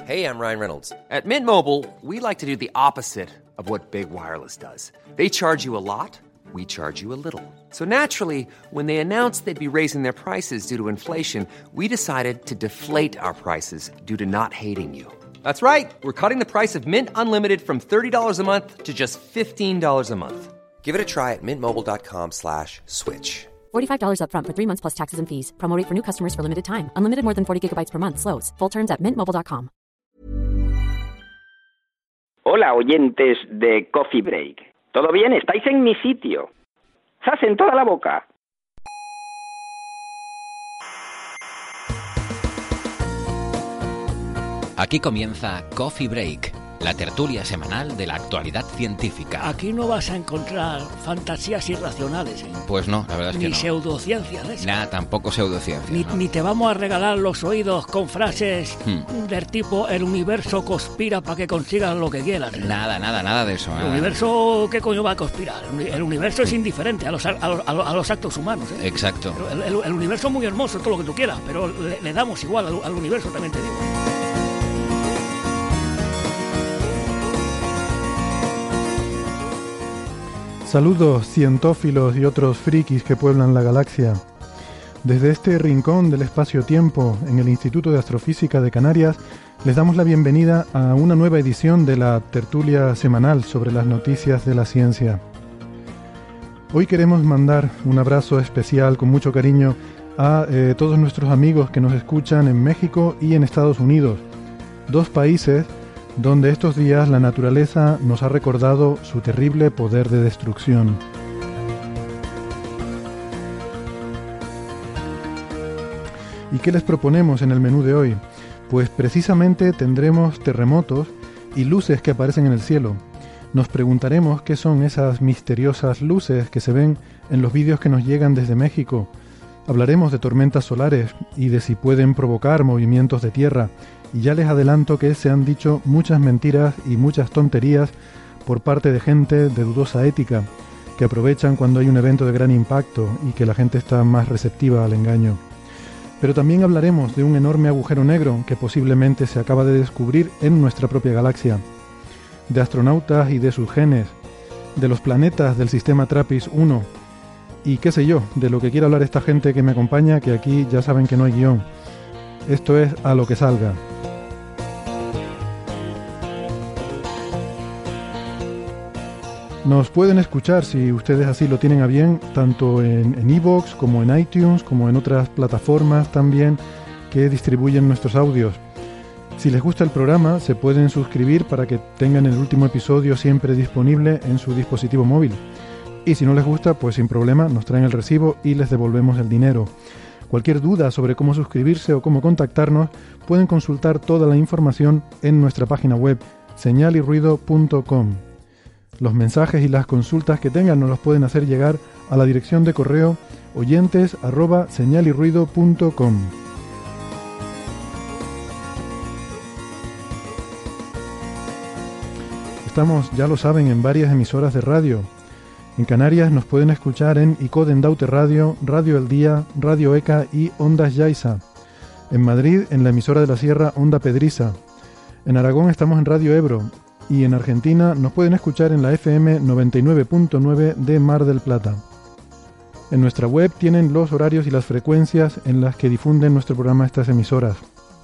Hey, I'm Ryan Reynolds. At Mint Mobile, we like to do the opposite of what Big Wireless does. They charge you a lot, we charge you a little. So naturally, when they announced they'd be raising their prices due to inflation, we decided to deflate our prices due to not hating you. That's right. We're cutting the price of Mint Unlimited from $30 a month to just $15 a month. Give it a try at mintmobile.com/switch. $45 up front for 3 months plus taxes and fees. Promo rate for new customers for limited time. Unlimited more than 40 gigabytes per month. Slows full terms at mintmobile.com. Hola, oyentes de Coffee Break. ¿Todo bien? ¿Estáis en mi sitio? ¡Zas en toda la boca! Aquí comienza Coffee Break, la tertulia semanal de la actualidad científica. Aquí no vas a encontrar fantasías irracionales, ¿eh? Pues no, la verdad es que ni no. Pseudociencias, ¿eh? Nada, tampoco pseudociencia. Ni te vamos a regalar los oídos con frases del tipo el universo conspira para que consigas lo que quieras, ¿eh? Nada de eso. El universo, ¿qué coño va a conspirar? El universo es indiferente a los actos humanos, ¿eh? Exacto. El universo es muy hermoso, todo lo que tú quieras, pero le damos igual al universo, también te digo. Saludos cientófilos y otros frikis que pueblan la galaxia. Desde este rincón del espacio-tiempo en el Instituto de Astrofísica de Canarias les damos la bienvenida a una nueva edición de la tertulia semanal sobre las noticias de la ciencia. Hoy queremos mandar un abrazo especial con mucho cariño a todos nuestros amigos que nos escuchan en México y en Estados Unidos, dos países donde estos días la naturaleza nos ha recordado su terrible poder de destrucción. ¿Y qué les proponemos en el menú de hoy? Pues precisamente tendremos terremotos y luces que aparecen en el cielo. Nos preguntaremos qué son esas misteriosas luces que se ven en los vídeos que nos llegan desde México. Hablaremos de tormentas solares y de si pueden provocar movimientos de tierra. Y ya les adelanto que se han dicho muchas mentiras y muchas tonterías por parte de gente de dudosa ética, que aprovechan cuando hay un evento de gran impacto y que la gente está más receptiva al engaño. Pero también hablaremos de un enorme agujero negro que posiblemente se acaba de descubrir en nuestra propia galaxia, de astronautas y de sus genes, de los planetas del sistema TRAPPIST-1 y qué sé yo, de lo que quiera hablar esta gente que me acompaña, que aquí ya saben que no hay guión. Esto es a lo que salga. Nos pueden escuchar, si ustedes así lo tienen a bien, tanto en iVoox como en iTunes, como en otras plataformas también que distribuyen nuestros audios. Si les gusta el programa, se pueden suscribir para que tengan el último episodio siempre disponible en su dispositivo móvil. Y si no les gusta, pues sin problema, nos traen el recibo y les devolvemos el dinero. Cualquier duda sobre cómo suscribirse o cómo contactarnos, pueden consultar toda la información en nuestra página web, señalirruido.com. Los mensajes y las consultas que tengan nos los pueden hacer llegar a la dirección de correo oyentes@señalirruido.com. Estamos, ya lo saben, en varias emisoras de radio. En Canarias nos pueden escuchar en ICODE Endaute Radio, Radio El Día, Radio ECA y Ondas Yaiza. En Madrid, en la emisora de la Sierra Onda Pedriza. En Aragón estamos en Radio Ebro. Y en Argentina nos pueden escuchar en la FM 99.9 de Mar del Plata. En nuestra web tienen los horarios y las frecuencias en las que difunden nuestro programa estas emisoras.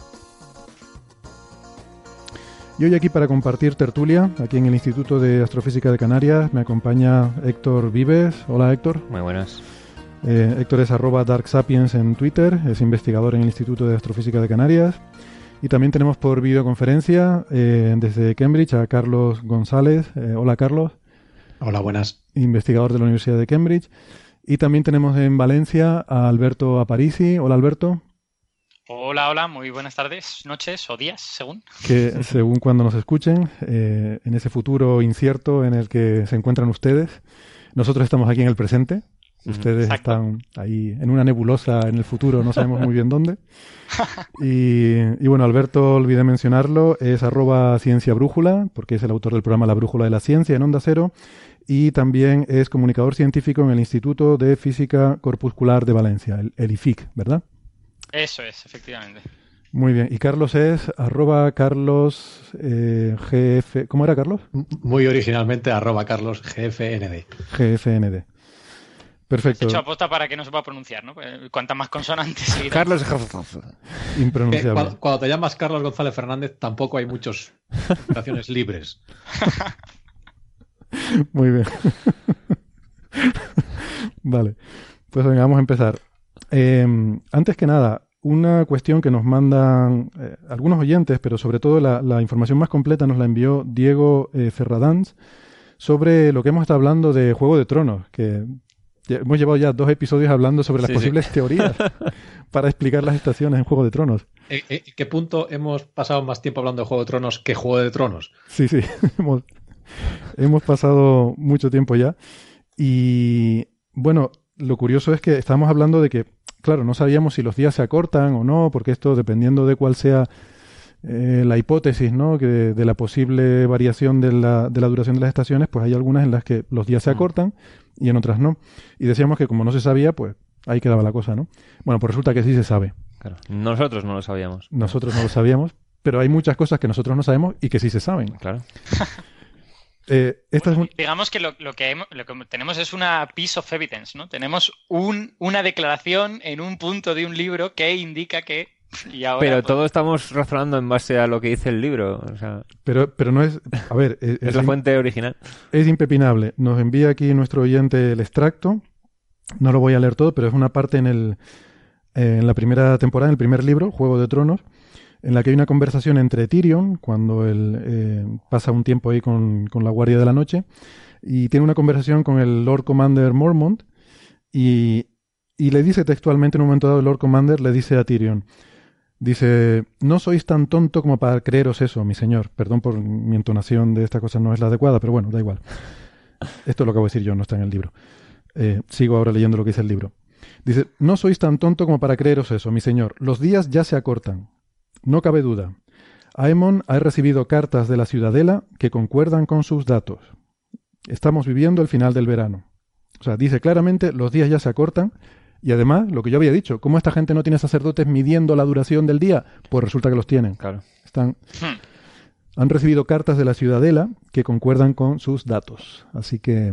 Y hoy aquí para compartir tertulia, aquí en el Instituto de Astrofísica de Canarias, me acompaña Héctor Vives. Hola Héctor. Muy buenas. Héctor es @DarkSapiens en Twitter, es investigador en el Instituto de Astrofísica de Canarias. Y también tenemos por videoconferencia desde Cambridge a Carlos González. Hola Carlos. Hola, buenas. Investigador de la Universidad de Cambridge. Y también tenemos en Valencia a Alberto Aparici. Hola Alberto. Hola, muy buenas tardes, noches o días, según. Que según cuando nos escuchen, en ese futuro incierto en el que se encuentran ustedes. Nosotros estamos aquí en el presente. Ustedes están ahí en una nebulosa en el futuro, no sabemos muy bien dónde. Y bueno, Alberto, olvidé mencionarlo, es @cienciabrújula, porque es el autor del programa La Brújula de la Ciencia en Onda Cero, y también es comunicador científico en el Instituto de Física Corpuscular de Valencia, el IFIC, ¿verdad? Eso es, efectivamente. Muy bien. Y Carlos es @carlos gf. ¿Cómo era, Carlos? Muy originalmente @carlosgfnd. GFND. Perfecto. Hecho aposta para que no se pueda pronunciar, ¿no? Cuantas más consonantes seguidas. Carlos. Impronunciable. Cuando te llamas Carlos González Fernández tampoco hay muchas oraciones libres. Muy bien. Vale. Pues venga, vamos a empezar. Antes que nada, una cuestión que nos mandan algunos oyentes, pero sobre todo la información más completa nos la envió Diego Ferradans sobre lo que hemos estado hablando de Juego de Tronos, que hemos llevado ya 2 episodios hablando sobre las posibles teorías para explicar las estaciones en Juego de Tronos. ¿En qué punto hemos pasado más tiempo hablando de Juego de Tronos que Juego de Tronos? Sí. Hemos pasado mucho tiempo ya. Y bueno, lo curioso es que estamos hablando de que, claro, no sabíamos si los días se acortan o no, porque esto, dependiendo de cuál sea la hipótesis, ¿no?, que de la posible variación de la duración de las estaciones, pues hay algunas en las que los días se acortan y en otras no. Y decíamos que como no se sabía, pues ahí quedaba la cosa, ¿no? Bueno, pues resulta que sí se sabe. Claro. Nosotros no lo sabíamos. Nosotros no lo sabíamos, pero hay muchas cosas que nosotros no sabemos y que sí se saben. Claro. Digamos que lo que tenemos es una piece of evidence, ¿no? Tenemos una declaración en un punto de un libro que indica que... Y ahora, pero todos estamos razonando en base a lo que dice el libro. O sea, pero no es... A ver... es la fuente original. Es impepinable. Nos envía aquí nuestro oyente el extracto. No lo voy a leer todo, pero es una parte en la primera temporada, en el primer libro, Juego de Tronos, en la que hay una conversación entre Tyrion, cuando él pasa un tiempo ahí con la Guardia de la Noche, y tiene una conversación con el Lord Commander Mormont, y le dice textualmente en un momento dado, el Lord Commander le dice a Tyrion, dice, no sois tan tonto como para creeros eso, mi señor. Perdón por mi entonación de esta cosa, no es la adecuada, pero bueno, da igual. Esto lo acabo de decir yo, no está en el libro. Sigo ahora leyendo lo que dice el libro. Dice, no sois tan tonto como para creeros eso, mi señor. Los días ya se acortan. No cabe duda. Aemon ha recibido cartas de la Ciudadela que concuerdan con sus datos. Estamos viviendo el final del verano. O sea, dice claramente, los días ya se acortan. Y además, lo que yo había dicho, ¿cómo esta gente no tiene sacerdotes midiendo la duración del día? Pues resulta que los tienen. Claro. Han recibido cartas de la Ciudadela que concuerdan con sus datos. Así que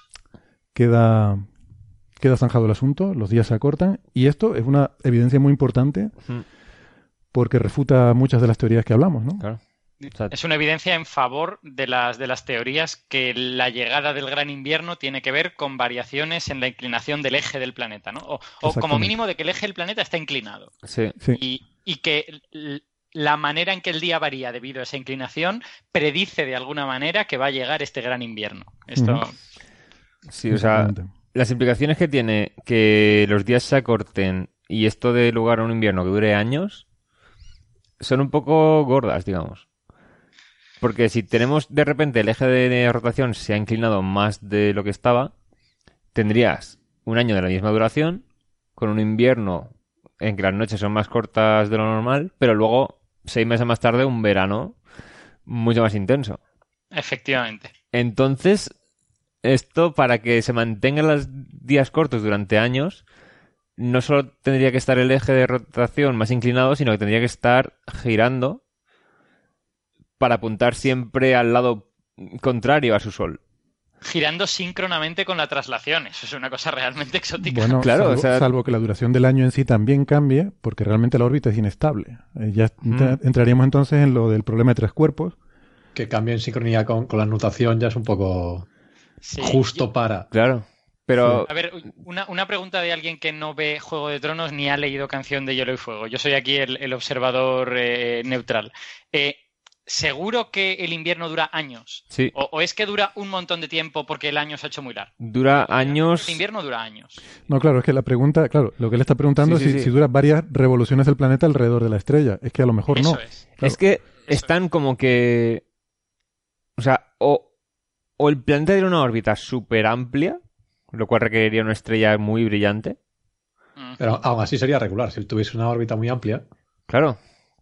queda zanjado el asunto, los días se acortan. Y esto es una evidencia muy importante porque refuta muchas de las teorías que hablamos, ¿no? Claro. Es una evidencia en favor de las teorías que la llegada del gran invierno tiene que ver con variaciones en la inclinación del eje del planeta, ¿no? O como mínimo de que el eje del planeta está inclinado. Sí. Y que la manera en que el día varía debido a esa inclinación predice de alguna manera que va a llegar este gran invierno. Esto... Sí, o sea, las implicaciones que tiene que los días se acorten y esto dé lugar a un invierno que dure años son un poco gordas, digamos. Porque si tenemos de repente el eje de rotación se ha inclinado más de lo que estaba, tendrías un año de la misma duración, con un invierno en que las noches son más cortas de lo normal, pero luego, 6 meses más tarde, un verano mucho más intenso. Efectivamente. Entonces, esto para que se mantengan los días cortos durante años, no solo tendría que estar el eje de rotación más inclinado, sino que tendría que estar girando para apuntar siempre al lado contrario a su sol. Girando síncronamente con la traslación. Eso es una cosa realmente exótica. Bueno, claro, salvo que la duración del año en sí también cambie, porque realmente la órbita es inestable. Ya entraríamos entonces en lo del problema de 3 cuerpos. Que cambie en sincronía con la nutación ya es un poco justo para... Claro. Pero... A ver, una pregunta de alguien que no ve Juego de Tronos ni ha leído Canción de Hielo y Fuego. Yo soy aquí el observador neutral. ¿Seguro que el invierno dura años? Sí. ¿O es que dura un montón de tiempo porque el año se ha hecho muy largo? Dura años... El invierno dura años. No, claro, es que la pregunta... Claro, lo que él está preguntando es si dura varias revoluciones del planeta alrededor de la estrella. Es que a lo mejor Eso no. es. Claro. Es que están como que... O sea, o el planeta tiene una órbita súper amplia, lo cual requeriría una estrella muy brillante. Pero aún así sería regular. Si tuviese una órbita muy amplia... Claro.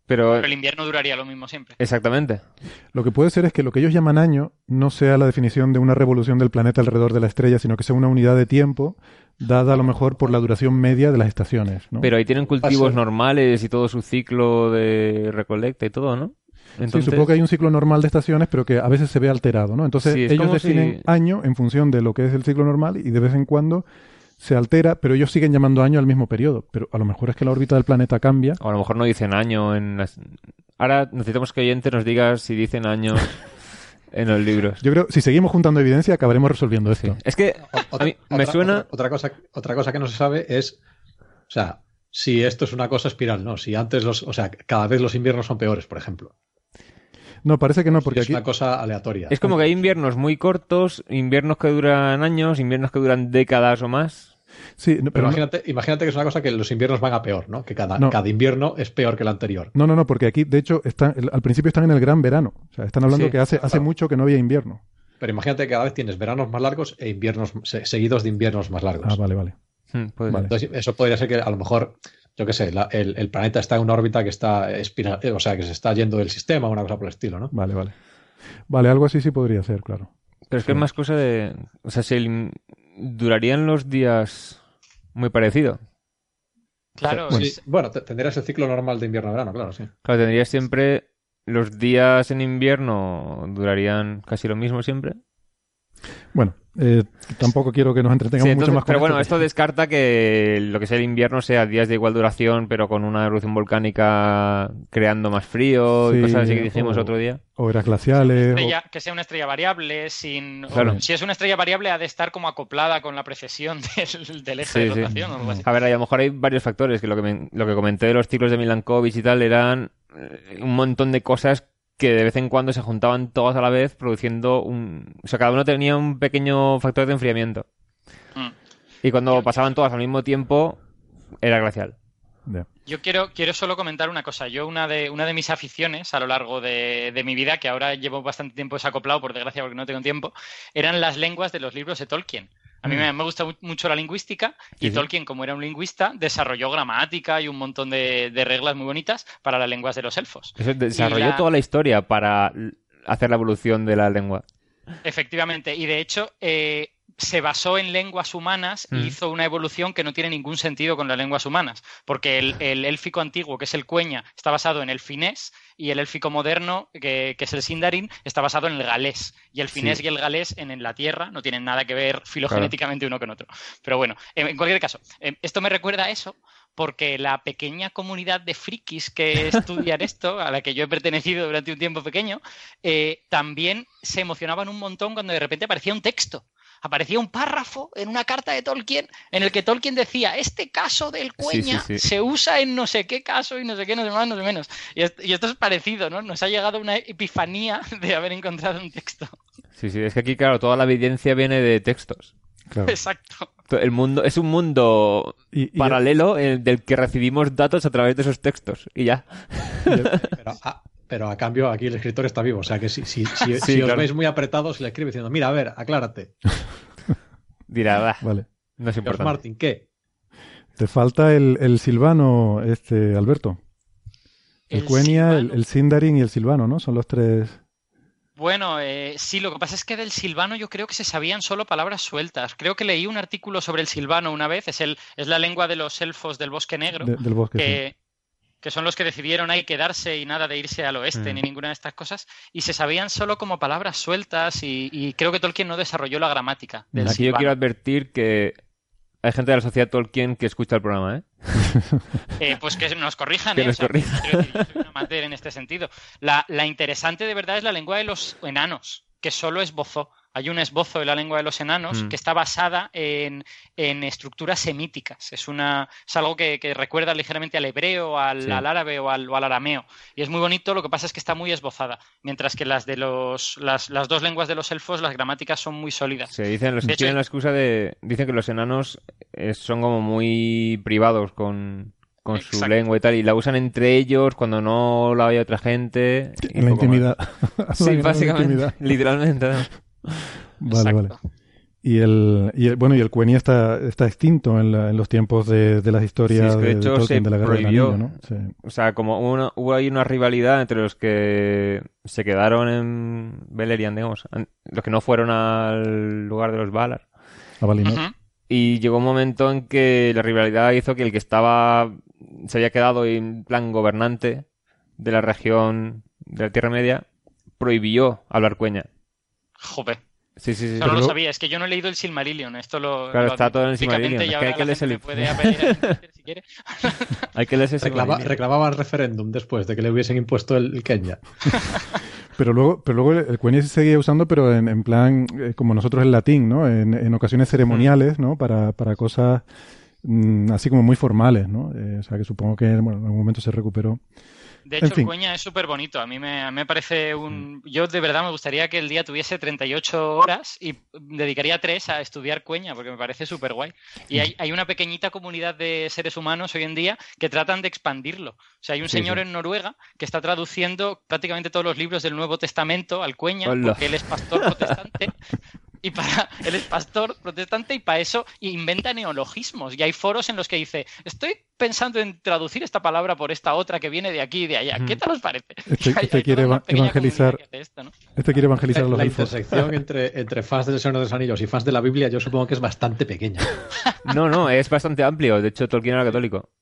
Pero el invierno duraría lo mismo siempre. Exactamente. Lo que puede ser es que lo que ellos llaman año no sea la definición de una revolución del planeta alrededor de la estrella, sino que sea una unidad de tiempo dada a lo mejor por la duración media de las estaciones, ¿no? Pero ahí tienen cultivos normales y todo su ciclo de recolecta y todo, ¿no? Entonces... Sí, supongo que hay un ciclo normal de estaciones, pero que a veces se ve alterado, ¿no? Entonces sí, ellos definen año en función de lo que es el ciclo normal y de vez en cuando se altera, pero ellos siguen llamando año al mismo periodo. Pero a lo mejor es que la órbita del planeta cambia. O a lo mejor no dicen año en las... Ahora necesitamos que oyente nos diga si dicen año en los libros. Yo creo, si seguimos juntando evidencia, acabaremos resolviendo esto. Sí. Es que a mí me suena... Otra cosa que no se sabe es, o sea, si esto es una cosa espiral, ¿no? Si antes cada vez los inviernos son peores, por ejemplo. No, parece que no, porque es aquí... una cosa aleatoria. Es como que hay inviernos muy cortos, inviernos que duran años, inviernos que duran décadas o más. Sí, pero imagínate que es una cosa que los inviernos van a peor, ¿no? Que cada invierno es peor que el anterior. No, porque aquí, de hecho, al principio están en el gran verano. O sea, están hablando que hace mucho que no había invierno. Pero imagínate que cada vez tienes veranos más largos e inviernos seguidos de inviernos más largos. Ah, vale. Vale. Entonces, eso podría ser que a lo mejor, yo qué sé, el planeta está en una órbita que está espiral, o sea, que se está yendo del sistema, una cosa por el estilo, ¿no? Vale. Vale, algo así sí podría ser, claro. Pero es que es más cosa de... O sea, durarían los días muy parecido. Claro. Bueno, tendrías el ciclo normal de invierno-verano, claro, sí. Claro, tendrías siempre... Los días en invierno durarían casi lo mismo siempre. Bueno, tampoco quiero que nos entretengamos mucho más con pero bueno, esto descarta que lo que sea el invierno sea días de igual duración, pero con una erupción volcánica creando más frío y cosas así que dijimos otro día. O eras glaciales. Que sea una estrella variable. Si es una estrella variable, ha de estar como acoplada con la precesión del eje de rotación o algo así. A ver, a lo mejor hay varios factores, que lo que comenté de los ciclos de Milankovitch y tal eran un montón de cosas que de vez en cuando se juntaban todas a la vez produciendo o sea, cada uno tenía un pequeño factor de enfriamiento. Y cuando pasaban todas al mismo tiempo, era glacial. Yeah. Yo quiero solo comentar una cosa. Yo una de mis aficiones a lo largo de mi vida, que ahora llevo bastante tiempo desacoplado, por desgracia, porque no tengo tiempo, eran las lenguas de los libros de Tolkien. A mí me gusta mucho la lingüística y Tolkien, como era un lingüista, desarrolló gramática y un montón de reglas muy bonitas para las lenguas de los elfos. Desarrolló toda la historia para hacer la evolución de la lengua. Efectivamente, y de hecho se basó en lenguas humanas y hizo una evolución que no tiene ningún sentido con las lenguas humanas, porque el élfico antiguo, que es el Quenya, está basado en el finés, y el élfico moderno, que es el Sindarin, está basado en el galés, y el finés y el galés en la Tierra no tienen nada que ver filogenéticamente uno con otro. Pero bueno, en cualquier caso, esto me recuerda a eso, porque la pequeña comunidad de frikis que estudian esto, a la que yo he pertenecido durante un tiempo pequeño, también se emocionaban un montón cuando de repente aparecía un texto. Aparecía un párrafo en una carta de Tolkien en el que Tolkien decía: este caso del Quenya se usa en no sé qué caso y no sé qué, no sé más, no sé menos. Y esto es parecido, ¿no? Nos ha llegado una epifanía de haber encontrado un texto. Sí, es que aquí, claro, toda la evidencia viene de textos. Claro. Exacto. El mundo es un mundo paralelo del que recibimos datos a través de esos textos y ya. Pero a cambio aquí el escritor está vivo, o sea que si os veis muy apretados le escribe diciendo: mira, a ver, aclárate. Dirá, vale. No es importante. George Martin, ¿qué? Te falta el silvano, Alberto. El Quenya, el Sindarin y el silvano, ¿no? Son los tres... Bueno, sí, lo que pasa es que del silvano yo creo que se sabían solo palabras sueltas. Creo que leí un artículo sobre el silvano una vez, es la lengua de los elfos del Bosque Negro. Del bosque, que son los que decidieron ahí quedarse y nada de irse al oeste ni ninguna de estas cosas, y se sabían solo como palabras sueltas y creo que Tolkien no desarrolló la gramática del Aquí silvano. Yo quiero advertir que hay gente de la sociedad Tolkien que escucha el programa, pues que nos corrijan, que nos corrijan. Yo soy un amateur en este sentido. La interesante de verdad es la lengua de los enanos, que solo esbozó. Hay un esbozo de la lengua de los enanos que está basada en estructuras semíticas. Es algo que recuerda ligeramente al hebreo, al árabe o al arameo. Y es muy bonito, lo que pasa es que está muy esbozada. Mientras que las dos lenguas de los elfos, las gramáticas son muy sólidas. Se dicen, tienen la excusa dicen que los enanos son como muy privados con su lengua y tal, y la usan entre ellos cuando no la oye otra gente. En la intimidad. Sí, básicamente, literalmente. Vale. Y el Cueni está extinto en los tiempos de las historias de hecho, Tolkien, de la Guerra del Anillo, ¿no? Sí. O sea, como hubo ahí una rivalidad entre los que se quedaron en Beleriand, digamos, los que no fueron al lugar de los Valar. A Valinor. Y llegó un momento en que la rivalidad hizo que el que se había quedado en plan gobernante de la región de la Tierra Media prohibió hablar cueña. Joder. Sí. No lo sabía, es que yo no he leído el Silmarillion. Esto claro, está todo en el Silmarillion. Y es que hay que leerse el... puede apelar si quiere. Hay que leerse reclamaban referéndum después de que le hubiesen impuesto el Kenya. Pero luego el Cueni se seguía usando, pero en plan, como nosotros el latín, ¿no? En ocasiones ceremoniales, ¿no? Para cosas así como muy formales, ¿no? O sea, que supongo que en algún momento se recuperó. De hecho, el Cueña es súper bonito. A mí me parece Yo de verdad me gustaría que el día tuviese 38 horas y dedicaría 3 a estudiar Cueña, porque me parece súper guay. Y hay una pequeñita comunidad de seres humanos hoy en día que tratan de expandirlo. O sea, hay un señor en Noruega que está traduciendo prácticamente todos los libros del Nuevo Testamento al Cueña, porque él es pastor protestante. Él es pastor protestante y para eso inventa neologismos. Y hay foros en los que dice, estoy pensando en traducir esta palabra por esta otra que viene de aquí y de allá. ¿Qué tal os parece? Este quiere evangelizar. Este quiere evangelizar a los elfos. La intersección entre fans del Señor de los Anillos y fans de la Biblia yo supongo que es bastante pequeña. No, es bastante amplio. De hecho, Tolkien era católico.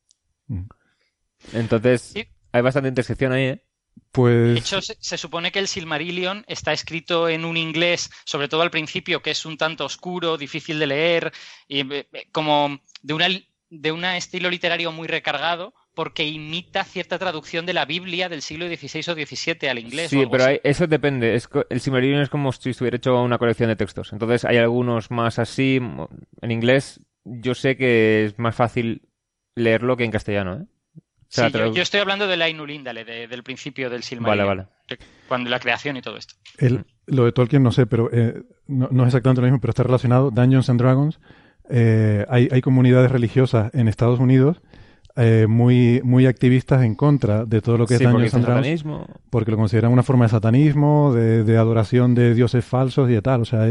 Entonces, hay bastante intersección ahí, ¿eh? Pues... De hecho, se supone que el Silmarillion está escrito en un inglés, sobre todo al principio, que es un tanto oscuro, difícil de leer, y como de un estilo literario muy recargado, porque imita cierta traducción de la Biblia del siglo XVI o XVII al inglés. Sí, pero eso depende. El Silmarillion es como si estuviera hecho una colección de textos. Entonces hay algunos más así. En inglés yo sé que es más fácil leerlo que en castellano, ¿eh? O sea, sí, yo estoy hablando de la Ain Úlindale, del principio del Silmarillion. Vale. Cuando la creación y todo esto. Lo de Tolkien no sé, pero no es exactamente lo mismo, pero está relacionado. Dungeons and Dragons, hay comunidades religiosas en Estados Unidos muy, muy activistas en contra de todo lo que es Dungeons and Dragons, porque lo consideran una forma de satanismo, de adoración de dioses falsos y de tal. O sea,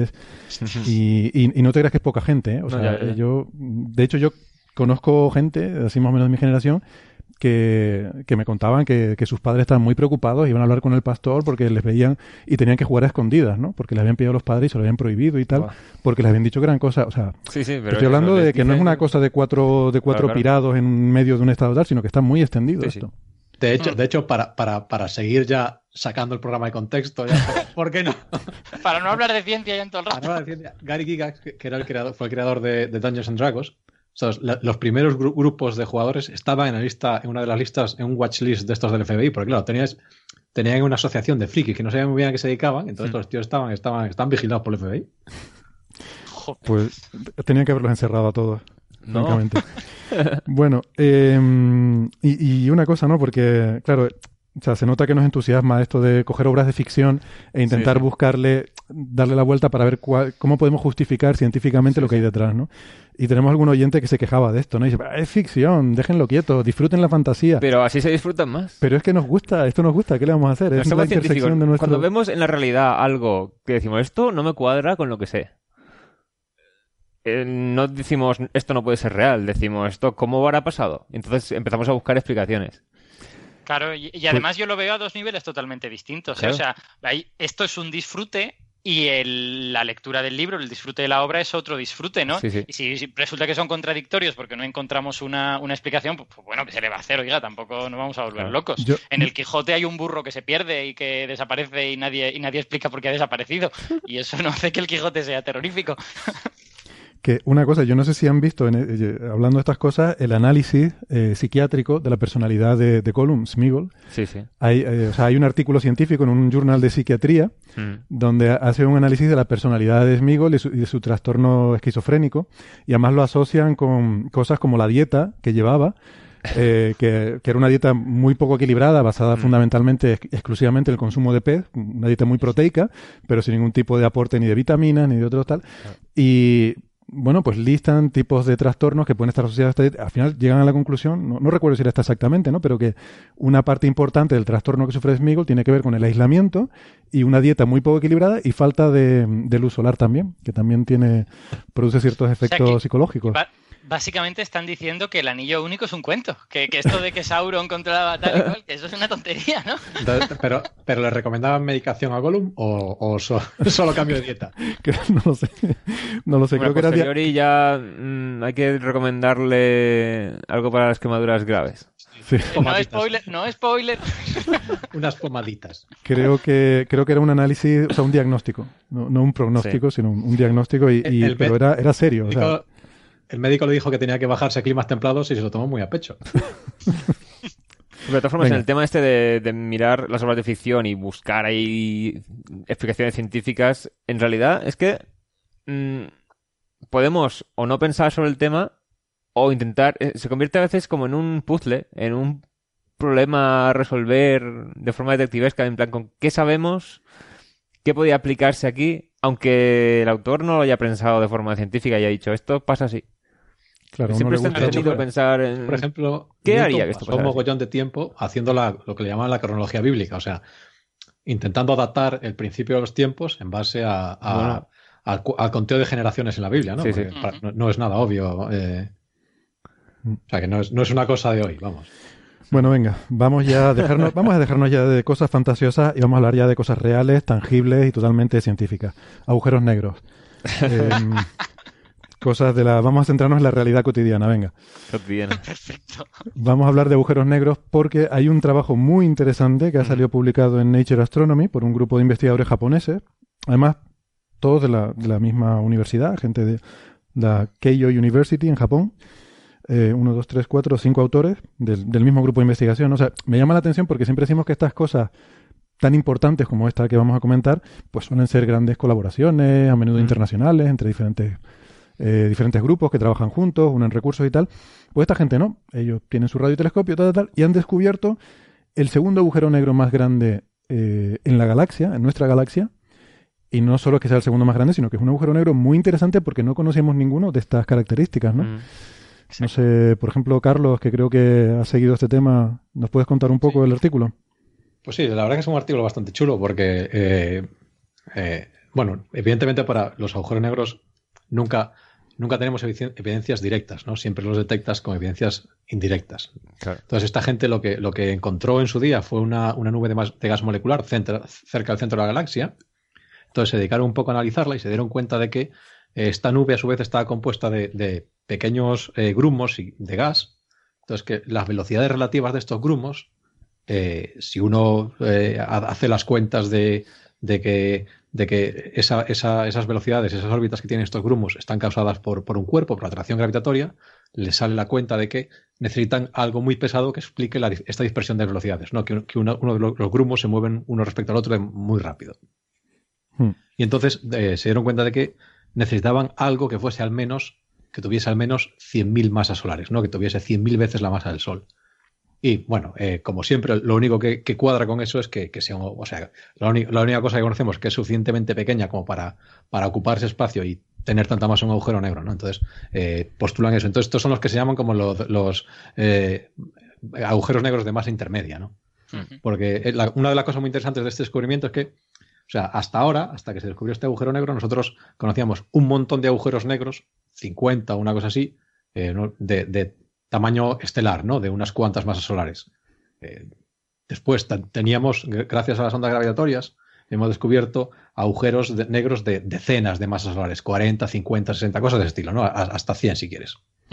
y no te creas que es poca gente, ¿eh? O sea, de hecho yo conozco gente, así más o menos de mi generación, que me contaban que sus padres estaban muy preocupados, iban a hablar con el pastor porque les veían y tenían que jugar a escondidas, ¿no? Porque les habían pillado los padres y se lo habían prohibido y tal, porque les habían dicho que eran cosas, o sea, pero estoy hablando de que no es una cosa de cuatro pirados en medio de un estado tal, sino que está muy extendido esto. De hecho, para seguir ya sacando el programa de contexto, ¿por qué no? Para no hablar de ciencia ya en todo el rato. Para no hablar de ciencia, Gary Gygax, que era fue el creador de Dungeons and Dragons. O sea, los primeros grupos de jugadores estaban en una de las listas, en un watchlist de estos del FBI, porque claro, tenían una asociación de frikis que no sabían muy bien a qué se dedicaban, entonces los tíos estaban vigilados por el FBI. Pues tenían que haberlos encerrado a todos, francamente. Bueno, y una cosa, ¿no? Porque, claro, o sea, se nota que nos entusiasma esto de coger obras de ficción e intentar darle la vuelta para ver cómo podemos justificar científicamente lo que hay detrás, ¿no? Y tenemos algún oyente que se quejaba de esto, ¿no? Y dice, es ficción, déjenlo quieto, disfruten la fantasía. Pero así se disfrutan más. Pero es que esto nos gusta, ¿qué le vamos a hacer? Es la intersección de nuestro... Cuando vemos en la realidad algo que decimos, esto no me cuadra con lo que sé. No decimos, esto no puede ser real, decimos, esto, ¿cómo habrá pasado? Entonces empezamos a buscar explicaciones. Claro, y además yo lo veo a dos niveles totalmente distintos. Claro. O sea, esto es un disfrute y la lectura del libro, el disfrute de la obra es otro disfrute, ¿no? Sí. Y si resulta que son contradictorios porque no encontramos una explicación, pues bueno, ¿qué se le va a hacer? Oiga, tampoco nos vamos a volver locos. En el Quijote hay un burro que se pierde y que desaparece y nadie explica por qué ha desaparecido. Y eso no hace que el Quijote sea terrorífico. Que una cosa, yo no sé si han visto, hablando de estas cosas, el análisis psiquiátrico de la personalidad de Gollum, Sméagol. Sí. Hay un artículo científico en un journal de psiquiatría donde hace un análisis de la personalidad de Sméagol y de su trastorno esquizofrénico, y además lo asocian con cosas como la dieta que llevaba, que era una dieta muy poco equilibrada, basada fundamentalmente, exclusivamente en el consumo de pez, una dieta muy proteica, pero sin ningún tipo de aporte ni de vitaminas ni de otro tal. Y bueno, pues listan tipos de trastornos que pueden estar asociados a al final llegan a la conclusión, no recuerdo si era esta exactamente, ¿no? Pero que una parte importante del trastorno que sufre Smigol tiene que ver con el aislamiento y una dieta muy poco equilibrada y falta de luz solar también, que también produce ciertos efectos psicológicos. Básicamente están diciendo que el anillo único es un cuento, que esto de que Sauron controlaba tal y cual, que eso es una tontería, ¿no? Entonces, pero ¿le recomendaban medicación a Gollum o solo cambio de dieta? No lo sé. No lo sé. Bueno, creo que era ya hay que recomendarle algo para las quemaduras graves. Sí. No spoiler. Unas pomaditas. Creo que era un análisis, o sea, un diagnóstico. No un pronóstico, sino un diagnóstico, pero era serio. O sea, el médico le dijo que tenía que bajarse a climas templados y se lo tomó muy a pecho. De todas formas, en el tema este de mirar las obras de ficción y buscar ahí explicaciones científicas, en realidad es que podemos o no pensar sobre el tema o intentar... se convierte a veces como en un puzzle, en un problema a resolver de forma detectivesca, en plan, ¿con qué sabemos? ¿Qué podía aplicarse aquí? Aunque el autor no lo haya pensado de forma científica y haya dicho, esto pasa así. Claro, siempre está entretenido pensar en... Por ejemplo, ¿qué haría que esto pasara? Un mogollón de tiempo haciendo lo que le llaman la cronología bíblica, o sea, intentando adaptar el principio de los tiempos en base al conteo de generaciones en la Biblia, ¿no? Sí. No es nada obvio. O sea, que no es una cosa de hoy, vamos. Bueno, venga, vamos a dejarnos ya de cosas fantasiosas y vamos a hablar ya de cosas reales, tangibles y totalmente científicas. Agujeros negros. Vamos a centrarnos en la realidad cotidiana, venga. Cotidiana. Perfecto. Vamos a hablar de agujeros negros porque hay un trabajo muy interesante que ha salido publicado en Nature Astronomy por un grupo de investigadores japoneses, además todos de la misma universidad, gente de la Keio University en Japón. 1, 2, 3, 4, 5 autores del mismo grupo de investigación. O sea, me llama la atención porque siempre decimos que estas cosas tan importantes como esta que vamos a comentar, pues suelen ser grandes colaboraciones, a menudo internacionales, entre diferentes grupos que trabajan juntos, unen recursos y tal. Pues esta gente no. Ellos tienen su radiotelescopio, tal, y han descubierto el segundo agujero negro más grande en la galaxia, en nuestra galaxia. Y no solo que sea el segundo más grande, sino que es un agujero negro muy interesante porque no conocíamos ninguno de estas características, ¿no? No sé, por ejemplo, Carlos, que creo que ha seguido este tema, ¿nos puedes contar un poco del artículo? Pues sí, la verdad que es un artículo bastante chulo porque, bueno, evidentemente para los agujeros negros nunca tenemos evidencias directas, ¿no? Siempre los detectas con evidencias indirectas. Claro. Entonces esta gente lo que encontró en su día fue una nube de gas molecular cerca del centro de la galaxia. Entonces se dedicaron un poco a analizarla y se dieron cuenta de que esta nube a su vez estaba compuesta de pequeños grumos de gas. Entonces que las velocidades relativas de estos grumos, si uno hace las cuentas de que esas velocidades, esas órbitas que tienen estos grumos están causadas por un cuerpo, por atracción gravitatoria, le sale la cuenta de que necesitan algo muy pesado que explique esta dispersión de velocidades, ¿no? Que uno de los grumos se mueven uno respecto al otro muy rápido. Y entonces se dieron cuenta de que necesitaban algo que tuviese al menos 100.000 masas solares, ¿no? Que tuviese 100.000 veces la masa del Sol. Y bueno, como siempre, lo único que cuadra con eso es que sea, o sea, la única cosa que conocemos es que es suficientemente pequeña como para ocupar ese espacio y tener tanta masa en un agujero negro, ¿no? Entonces, postulan eso. Entonces, estos son los que se llaman como los agujeros negros de masa intermedia, ¿no? Porque una de las cosas muy interesantes de este descubrimiento es que, o sea, hasta que se descubrió este agujero negro, nosotros conocíamos un montón de agujeros negros, 50 o una cosa así, ¿no? de tamaño estelar, ¿no? De unas cuantas masas solares. Después teníamos, gracias a las ondas gravitatorias, hemos descubierto agujeros negros de decenas de masas solares, 40, 50, 60, cosas de ese estilo, ¿no? Hasta 100 si quieres.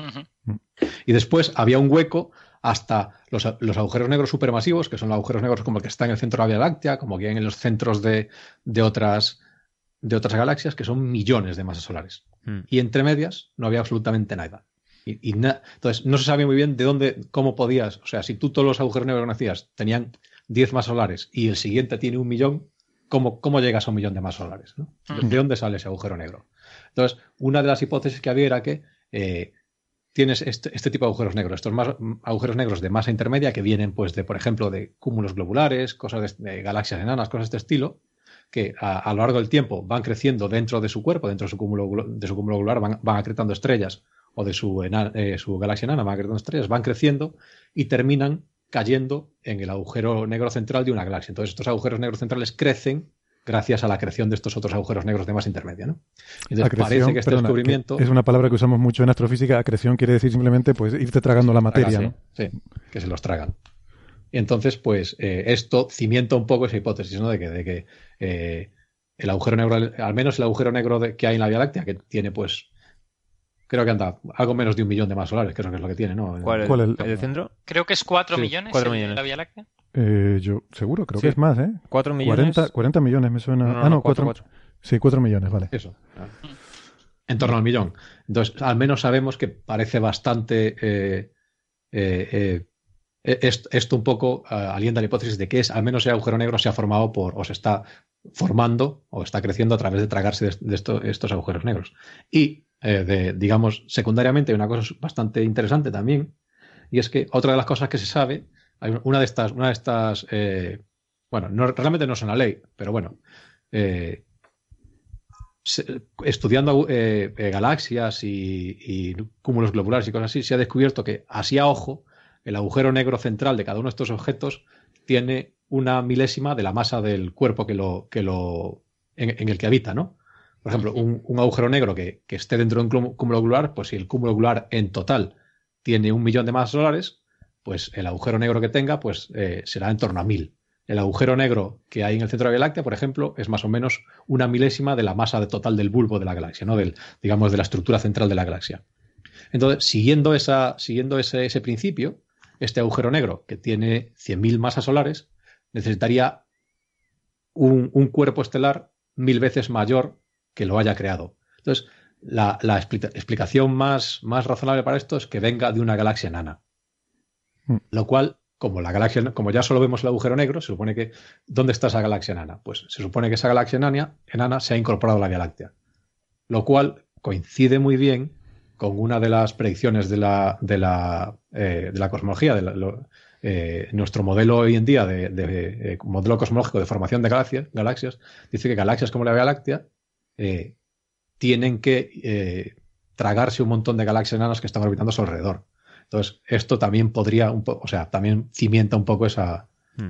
Y después había un hueco hasta los agujeros negros supermasivos, que son los agujeros negros como el que está en el centro de la Vía Láctea, como que hay en los centros de otras galaxias, que son millones de masas solares. Y entre medias no había absolutamente nada. Entonces no se sabía muy bien cómo podías, o sea, si tú todos los agujeros negros que conocías tenían 10 masas solares y el siguiente tiene 1 millón, ¿cómo llegas a 1 millón de masas solares, ¿no? ¿De dónde sale ese agujero negro? Entonces, una de las hipótesis que había era que tienes este tipo de agujeros negros, estos agujeros negros de masa intermedia que vienen, pues, por ejemplo, de cúmulos globulares, cosas de galaxias enanas, cosas de este estilo, que a lo largo del tiempo van creciendo dentro de su cuerpo, dentro de su cúmulo globular, van acretando estrellas, o de su galaxia enana, van acretando estrellas, van creciendo y terminan cayendo en el agujero negro central de una galaxia. Entonces estos agujeros negros centrales crecen gracias a la creación de estos otros agujeros negros de masa intermedia, ¿no? Entonces acreción, parece que este descubrimiento... Que es una palabra que usamos mucho en astrofísica. Acreción quiere decir simplemente pues irte tragando la materia, ¿no? Sí, que se los tragan. Y entonces, pues, esto cimienta un poco esa hipótesis, ¿no? De que el agujero negro, al menos el agujero negro que hay en la Vía Láctea, que tiene, pues, creo que anda algo menos de 1 millón de masas solares, creo que es lo que tiene, ¿no? ¿Cuál el del centro? Creo que es 4 millones 4 millones. en la Vía Láctea. Yo seguro, creo que es más, ¿eh? 4 millones. 40 millones me suena. No, 4. Sí, 4 millones, vale. Eso. En torno al millón. Entonces, al menos sabemos que parece bastante... esto un poco alienta la hipótesis de que al menos el agujero negro se ha formado o se está formando o está creciendo a través de tragarse de estos agujeros negros. Y, digamos, secundariamente hay una cosa bastante interesante también, y es que otra de las cosas que se sabe, hay una de estas bueno, realmente no es una ley, pero bueno, estudiando galaxias y cúmulos globulares y cosas así, se ha descubierto que, así a ojo, el agujero negro central de cada uno de estos objetos tiene 1/1000ª de la masa del cuerpo en el que habita, ¿no? Por ejemplo, un agujero negro que esté dentro de un cúmulo globular, pues si el cúmulo globular en total tiene 1 millón de masas solares, pues el agujero negro que tenga pues será en torno a 1000. El agujero negro que hay en el centro de la Vía Láctea, por ejemplo, es más o menos 1/1000ª de la masa total del bulbo de la galaxia, ¿no? Digamos, de la estructura central de la galaxia. Entonces, siguiendo ese principio, este agujero negro, que tiene 100.000 masas solares, necesitaría un cuerpo estelar 1000 veces mayor que lo haya creado. Entonces, la explicación más razonable para esto es que venga de una galaxia enana. Lo cual, como ya solo vemos el agujero negro, se supone que... ¿Dónde está esa galaxia enana? Pues se supone que esa galaxia enana se ha incorporado a la Vía Láctea. Lo cual coincide muy bien con una de las predicciones de la cosmología, nuestro modelo hoy en día de modelo cosmológico de formación de galaxias, dice que galaxias como la Vía Láctea tienen que tragarse un montón de galaxias enanas que están orbitando a su alrededor. Entonces, esto también también cimienta un poco esa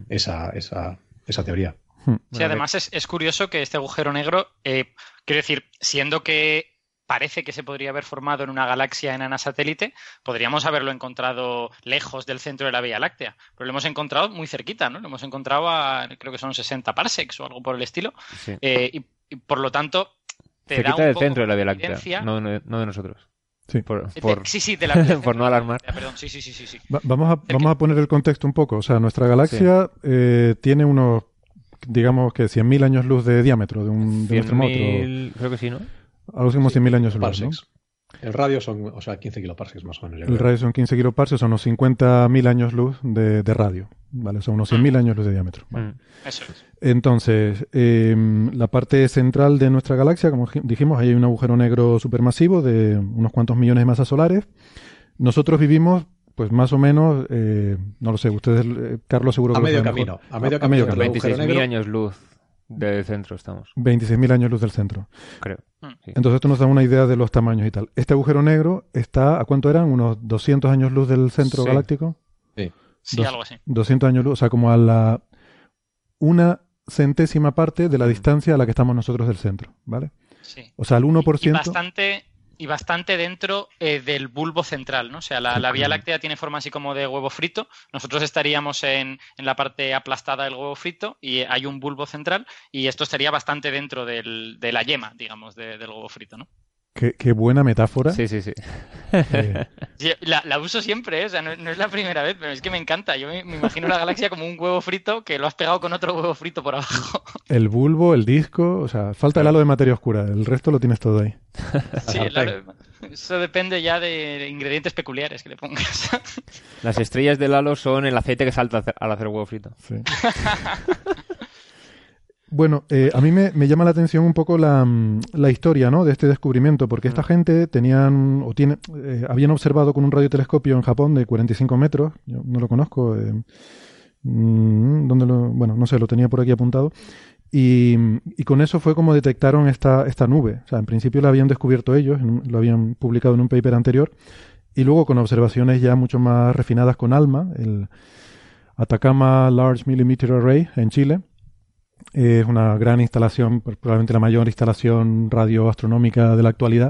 teoría. Sí, además es curioso que este agujero negro, quiero decir, siendo que parece que se podría haber formado en una galaxia enana satélite, podríamos haberlo encontrado lejos del centro de la Vía Láctea, pero lo hemos encontrado muy cerquita, ¿no? Lo hemos encontrado creo que son 60 parsecs o algo por el estilo, sí. Y por lo tanto te cerquita da un del poco centro de la Vía Láctea, evidencia... no de nosotros. Sí. Sí, de la por no alarmar. Perdón, sí. Vamos a poner el contexto un poco. O sea, nuestra galaxia tiene unos, digamos que 100.000 años luz de diámetro de un extremo a otro. Creo que sí, ¿no? Algo así como 100.000 años luz, ¿no? El radio son, 15 kiloparsecs más o menos. El radio son 15 kiloparsecs, son unos 50.000 años luz de radio, ¿vale? Son unos 100.000 años luz de diámetro. ¿vale? Eso es. Entonces, la parte central de nuestra galaxia, como dijimos, ahí hay un agujero negro supermasivo de unos cuantos millones de masas solares. Nosotros vivimos, pues más o menos, no lo sé, ustedes, Carlos, seguro que lo sabe mejor. A medio camino. 26.000 años luz del centro estamos. 26.000 años luz del centro. Creo. Sí. Entonces esto nos da una idea de los tamaños y tal. Este agujero negro está, ¿a cuánto eran? ¿Unos 200 años luz del centro galáctico? Sí, algo así. 200 años luz, o sea, como a la 1/100ª parte de la distancia a la que estamos nosotros del centro, ¿vale? Sí. O sea, el 1%... Y bastante dentro del bulbo central, ¿no? O sea, la Vía Láctea tiene forma así como de huevo frito. Nosotros estaríamos en la parte aplastada del huevo frito y hay un bulbo central y esto estaría bastante dentro de la yema, digamos, del huevo frito, ¿no? Qué buena metáfora. Sí. La uso siempre, ¿eh? O sea, no es la primera vez, pero es que me encanta. Yo me imagino la galaxia como un huevo frito que lo has pegado con otro huevo frito por abajo. El bulbo, el disco, o sea, falta el halo de materia oscura, el resto lo tienes todo ahí. Sí, eso depende ya de ingredientes peculiares que le pongas. Las estrellas del halo son el aceite que salta al hacer huevo frito. Sí. Bueno, a mí me llama la atención un poco la historia, ¿no?, de este descubrimiento, porque esta gente habían observado con un radiotelescopio en Japón de 45 metros, yo no lo conozco, bueno, no sé, lo tenía por aquí apuntado, Y con eso fue como detectaron esta nube. O sea, en principio la habían descubierto ellos, lo habían publicado en un paper anterior, y luego con observaciones ya mucho más refinadas con ALMA, el Atacama Large Millimeter Array en Chile. Es una gran instalación, probablemente la mayor instalación radioastronómica de la actualidad.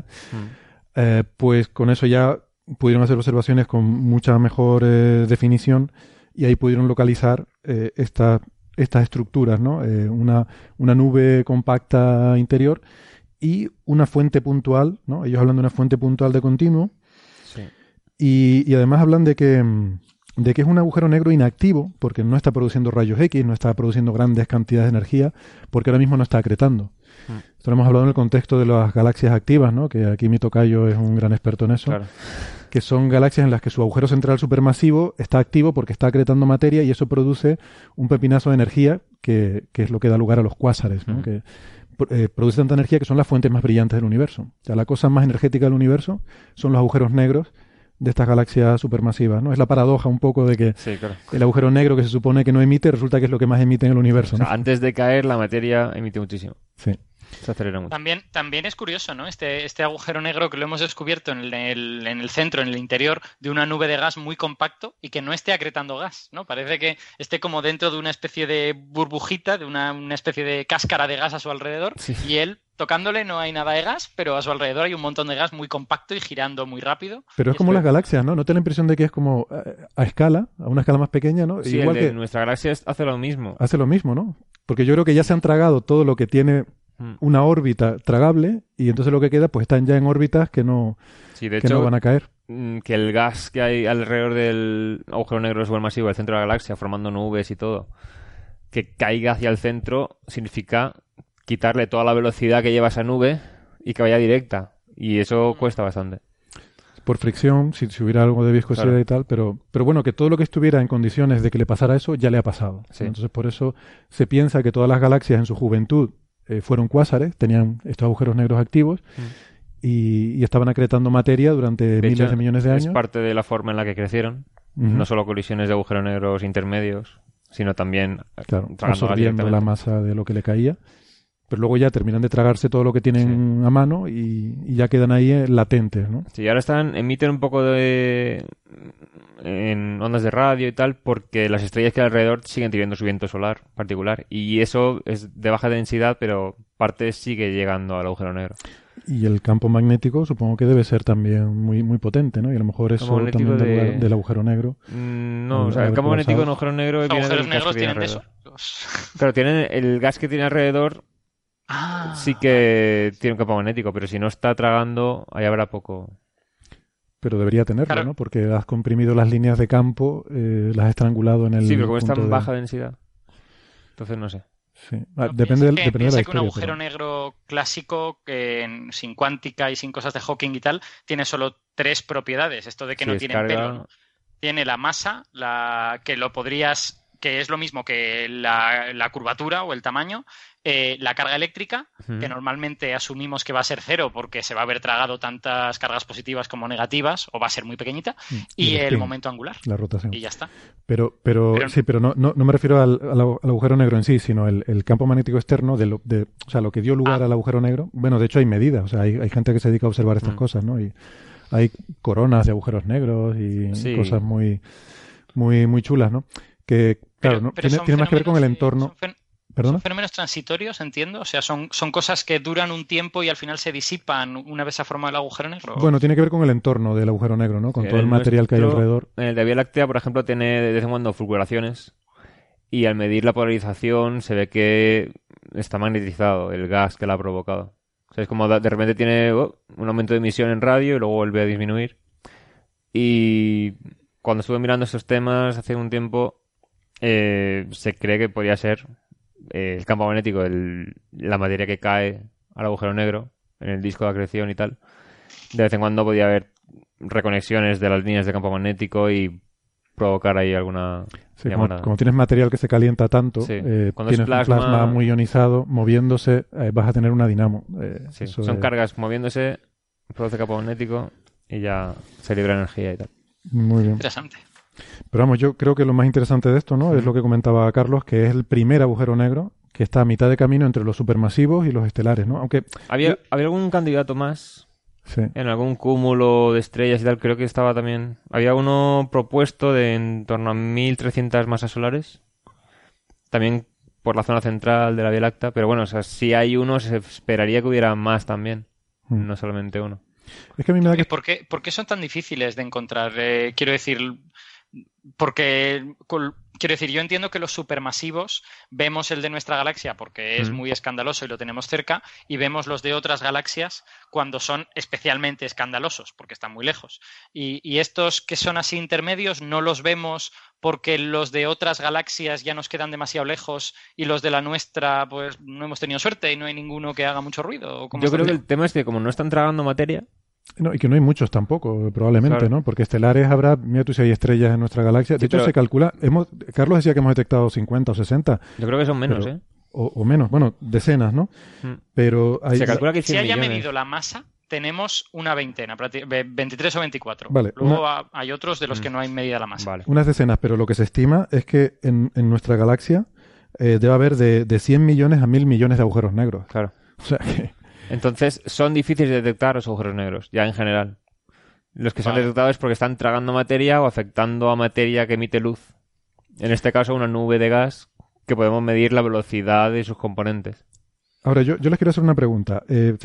Pues con eso ya pudieron hacer observaciones con mucha mejor definición, y ahí pudieron localizar estas estructuras, ¿no? Una nube compacta interior y una fuente puntual, ¿no? Ellos hablan de una fuente puntual de continuo. Sí. Y además hablan de que es un agujero negro inactivo, porque no está produciendo rayos X, no está produciendo grandes cantidades de energía, porque ahora mismo no está acretando. Esto lo hemos hablado en el contexto de las galaxias activas, ¿no? Que aquí mi tocayo es un gran experto en eso. Claro. Que son galaxias en las que su agujero central supermasivo está activo porque está acretando materia, y eso produce un pepinazo de energía que es lo que da lugar a los cuásares, ¿no? Que produce tanta energía que son las fuentes más brillantes del universo. O sea, la cosa más energética del universo son los agujeros negros de estas galaxias supermasivas, ¿no? Es la paradoja un poco de que Sí, claro. el agujero negro que se supone que no emite, resulta que es lo que más emite en el universo, O ¿no? sea, antes de caer, la materia emite muchísimo. Sí. Se acelera mucho. También es curioso, ¿no? Este agujero negro que lo hemos descubierto en el centro, en el interior de una nube de gas muy compacto, y que no esté acretando gas, ¿no? Parece que esté como dentro de una especie de burbujita, de una especie de cáscara de gas a su alrededor, Sí. y él tocándole no hay nada de gas, pero a su alrededor hay un montón de gas muy compacto y girando muy rápido. Pero es como las galaxias, ¿no? ¿No te da la impresión de que es como a escala, a una escala más pequeña, ¿no? Sí, Igual el de que nuestra galaxia hace lo mismo. hace lo mismo, ¿no? Porque yo creo que ya se han tragado todo lo que tiene una órbita tragable, y entonces lo que queda pues están ya en órbitas que no van a caer. Que el gas que hay alrededor del agujero negro supermasivo del centro de la galaxia, formando nubes y todo, que caiga hacia el centro, significa quitarle toda la velocidad que lleva esa nube y que vaya directa. Y eso cuesta bastante. Por fricción, si hubiera algo de viscosidad, claro, y tal, pero bueno, que todo lo que estuviera en condiciones de que le pasara eso ya le ha pasado. Sí. Entonces por eso se piensa que todas las galaxias en su juventud fueron cuásares, tenían estos agujeros negros activos y estaban acretando materia durante miles de millones de años. Es parte de la forma en la que crecieron, no solo colisiones de agujeros negros intermedios, sino también absorbiendo la masa de lo que le caía. Pero luego ya terminan de tragarse todo lo que tienen a mano y ya quedan ahí latentes, ¿no? Sí, ahora emiten un poco en ondas de radio y tal, porque las estrellas que hay alrededor siguen teniendo su viento solar particular, y eso es de baja densidad, pero parte sigue llegando al agujero negro. Y el campo magnético supongo que debe ser también muy, muy potente, ¿no? Y a lo mejor eso también del agujero negro. No, o sea, el campo magnético en agujero negro ¿Los viene agujeros del gas negros que tiene tienen de alrededor. eso? Claro, tienen el gas que tiene alrededor. Sí que tiene un campo magnético, pero si no está tragando, ahí habrá poco. Pero debería tenerlo, claro, ¿no? Porque has comprimido las líneas de campo, las has estrangulado en el. Sí, pero como está en baja densidad. Entonces no sé. Sí. Depende de la piensa historia. Que un agujero negro clásico, sin cuántica y sin cosas de Hawking y tal, tiene solo 3 propiedades. Esto de que no tiene pelo, ¿no? Tiene la masa, que es lo mismo que la curvatura o el tamaño, la carga eléctrica, que normalmente asumimos que va a ser 0 porque se va a haber tragado tantas cargas positivas como negativas, o va a ser muy pequeñita, y el momento angular. La rotación. Y ya está. Pero no me refiero al agujero negro en sí, sino el campo magnético externo, o sea, lo que dio lugar al agujero negro. Bueno, de hecho hay medidas, o sea, hay gente que se dedica a observar estas cosas, ¿no? Y hay coronas de agujeros negros y cosas muy, muy, muy chulas, ¿no? Que, claro, tiene más que ver con el entorno. ¿Son fenómenos transitorios, entiendo? O sea, ¿son cosas que duran un tiempo y al final se disipan una vez se ha formado el agujero negro? Bueno, tiene que ver con el entorno del agujero negro, ¿no? Con todo el material que hay alrededor. En el de Vía Láctea, por ejemplo, tiene de vez en cuando fulguraciones, y al medir la polarización se ve que está magnetizado el gas que la ha provocado. O sea, es como de repente tiene un aumento de emisión en radio y luego vuelve a disminuir. Y cuando estuve mirando estos temas hace un tiempo, se cree que podría ser el campo magnético, la materia que cae al agujero negro en el disco de acreción y tal. De vez en cuando podía haber reconexiones de las líneas de campo magnético y provocar ahí alguna como tienes material que se calienta tanto, tienes un plasma muy ionizado moviéndose, vas a tener una dinamo. Son cargas moviéndose, produce campo magnético y ya se libera energía y tal. Muy bien. Interesante. Pero vamos, yo creo que lo más interesante de esto, ¿no? Es lo que comentaba Carlos, que es el primer agujero negro que está a mitad de camino entre los supermasivos y los estelares, ¿no? Aunque ¿Había algún candidato más? Sí. En algún cúmulo de estrellas y tal, creo que estaba también... Había uno propuesto de en torno a 1.300 masas solares. También por la zona central de la Vía Láctea. Pero bueno, o sea, si hay uno, se esperaría que hubiera más también. No solamente uno. Es que a mí me da que... ¿Por qué son tan difíciles de encontrar? Quiero decir, yo entiendo que los supermasivos vemos el de nuestra galaxia porque es muy escandaloso y lo tenemos cerca, y vemos los de otras galaxias cuando son especialmente escandalosos porque están muy lejos. Y estos que son así intermedios no los vemos porque los de otras galaxias ya nos quedan demasiado lejos y los de la nuestra pues no hemos tenido suerte y no hay ninguno que haga mucho ruido. Yo creo que el tema es que como no están tragando materia... No, y que no hay muchos tampoco, probablemente, claro. ¿No? Porque estelares habrá, mira tú si hay estrellas en nuestra galaxia. De hecho, se calcula, Carlos decía que hemos detectado 50 o 60. Yo creo que son menos, ¿eh? O menos, bueno, decenas, ¿no? Pero se calcula que si haya medido la masa, tenemos una veintena, 23 o 24. Vale, luego hay otros de los que no hay medida la masa. Vale. Unas decenas, pero lo que se estima es que en nuestra galaxia debe haber de 100 millones a 1.000 millones de agujeros negros. Claro. O sea que... Entonces, son difíciles de detectar los agujeros negros, ya en general. Los que se han detectado es porque están tragando materia o afectando a materia que emite luz. En este caso, una nube de gas que podemos medir la velocidad de sus componentes. Ahora, yo les quiero hacer una pregunta.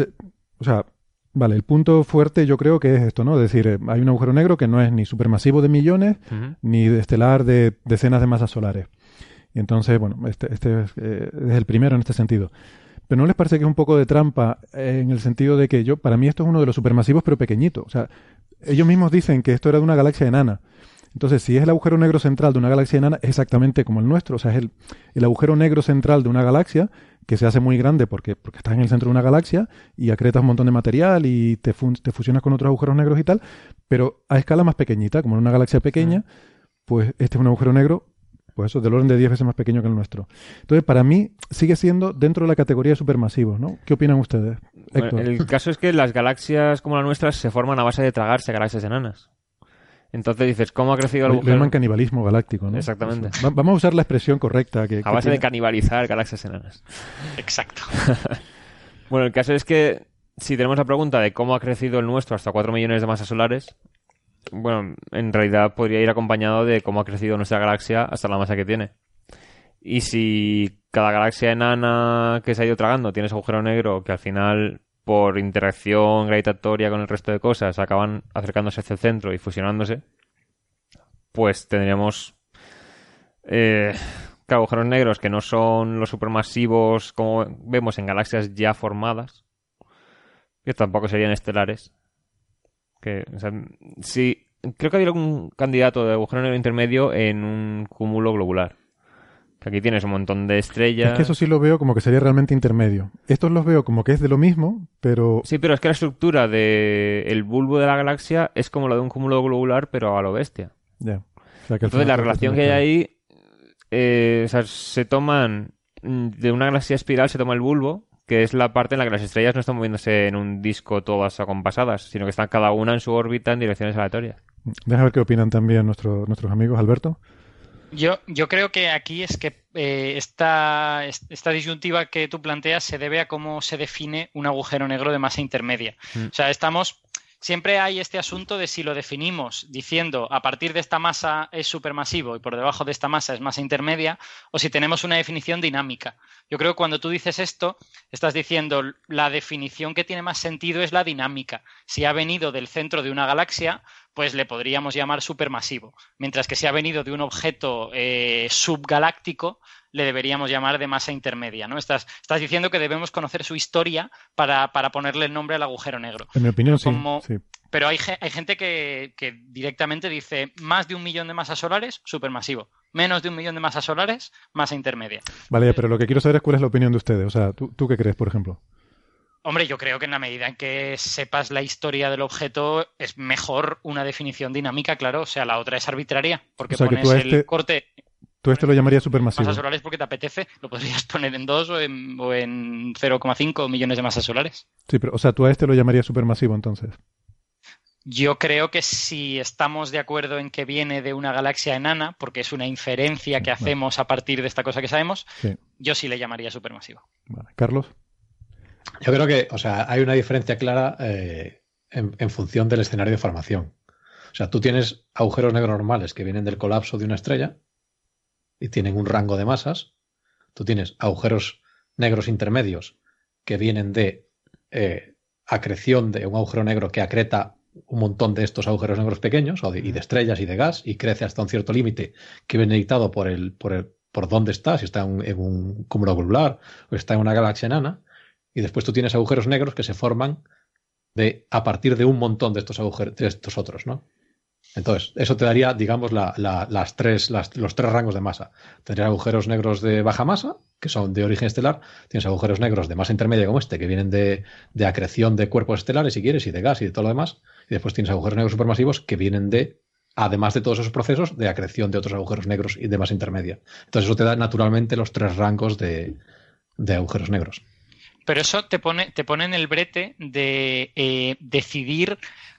Vale, el punto fuerte yo creo que es esto, ¿no? Es decir, hay un agujero negro que no es ni supermasivo de millones, ni estelar de decenas de masas solares. Y entonces, bueno, este es el primero en este sentido. Pero ¿no les parece que es un poco de trampa en el sentido de que para mí esto es uno de los supermasivos pero pequeñito? O sea, ellos mismos dicen que esto era de una galaxia enana. Entonces, si es el agujero negro central de una galaxia enana, es exactamente como el nuestro. O sea, es el agujero negro central de una galaxia que se hace muy grande porque estás en el centro de una galaxia y acretas un montón de material y te fusionas con otros agujeros negros y tal, pero a escala más pequeñita, como en una galaxia pequeña, pues este es un agujero negro, pues eso, del orden de 10 veces más pequeño que el nuestro. Entonces, para mí, sigue siendo dentro de la categoría de supermasivos, ¿no? ¿Qué opinan ustedes, Héctor? Bueno, el caso es que las galaxias como la nuestra se forman a base de tragarse galaxias enanas. Entonces dices, ¿cómo ha crecido el agujero? Le llaman canibalismo galáctico, ¿no? Exactamente. Vamos a usar la expresión correcta. A base de canibalizar galaxias enanas. Exacto. Bueno, el caso es que si tenemos la pregunta de cómo ha crecido el nuestro hasta 4 millones de masas solares, bueno, en realidad podría ir acompañado de cómo ha crecido nuestra galaxia hasta la masa que tiene. Y si cada galaxia enana que se ha ido tragando tiene ese agujero negro que al final, por interacción gravitatoria con el resto de cosas, acaban acercándose hacia el centro y fusionándose, pues tendríamos agujeros negros que no son los supermasivos como vemos en galaxias ya formadas, que tampoco serían estelares. Sí, creo que había algún candidato de agujero negro intermedio en un cúmulo globular. Que aquí tienes un montón de estrellas. Es que eso sí lo veo como que sería realmente intermedio. Estos los veo como que es de lo mismo, pero... Sí, pero es que la estructura del bulbo de la galaxia es como la de un cúmulo globular, pero a lo bestia. Ya. O sea, que entonces la relación que hay ahí, se toman de una galaxia espiral, se toma el bulbo, que es la parte en la que las estrellas no están moviéndose en un disco todas acompasadas, sino que están cada una en su órbita en direcciones aleatorias. Déjame ver qué opinan también nuestros amigos. Alberto. Yo creo que aquí es que esta disyuntiva que tú planteas se debe a cómo se define un agujero negro de masa intermedia. O sea, siempre hay este asunto de si lo definimos diciendo a partir de esta masa es supermasivo y por debajo de esta masa es masa intermedia, o si tenemos una definición dinámica. Yo creo que cuando tú dices esto, estás diciendo la definición que tiene más sentido es la dinámica. Si ha venido del centro de una galaxia, pues le podríamos llamar supermasivo. Mientras que si ha venido de un objeto subgaláctico, le deberíamos llamar de masa intermedia, ¿no? Estás diciendo que debemos conocer su historia para ponerle el nombre al agujero negro. En mi opinión, sí. Pero hay gente que directamente dice más de 1 millón de masas solares, supermasivo. Menos de 1 millón de masas solares, masa intermedia. Vale, pero lo que quiero saber es cuál es la opinión de ustedes. O sea, ¿tú qué crees, por ejemplo? Hombre, yo creo que en la medida en que sepas la historia del objeto es mejor una definición dinámica, claro. O sea, la otra es arbitraria, porque pones el corte... Tú lo llamarías supermasivo. Masas solares porque te apetece. Lo podrías poner en 2 o en 0,5 millones de masas solares. Sí, pero, o sea, tú a lo llamarías supermasivo, entonces. Yo creo que si estamos de acuerdo en que viene de una galaxia enana, porque es una inferencia que hacemos a partir de esta cosa que sabemos, yo sí le llamaría supermasivo. Vale. ¿Carlos? Yo creo que, hay una diferencia clara en función del escenario de formación. O sea, tú tienes agujeros negros normales que vienen del colapso de una estrella y tienen un rango de masas. Tú tienes agujeros negros intermedios que vienen de acreción de un agujero negro que acreta un montón de estos agujeros negros pequeños y de estrellas y de gas y crece hasta un cierto límite que viene dictado por dónde está, si está en un cúmulo globular o está en una galaxia enana. Y después tú tienes agujeros negros que se forman a partir de un montón de estos agujeros, de estos otros, ¿no? Entonces, eso te daría, digamos, los tres rangos de masa. Tendrías agujeros negros de baja masa, que son de origen estelar. Tienes agujeros negros de masa intermedia como este, que vienen de acreción de cuerpos estelares, si quieres, y de gas y de todo lo demás. Y después tienes agujeros negros supermasivos que vienen además de todos esos procesos, de acreción de otros agujeros negros y de masa intermedia. Entonces, eso te da naturalmente los tres rangos de agujeros negros. Pero eso te pone en el brete de decidir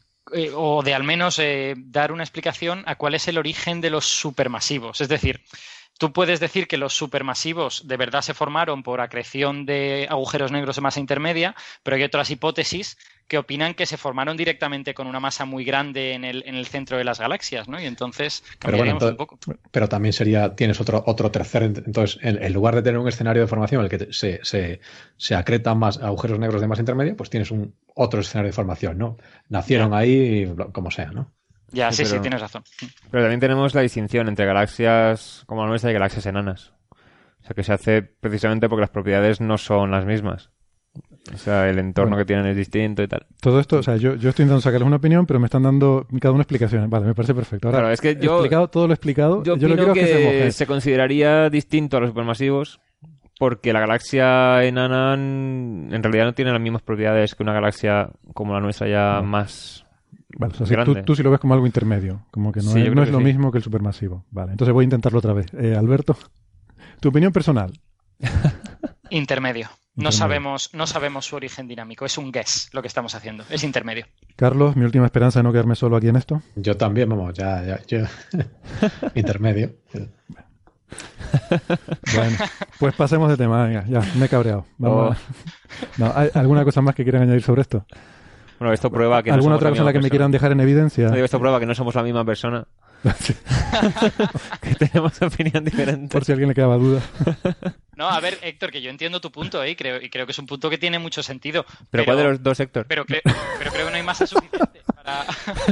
o de al menos dar una explicación a cuál es el origen de los supermasivos. Es decir, tú puedes decir que los supermasivos de verdad se formaron por acreción de agujeros negros de masa intermedia, pero hay otras hipótesis que opinan que se formaron directamente con una masa muy grande en el centro de las galaxias, ¿no? Y entonces cambiaríamos un poco. Pero también tienes otro tercer. Entonces, en lugar de tener un escenario de formación en el que se acretan más agujeros negros de masa intermedia, pues tienes otro escenario de formación, ¿no? Nacieron ahí como sea, ¿no? Ya, sí, tienes razón. Pero también tenemos la distinción entre galaxias como la nuestra y galaxias enanas. O sea, que se hace precisamente porque las propiedades no son las mismas. O sea, el entorno que tienen es distinto y tal. Todo esto, o sea, yo estoy intentando sacarles una opinión, pero me están dando cada una explicaciones. Vale, me parece perfecto. Ahora, claro, es que yo todo lo explicado. Yo lo que quiero que se consideraría distinto a los supermasivos porque la galaxia enana en realidad no tiene las mismas propiedades que una galaxia como la nuestra ya más vale, o sea, tú sí lo ves como algo intermedio, como que no es lo mismo que el supermasivo. Vale, entonces voy a intentarlo otra vez. Alberto, tu opinión personal. Intermedio. No sabemos su origen dinámico. Es un guess lo que estamos haciendo. Es intermedio. Carlos, mi última esperanza de no quedarme solo aquí en esto. Yo también, vamos, yo intermedio. Bueno, pues pasemos de tema. Venga, ya, me he cabreado. Vamos No, ¿hay alguna cosa más que quieran añadir sobre esto? Bueno, esto prueba que ¿Alguna otra cosa en la que me quieran dejar en evidencia? No, digo, esto prueba que no somos la misma persona. Que tenemos opinión diferente. Por si a alguien le quedaba duda. No, a ver, Héctor, que yo entiendo tu punto, y creo que es un punto que tiene mucho sentido. ¿Pero cuál de los dos, Héctor? Pero creo que no hay masa suficiente para...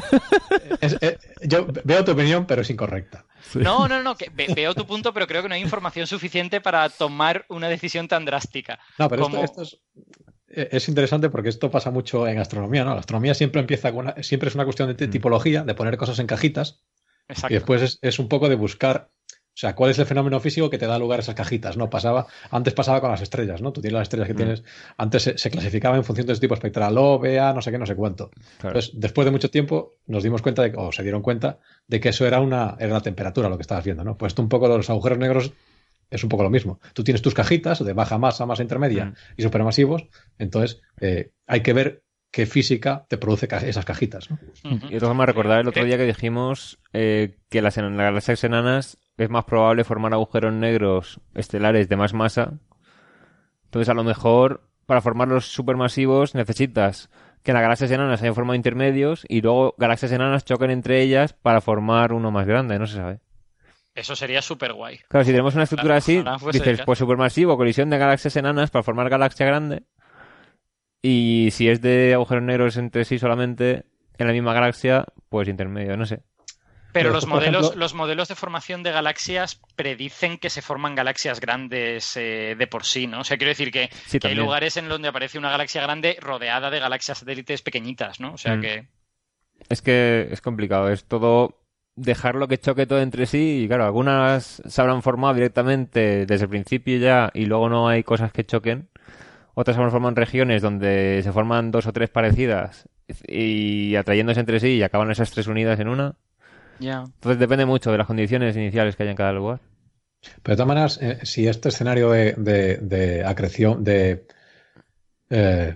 Yo veo tu opinión, pero es incorrecta. Sí. No, que veo tu punto, pero creo que no hay información suficiente para tomar una decisión tan drástica. No, pero esto es interesante porque esto pasa mucho en astronomía, ¿no? La astronomía siempre siempre es una cuestión de tipología, de poner cosas en cajitas. Exacto. Y después es un poco de buscar, o sea, cuál es el fenómeno físico que te da lugar a esas cajitas, ¿no? Antes pasaba con las estrellas, ¿no? Tú tienes las estrellas que tienes, antes se clasificaba en función de ese tipo espectral, O, BA, no sé qué, no sé cuánto. Claro. Entonces, después de mucho tiempo nos dimos cuenta o se dieron cuenta de que eso era la temperatura, lo que estabas viendo, ¿no? Pues esto un poco de los agujeros negros es un poco lo mismo. Tú tienes tus cajitas de baja masa, masa intermedia y supermasivos, entonces hay que ver qué física te produce esas cajitas, ¿no? Y esto me recordar el otro día que dijimos que las galaxias enanas es más probable formar agujeros negros estelares de más masa. Entonces, a lo mejor, para formar los supermasivos necesitas que las galaxias enanas hayan formado intermedios y luego galaxias enanas choquen entre ellas para formar uno más grande, no se sabe. Eso sería súper guay. Claro, si tenemos una estructura así, dices, pues supermasivo, colisión de galaxias enanas para formar galaxia grande. Y si es de agujeros negros entre sí solamente en la misma galaxia, pues intermedio, no sé. Pero los modelos de formación de galaxias predicen que se forman galaxias grandes de por sí, ¿no? O sea, quiero decir que hay lugares en donde aparece una galaxia grande rodeada de galaxias satélites pequeñitas, ¿no? O sea que... Es que es complicado, es todo dejarlo que choque todo entre sí y claro, algunas se habrán formado directamente desde el principio ya y luego no hay cosas que choquen. Otras se forman regiones donde se forman dos o tres parecidas y atrayéndose entre sí y acaban esas tres unidas en una. Yeah. Entonces depende mucho de las condiciones iniciales que haya en cada lugar. Pero de todas maneras, si este escenario de acreción, de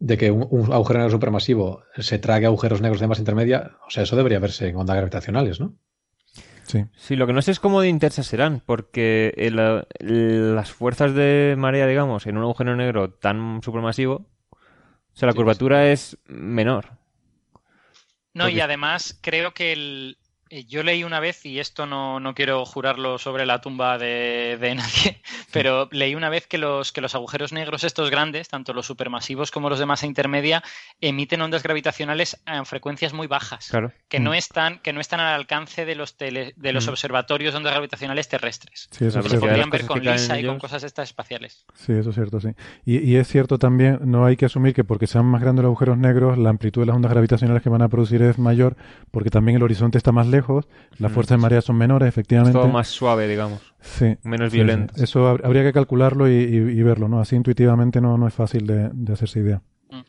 de que un agujero negro supermasivo se trague agujeros negros de masa intermedia, o sea, eso debería verse en ondas gravitacionales, ¿no? Sí. Sí, lo que no sé es cómo de intensas serán, porque las fuerzas de marea, digamos, en un agujero negro tan supermasivo, o sea, la curvatura es menor. No, y además creo que yo leí una vez, y esto no quiero jurarlo sobre la tumba de nadie, pero leí una vez que los agujeros negros estos grandes, tanto los supermasivos como los de masa intermedia, emiten ondas gravitacionales en frecuencias muy bajas, claro. que no están al alcance de los observatorios de ondas gravitacionales terrestres. Sí, eso se podrían ver con LISA y con cosas estas espaciales. Sí, eso es cierto, sí. Y es cierto también, no hay que asumir que porque sean más grandes los agujeros negros, la amplitud de las ondas gravitacionales que van a producir es mayor, porque también el horizonte está más lejos. Las fuerzas de marea son menores, efectivamente. Es todo más suave, digamos. Sí. Menos violento. Sí. Eso habría que calcularlo y verlo, ¿no? Así intuitivamente no es fácil de hacerse idea.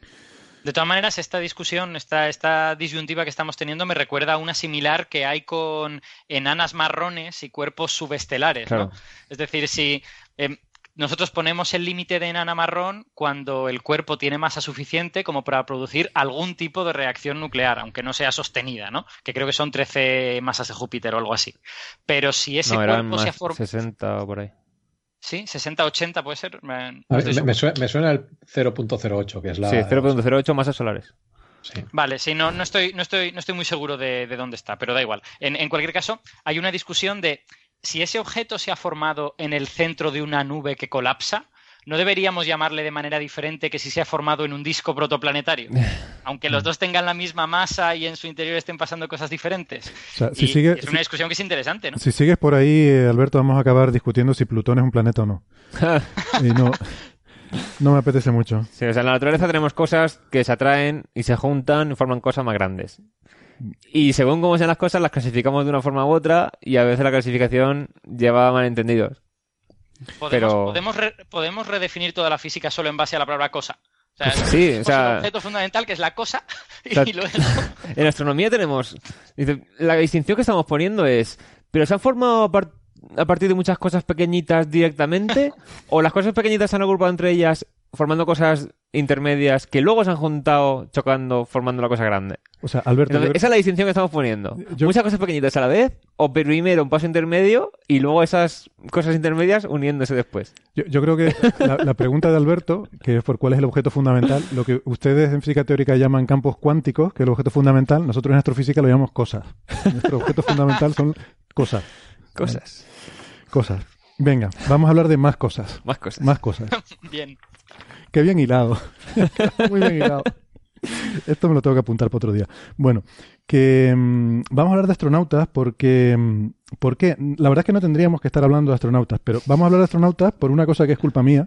De todas maneras, esta discusión, esta disyuntiva que estamos teniendo me recuerda a una similar que hay con enanas marrones y cuerpos subestelares, claro. ¿no? Es decir, si nosotros ponemos el límite de enana marrón cuando el cuerpo tiene masa suficiente como para producir algún tipo de reacción nuclear, aunque no sea sostenida, ¿no? Que creo que son 13 masas de Júpiter o algo así. Pero si ese cuerpo se ha formado... 60 o por ahí. Sí, 60, 80 puede ser. Me suena el 0.08, que es la... Sí, 0.08 masas solares. Sí. Vale, sí, no estoy muy seguro de dónde está, pero da igual. En cualquier caso, hay una discusión de si ese objeto se ha formado en el centro de una nube que colapsa, ¿no deberíamos llamarle de manera diferente que si se ha formado en un disco protoplanetario? Aunque los dos tengan la misma masa y en su interior estén pasando cosas diferentes. O sea, es una discusión que es interesante, ¿no? Si sigues por ahí, Alberto, vamos a acabar discutiendo si Plutón es un planeta o no. Y no me apetece mucho. Sí, o sea, en la naturaleza tenemos cosas que se atraen y se juntan y forman cosas más grandes. Y según cómo sean las cosas, las clasificamos de una forma u otra y a veces la clasificación lleva a malentendidos. ¿Podemos redefinir toda la física solo en base a la palabra cosa? O sea, sí, o sea, un objeto fundamental que es la cosa y luego... En astronomía tenemos... La distinción que estamos poniendo es... ¿Pero se han formado a partir de muchas cosas pequeñitas directamente? ¿O las cosas pequeñitas se han agrupado entre ellas formando cosas intermedias que luego se han juntado chocando formando la cosa grande? O sea, Alberto... Entonces, esa es la distinción que estamos poniendo. Muchas cosas pequeñitas a la vez, o primero un paso intermedio y luego esas cosas intermedias uniéndose después. Yo creo que la pregunta de Alberto, que es por cuál es el objeto fundamental, lo que ustedes en física teórica llaman campos cuánticos, que es el objeto fundamental, nosotros en astrofísica lo llamamos cosas. Nuestro objeto fundamental son cosas. Cosas. Cosas. Venga, vamos a hablar de más cosas. Más cosas. Más cosas. Bien. Qué bien hilado. Muy bien hilado. Esto me lo tengo que apuntar para otro día. Bueno, que vamos a hablar de astronautas porque la verdad es que no tendríamos que estar hablando de astronautas, pero vamos a hablar de astronautas por una cosa que es culpa mía,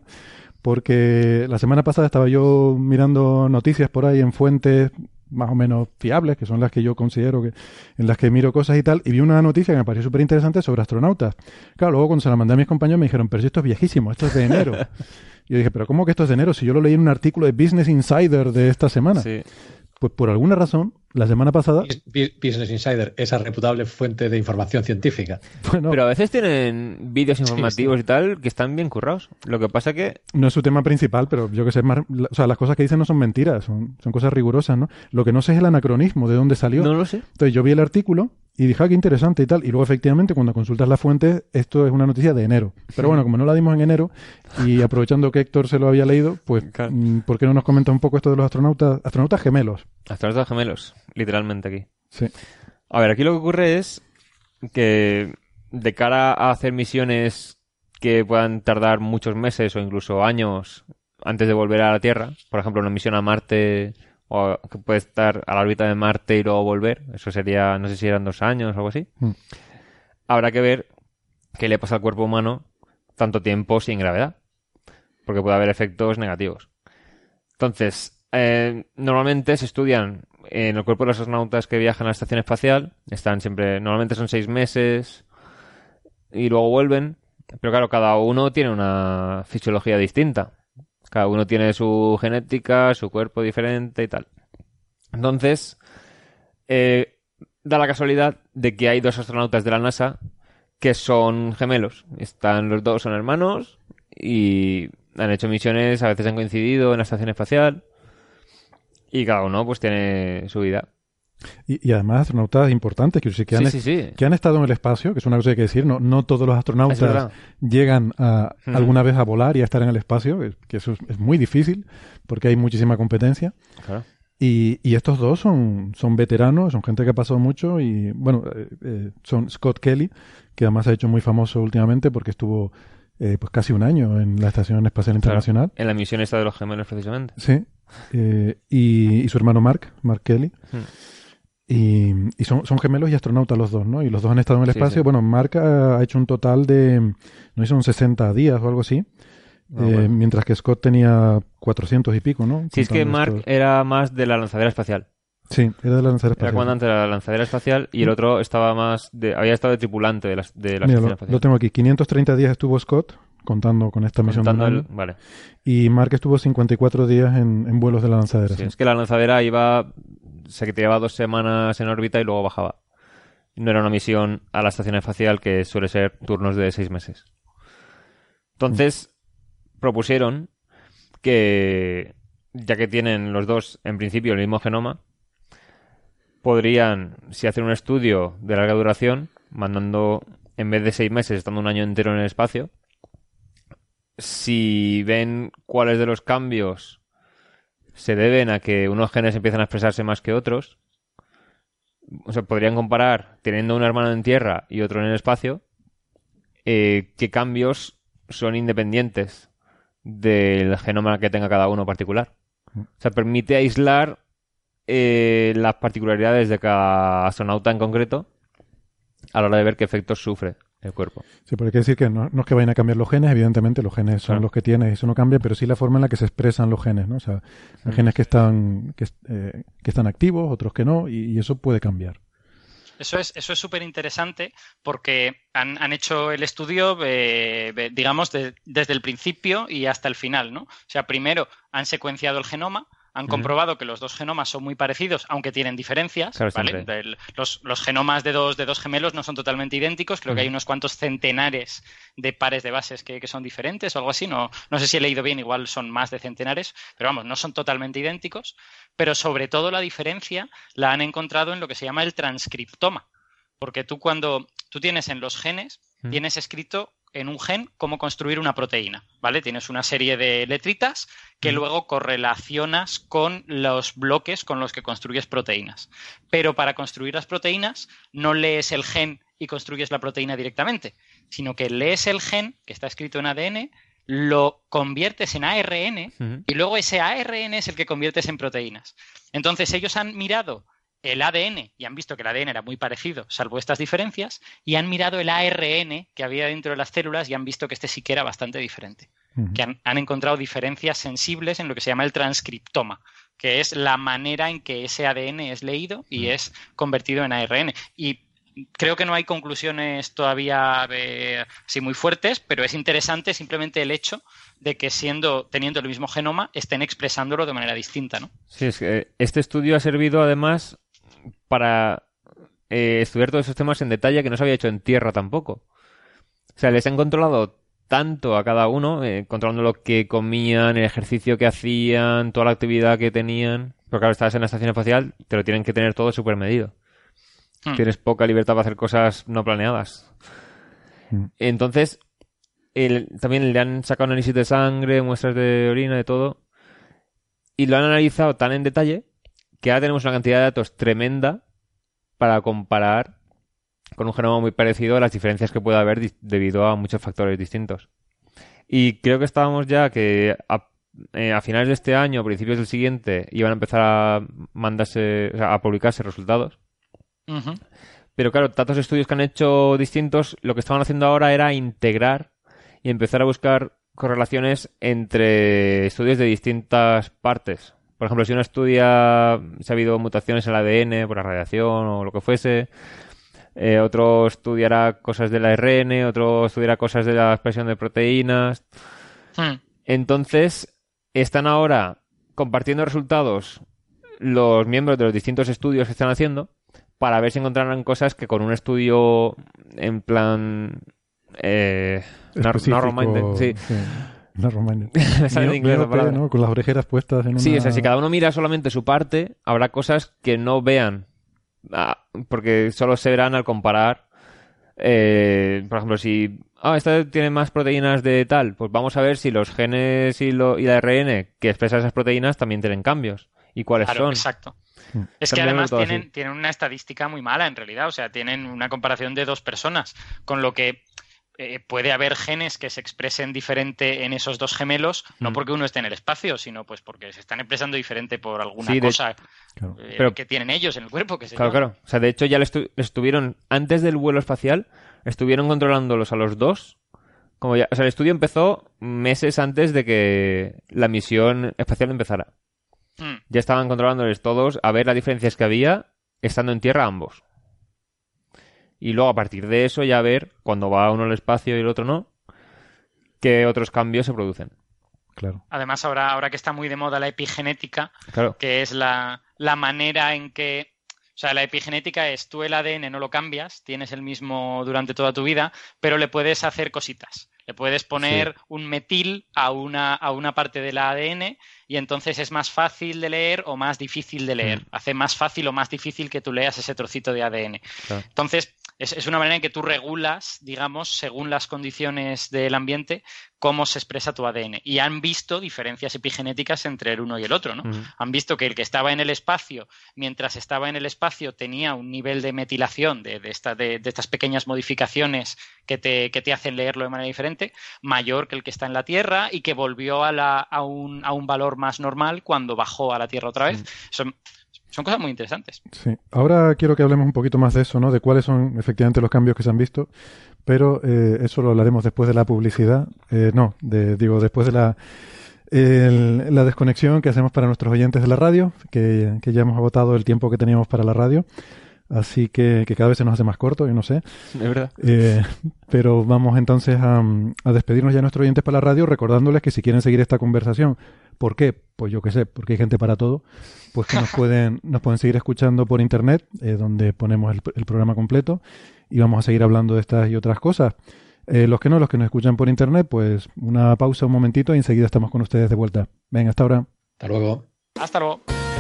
porque la semana pasada estaba yo mirando noticias por ahí en fuentes más o menos fiables, que son las que yo considero que en las que miro cosas y tal, y vi una noticia que me pareció súper interesante sobre astronautas. Claro, luego cuando se la mandé a mis compañeros me dijeron, pero si esto es viejísimo, esto es de enero. Y yo dije, ¿pero cómo que esto es de enero? Si yo lo leí en un artículo de Business Insider de esta semana. Sí. Pues por alguna razón, la semana pasada... Business Insider, esa reputable fuente de información científica. Bueno, pero a veces tienen vídeos informativos y tal que están bien currados. Lo que pasa que... No es su tema principal, pero yo que sé, o sea, las cosas que dicen no son mentiras, son cosas rigurosas, ¿no? Lo que no sé es el anacronismo, de dónde salió. No lo sé. Entonces yo vi el artículo y dije, qué interesante y tal. Y luego, efectivamente, cuando consultas la fuente, esto es una noticia de enero. Pero bueno, como no la dimos en enero, y aprovechando que Héctor se lo había leído, pues, ¿por qué no nos comenta un poco esto de los astronautas gemelos? Astronautas gemelos, literalmente aquí. Sí. A ver, aquí lo que ocurre es que de cara a hacer misiones que puedan tardar muchos meses o incluso años antes de volver a la Tierra, por ejemplo, una misión a Marte... o que puede estar a la órbita de Marte y luego volver, eso sería, no sé si eran 2 años o algo así. Habrá que ver qué le pasa al cuerpo humano tanto tiempo sin gravedad, porque puede haber efectos negativos. Entonces, normalmente se estudian en el cuerpo de los astronautas que viajan a la estación espacial, están siempre, normalmente son 6 meses y luego vuelven, pero claro, cada uno tiene una fisiología distinta. Cada uno tiene su genética, su cuerpo diferente y tal. Entonces, da la casualidad de que hay 2 astronautas de la NASA que son gemelos. Los dos son hermanos y han hecho misiones, a veces han coincidido en la estación espacial. Y cada uno pues tiene su vida. Y además astronautas importantes que han estado en el espacio, que es una cosa que hay que decir, no todos los astronautas llegan alguna vez a volar y a estar en el espacio, que eso es muy difícil porque hay muchísima competencia. Claro. Y estos dos son veteranos, son gente que ha pasado mucho y, bueno, son Scott Kelly, que además se ha hecho muy famoso últimamente porque estuvo pues casi un año en la Estación Espacial Internacional. En la misión esta de los gemelos, precisamente. Sí. Y su hermano Mark Kelly. Y son gemelos y astronautas los dos, ¿no? Y los dos han estado en el espacio. Sí. Bueno, Mark ha hecho un total de, no sé, son 60 días o algo así. Bueno. Mientras que Scott tenía 400 y pico, ¿no? Sí, es que Mark era más de la lanzadera espacial. Sí, era de la lanzadera espacial. Era comandante de la lanzadera espacial y el otro estaba había estado de tripulante de la estación espacial. Lo tengo aquí. 530 días estuvo Scott, contando con esta misión. Vale. Y Mark estuvo 54 días en vuelos de la lanzadera. Sí, es que la lanzadera se llevaba 2 semanas en órbita y luego bajaba. No era una misión a la estación espacial que suele ser turnos de 6 meses. Entonces, propusieron que, ya que tienen los dos en principio el mismo genoma, podrían, si hacen un estudio de larga duración, mandando, en vez de 6 meses, estando un año entero en el espacio, si ven cuáles de los cambios se deben a que unos genes empiezan a expresarse más que otros, o sea, podrían comparar, teniendo un hermano en tierra y otro en el espacio, qué cambios son independientes del genoma que tenga cada uno particular. O sea, permite aislar las particularidades de cada astronauta en concreto a la hora de ver qué efectos sufre el cuerpo. Sí, pero hay que decir que no es que vayan a cambiar los genes, evidentemente los genes son los que tienes y eso no cambia, pero sí la forma en la que se expresan los genes, ¿no? O sea, hay genes que están activos, otros que no, y eso puede cambiar. Eso es súper interesante porque han hecho el estudio, digamos, desde el principio y hasta el final, ¿no? O sea, primero han secuenciado el genoma, han comprobado que los dos genomas son muy parecidos, aunque tienen diferencias, claro, ¿vale? Los genomas de dos gemelos no son totalmente idénticos, creo que hay unos cuantos centenares de pares de bases que son diferentes o algo así, no sé si he leído bien, igual son más de centenares, pero vamos, no son totalmente idénticos, pero sobre todo la diferencia la han encontrado en lo que se llama el transcriptoma, porque cuando tú tienes en los genes, tienes escrito en un gen cómo construir una proteína, ¿vale? Tienes una serie de letritas que luego correlacionas con los bloques con los que construyes proteínas. Pero para construir las proteínas no lees el gen y construyes la proteína directamente, sino que lees el gen que está escrito en ADN, lo conviertes en ARN y luego ese ARN es el que conviertes en proteínas. Entonces ellos han mirado el ADN y han visto que el ADN era muy parecido, salvo estas diferencias, y han mirado el ARN que había dentro de las células y han visto que este sí que era bastante diferente. Que han encontrado diferencias sensibles en lo que se llama el transcriptoma, que es la manera en que ese ADN es leído y es convertido en ARN. Y creo que no hay conclusiones todavía así muy fuertes, pero es interesante simplemente el hecho de que teniendo el mismo genoma estén expresándolo de manera distinta, ¿no? Sí, es que este estudio ha servido además para estudiar todos esos temas en detalle que no se había hecho en tierra tampoco. O sea, les han controlado tanto a cada uno, controlando lo que comían, el ejercicio que hacían, toda la actividad que tenían. Porque claro, estás en la estación espacial, te lo tienen que tener todo súper medido. Tienes poca libertad para hacer cosas no planeadas. Entonces, también le han sacado análisis de sangre, muestras de orina, de todo. Y lo han analizado tan en detalle que ahora tenemos una cantidad de datos tremenda para comparar con un genoma muy parecido a las diferencias que puede haber debido a muchos factores distintos. Y creo que estábamos ya que a finales de este año, a principios del siguiente, iban a empezar a publicarse resultados. Pero claro, tantos estudios que han hecho distintos, lo que estaban haciendo ahora era integrar y empezar a buscar correlaciones entre estudios de distintas partes. Por ejemplo, si uno estudia si ha habido mutaciones en el ADN por la radiación o lo que fuese, otro estudiará cosas del ARN, otro estudiará cosas de la expresión de proteínas. Entonces, están ahora compartiendo resultados los miembros de los distintos estudios que están haciendo para ver si encontrarán cosas que con un estudio en plan... Narrow-minded, sí. Una romana. Me sale en inglés la palabra. ¿no? Con las orejeras puestas en una... Sí, o sea, si cada uno mira solamente su parte, habrá cosas que no vean. Porque solo se verán al comparar. Por ejemplo, si... esta tiene más proteínas de tal, pues vamos a ver si los genes y el ARN que expresan esas proteínas también tienen cambios. ¿Y cuáles son? Exacto. Es que además tienen una estadística muy mala en realidad, o sea, tienen una comparación de 2 personas, con lo que puede haber genes que se expresen diferente en esos 2 gemelos, no porque uno esté en el espacio, sino pues porque se están expresando diferente por alguna cosa que tienen ellos en el cuerpo. Claro. O sea, de hecho ya estuvieron, antes del vuelo espacial, estuvieron controlándolos a los 2. O sea, el estudio empezó meses antes de que la misión espacial empezara. Ya estaban controlándoles todos a ver las diferencias que había estando en tierra ambos. Y luego a partir de eso ya ver, cuando va uno al espacio y el otro no, qué otros cambios se producen. Claro. Además, ahora que está muy de moda la epigenética, claro, que es la manera en que... O sea, la epigenética es tú el ADN no lo cambias, tienes el mismo durante toda tu vida, pero le puedes hacer cositas. Le puedes poner un metil a una parte del ADN y entonces es más fácil de leer o más difícil de leer. Hace más fácil o más difícil que tú leas ese trocito de ADN. Claro. Entonces, es una manera en que tú regulas, digamos, según las condiciones del ambiente, cómo se expresa tu ADN. Y han visto diferencias epigenéticas entre el uno y el otro, ¿no? Han visto que el que estaba en el espacio, mientras estaba en el espacio, tenía un nivel de metilación de estas pequeñas modificaciones que te hacen leerlo de manera diferente, mayor que el que está en la Tierra y que volvió a un valor más normal cuando bajó a la Tierra otra vez. Son cosas muy interesantes. Sí. Ahora quiero que hablemos un poquito más de eso, ¿no? De cuáles son efectivamente los cambios que se han visto, pero eso lo hablaremos después de la publicidad. Después de la desconexión que hacemos para nuestros oyentes de la radio, que ya hemos agotado el tiempo que teníamos para la radio. Así que cada vez se nos hace más corto, yo no sé. Es verdad. Pero vamos entonces a despedirnos ya de nuestros oyentes para la radio, recordándoles que si quieren seguir esta conversación, ¿por qué? Pues yo qué sé, porque hay gente para todo, pues que nos pueden seguir escuchando por internet, donde ponemos el programa completo y vamos a seguir hablando de estas y otras cosas. Los que nos escuchan por internet, pues una pausa un momentito y enseguida estamos con ustedes de vuelta. Venga, hasta ahora. Hasta luego. Hasta luego.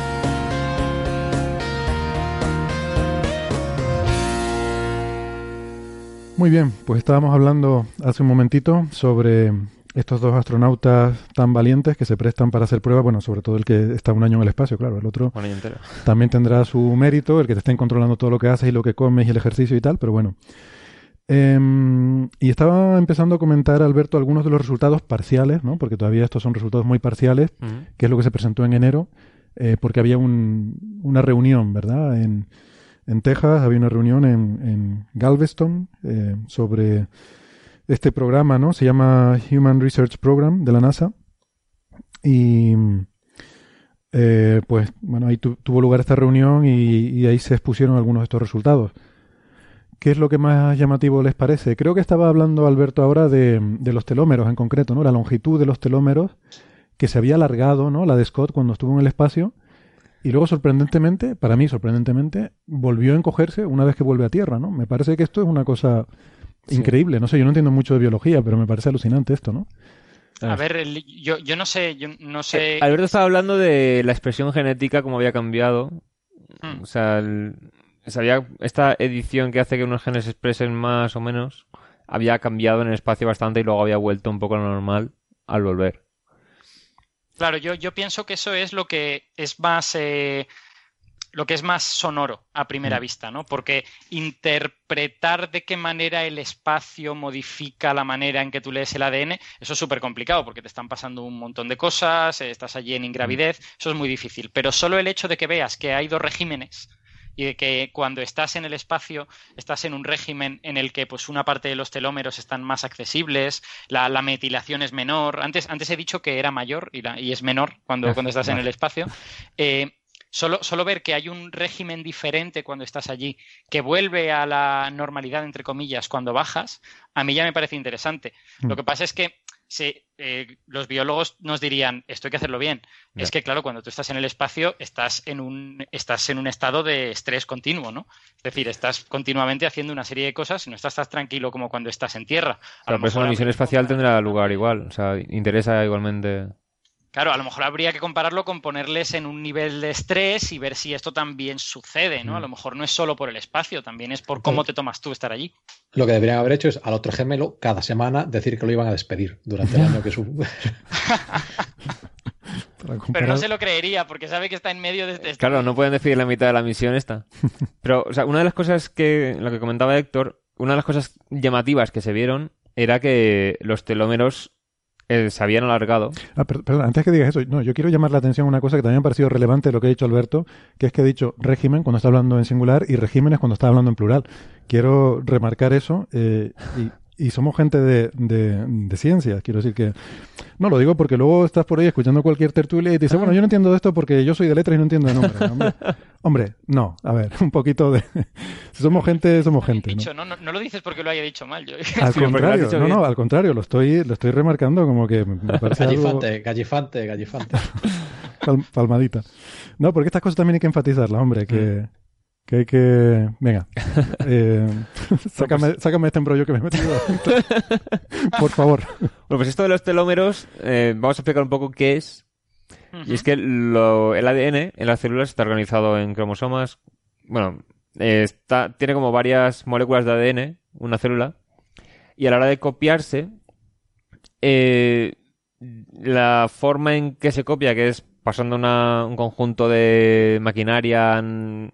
Muy bien, pues estábamos hablando hace un momentito sobre estos 2 astronautas tan valientes que se prestan para hacer pruebas, bueno, sobre todo el que está un año en el espacio, claro, el otro también tendrá su mérito, el que te estén controlando todo lo que haces y lo que comes y el ejercicio y tal, pero bueno. Y estaba empezando a comentar, Alberto, algunos de los resultados parciales, ¿no? Porque todavía estos son resultados muy parciales, que es lo que se presentó en enero, porque había una reunión, ¿verdad?, en Texas, había una reunión en Galveston sobre este programa, ¿no? Se llama Human Research Program de la NASA. Y pues bueno, ahí tuvo lugar esta reunión y ahí se expusieron algunos de estos resultados. ¿Qué es lo que más llamativo les parece? Creo que estaba hablando Alberto ahora de los telómeros en concreto, ¿no? La longitud de los telómeros que se había alargado, ¿no? La de Scott cuando estuvo en el espacio. Y luego, sorprendentemente, volvió a encogerse una vez que vuelve a Tierra, ¿no? Me parece que esto es una cosa increíble. No sé, yo no entiendo mucho de biología, pero me parece alucinante esto, ¿no? A ver, yo no sé... Alberto estaba hablando de la expresión genética, cómo había cambiado. O sea, esta edición que hace que unos genes se expresen más o menos, había cambiado en el espacio bastante y luego había vuelto un poco a lo normal al volver. Claro, yo pienso que eso es lo que es más sonoro a primera vista, ¿no? Porque interpretar de qué manera el espacio modifica la manera en que tú lees el ADN, eso es súper complicado porque te están pasando un montón de cosas, estás allí en ingravidez, eso es muy difícil. Pero solo el hecho de que veas que hay 2 regímenes y de que cuando estás en el espacio estás en un régimen en el que pues una parte de los telómeros están más accesibles, la metilación es menor. Antes he dicho que era mayor y es menor cuando estás en el espacio. Solo ver que hay un régimen diferente cuando estás allí, que vuelve a la normalidad, entre comillas, cuando bajas, a mí ya me parece interesante. Lo que pasa es que Sí, los biólogos nos dirían, esto hay que hacerlo bien. Ya. Es que, claro, cuando tú estás en el espacio, estás en un estado de estrés continuo, ¿no? Es decir, estás continuamente haciendo una serie de cosas y no estás tan tranquilo como cuando estás en tierra. Claro, por eso la misión espacial tendrá lugar igual. O sea, interesa igualmente. Claro, a lo mejor habría que compararlo con ponerles en un nivel de estrés y ver si esto también sucede, ¿no? A lo mejor no es solo por el espacio, también es por cómo te tomas tú estar allí. Lo que deberían haber hecho es al otro gemelo cada semana decir que lo iban a despedir durante el año que su... Pero no se lo creería porque sabe que está en medio de este... Claro, no pueden decidir la mitad de la misión esta. Pero, o sea, una de las cosas lo que comentaba Héctor, una de las cosas llamativas que se vieron era que los telómeros se habían alargado. Perdón, antes que digas eso, no, yo quiero llamar la atención a una cosa que también me ha parecido relevante de lo que ha dicho Alberto, que es que he dicho régimen cuando está hablando en singular y regímenes cuando está hablando en plural. Quiero remarcar eso y somos gente de ciencia. Quiero decir que... No, lo digo porque luego estás por ahí escuchando cualquier tertulia y te dice, bueno, yo no entiendo de esto porque yo soy de letras y no entiendo de nombres. Hombre, no, a ver, un poquito de... Si somos gente, somos gente. Dicho, ¿no? No lo dices porque lo haya dicho mal. Yo. Al contrario, al contrario, lo estoy remarcando como que me parece Gallifante. Palmadita. No, porque estas cosas también hay que enfatizarlas, hombre, que hay que... Venga, sácame este embrollo que me he metido. Por favor. Bueno, pues esto de los telómeros, vamos a explicar un poco qué es. Y es que el ADN en las células está organizado en cromosomas. Bueno, tiene como varias moléculas de ADN, una célula. Y a la hora de copiarse, la forma en que se copia, que es pasando un conjunto de maquinaria de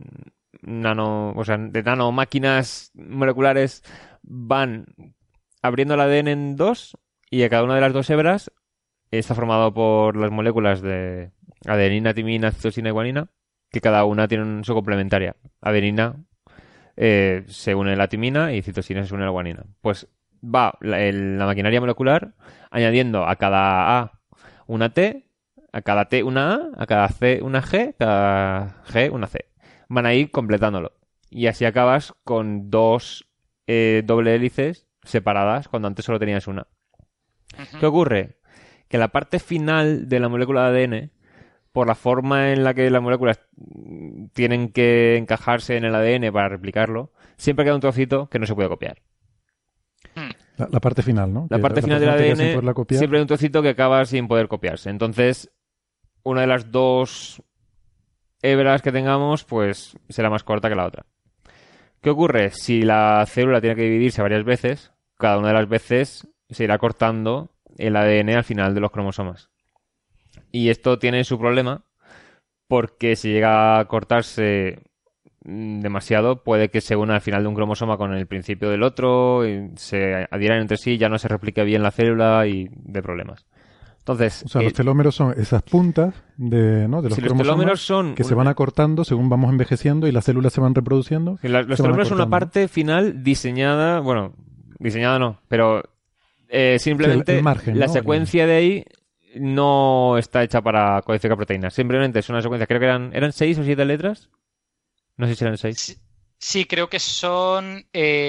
nanomáquinas moleculares, van abriendo el ADN en dos y a cada una de las dos hebras está formado por las moléculas de adenina, timina, citosina y guanina, que cada una tiene su complementaria. Adenina se une a la timina y citosina se une a la guanina. Pues va la maquinaria molecular añadiendo a cada A una T, a cada T una A, a cada C una G, a cada G una C. Van a ir completándolo. Y así acabas con dos doble hélices separadas cuando antes solo tenías una. ¿Qué ocurre? Que la parte final de la molécula de ADN, por la forma en la que las moléculas tienen que encajarse en el ADN para replicarlo, siempre queda un trocito que no se puede copiar. La parte final, ¿no? La parte final del ADN siempre hay un trocito que acaba sin poder copiarse. Entonces, una de las dos hebras que tengamos, pues será más corta que la otra. ¿Qué ocurre? Si la célula tiene que dividirse varias veces, cada una de las veces se irá cortando el ADN al final de los cromosomas. Y esto tiene su problema porque si llega a cortarse demasiado, puede que se una al final de un cromosoma con el principio del otro, y se adhieran entre sí, ya no se replique bien la célula y de problemas. Entonces, o sea, los telómeros son esas puntas de los cromosomas que se van acortando según vamos envejeciendo y las células se van reproduciendo. Los telómeros son una parte final diseñada, bueno, diseñada no, pero simplemente el margen, la secuencia de ahí no está hecha para codificar proteínas. Simplemente es una secuencia, creo que eran 6 o 7 letras. No sé si eran 6. Sí, creo que son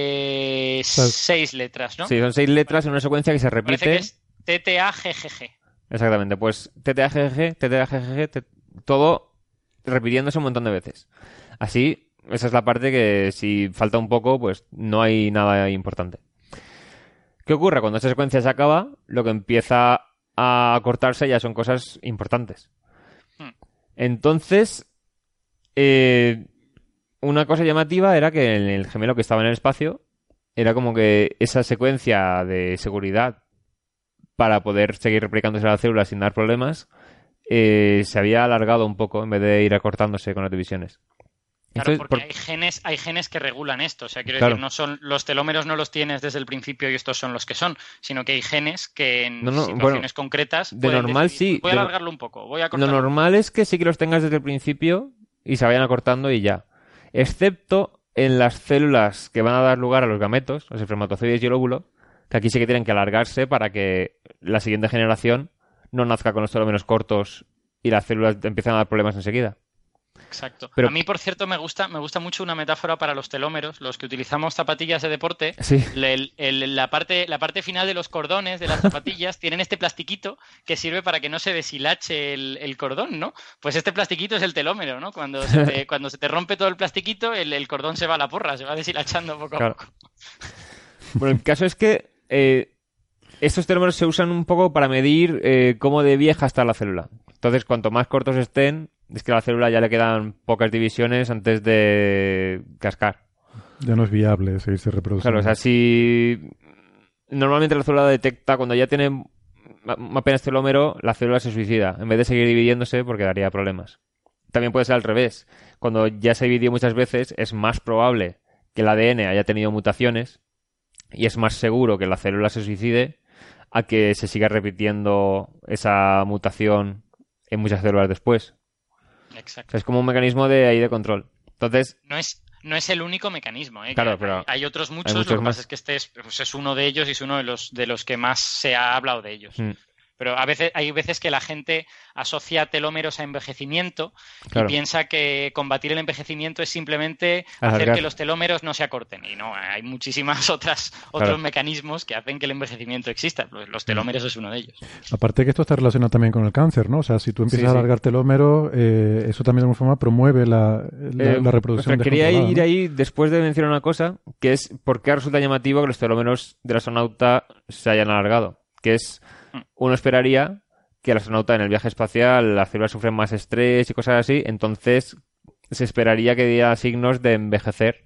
6 letras, ¿no? Sí, son 6 letras en una secuencia que se repite. Parece que es TTAGGG. Exactamente, pues TTAGGG, todo repitiéndose un montón de veces. Así, esa es la parte que si falta un poco, pues no hay nada importante. ¿Qué ocurre? Cuando esta secuencia se acaba, lo que empieza a cortarse ya son cosas importantes. Entonces, una cosa llamativa era que en el gemelo que estaba en el espacio, era como que esa secuencia de seguridad para poder seguir replicándose la célula sin dar problemas, se había alargado un poco en vez de ir acortándose con las divisiones. Claro, porque hay genes que regulan esto. O sea, quiero decir, no son los telómeros no los tienes desde el principio y estos son los que son, sino que hay genes que en situaciones concretas de normal decidir, sí. Voy a alargarlo un poco, voy a acortarlo. Lo normal es que sí que los tengas desde el principio y se vayan acortando y ya. Excepto en las células que van a dar lugar a los gametos, los espermatozoides y el óvulo, que aquí sí que tienen que alargarse para que la siguiente generación no nazca con los telómeros cortos y las células empiezan a dar problemas enseguida. Exacto. Pero... A mí, por cierto, me gusta mucho una metáfora para los telómeros, los que utilizamos zapatillas de deporte. Sí. La parte final de los cordones de las zapatillas tienen este plastiquito que sirve para que no se deshilache el cordón, ¿no? Pues este plastiquito es el telómero, ¿no? Cuando se te rompe todo el plastiquito, el cordón se va a la porra, se va deshilachando poco a poco. Bueno, el caso es que estos telómeros se usan un poco para medir cómo de vieja está la célula. Entonces, cuanto más cortos estén, es que a la célula ya le quedan pocas divisiones antes de cascar. Ya no es viable seguirse reproduciendo. Claro, o sea, si normalmente la célula detecta cuando ya tiene apenas telómero, la célula se suicida, en vez de seguir dividiéndose porque daría problemas. También puede ser al revés. Cuando ya se dividió muchas veces, es más probable que el ADN haya tenido mutaciones y es más seguro que la célula se suicide a que se siga repitiendo esa mutación en muchas células después. Exacto. O sea, es como un mecanismo de control. Entonces, no es el único mecanismo, claro, pero hay otros muchos, lo que pasa es que este es uno de ellos y es uno de los que más se ha hablado de ellos. Pero hay veces que la gente asocia telómeros a envejecimiento y piensa que combatir el envejecimiento es simplemente hacer que los telómeros no se acorten. Y no, hay muchísimas otros mecanismos que hacen que el envejecimiento exista. Los telómeros es uno de ellos. Aparte que esto está relacionado también con el cáncer, ¿no? O sea, si tú empiezas a alargar telómeros, eso también de alguna forma promueve la reproducción. Pero quería ir ahí después de mencionar una cosa, que es por qué resulta llamativo que los telómeros del astronauta se hayan alargado. Que es... Uno esperaría que el astronauta en el viaje espacial las células sufren más estrés y cosas así, entonces se esperaría que diera signos de envejecer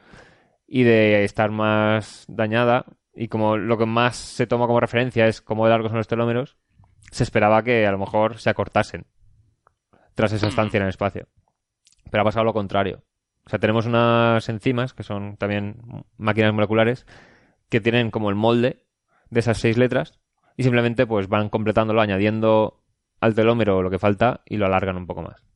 y de estar más dañada, y como lo que más se toma como referencia es cómo largos son los telómeros, se esperaba que a lo mejor se acortasen tras esa estancia en el espacio. Pero ha pasado lo contrario. O sea, tenemos unas enzimas, que son también máquinas moleculares, que tienen como el molde de esas 6 letras, y simplemente pues van completándolo, añadiendo al telómero lo que falta y lo alargan un poco más.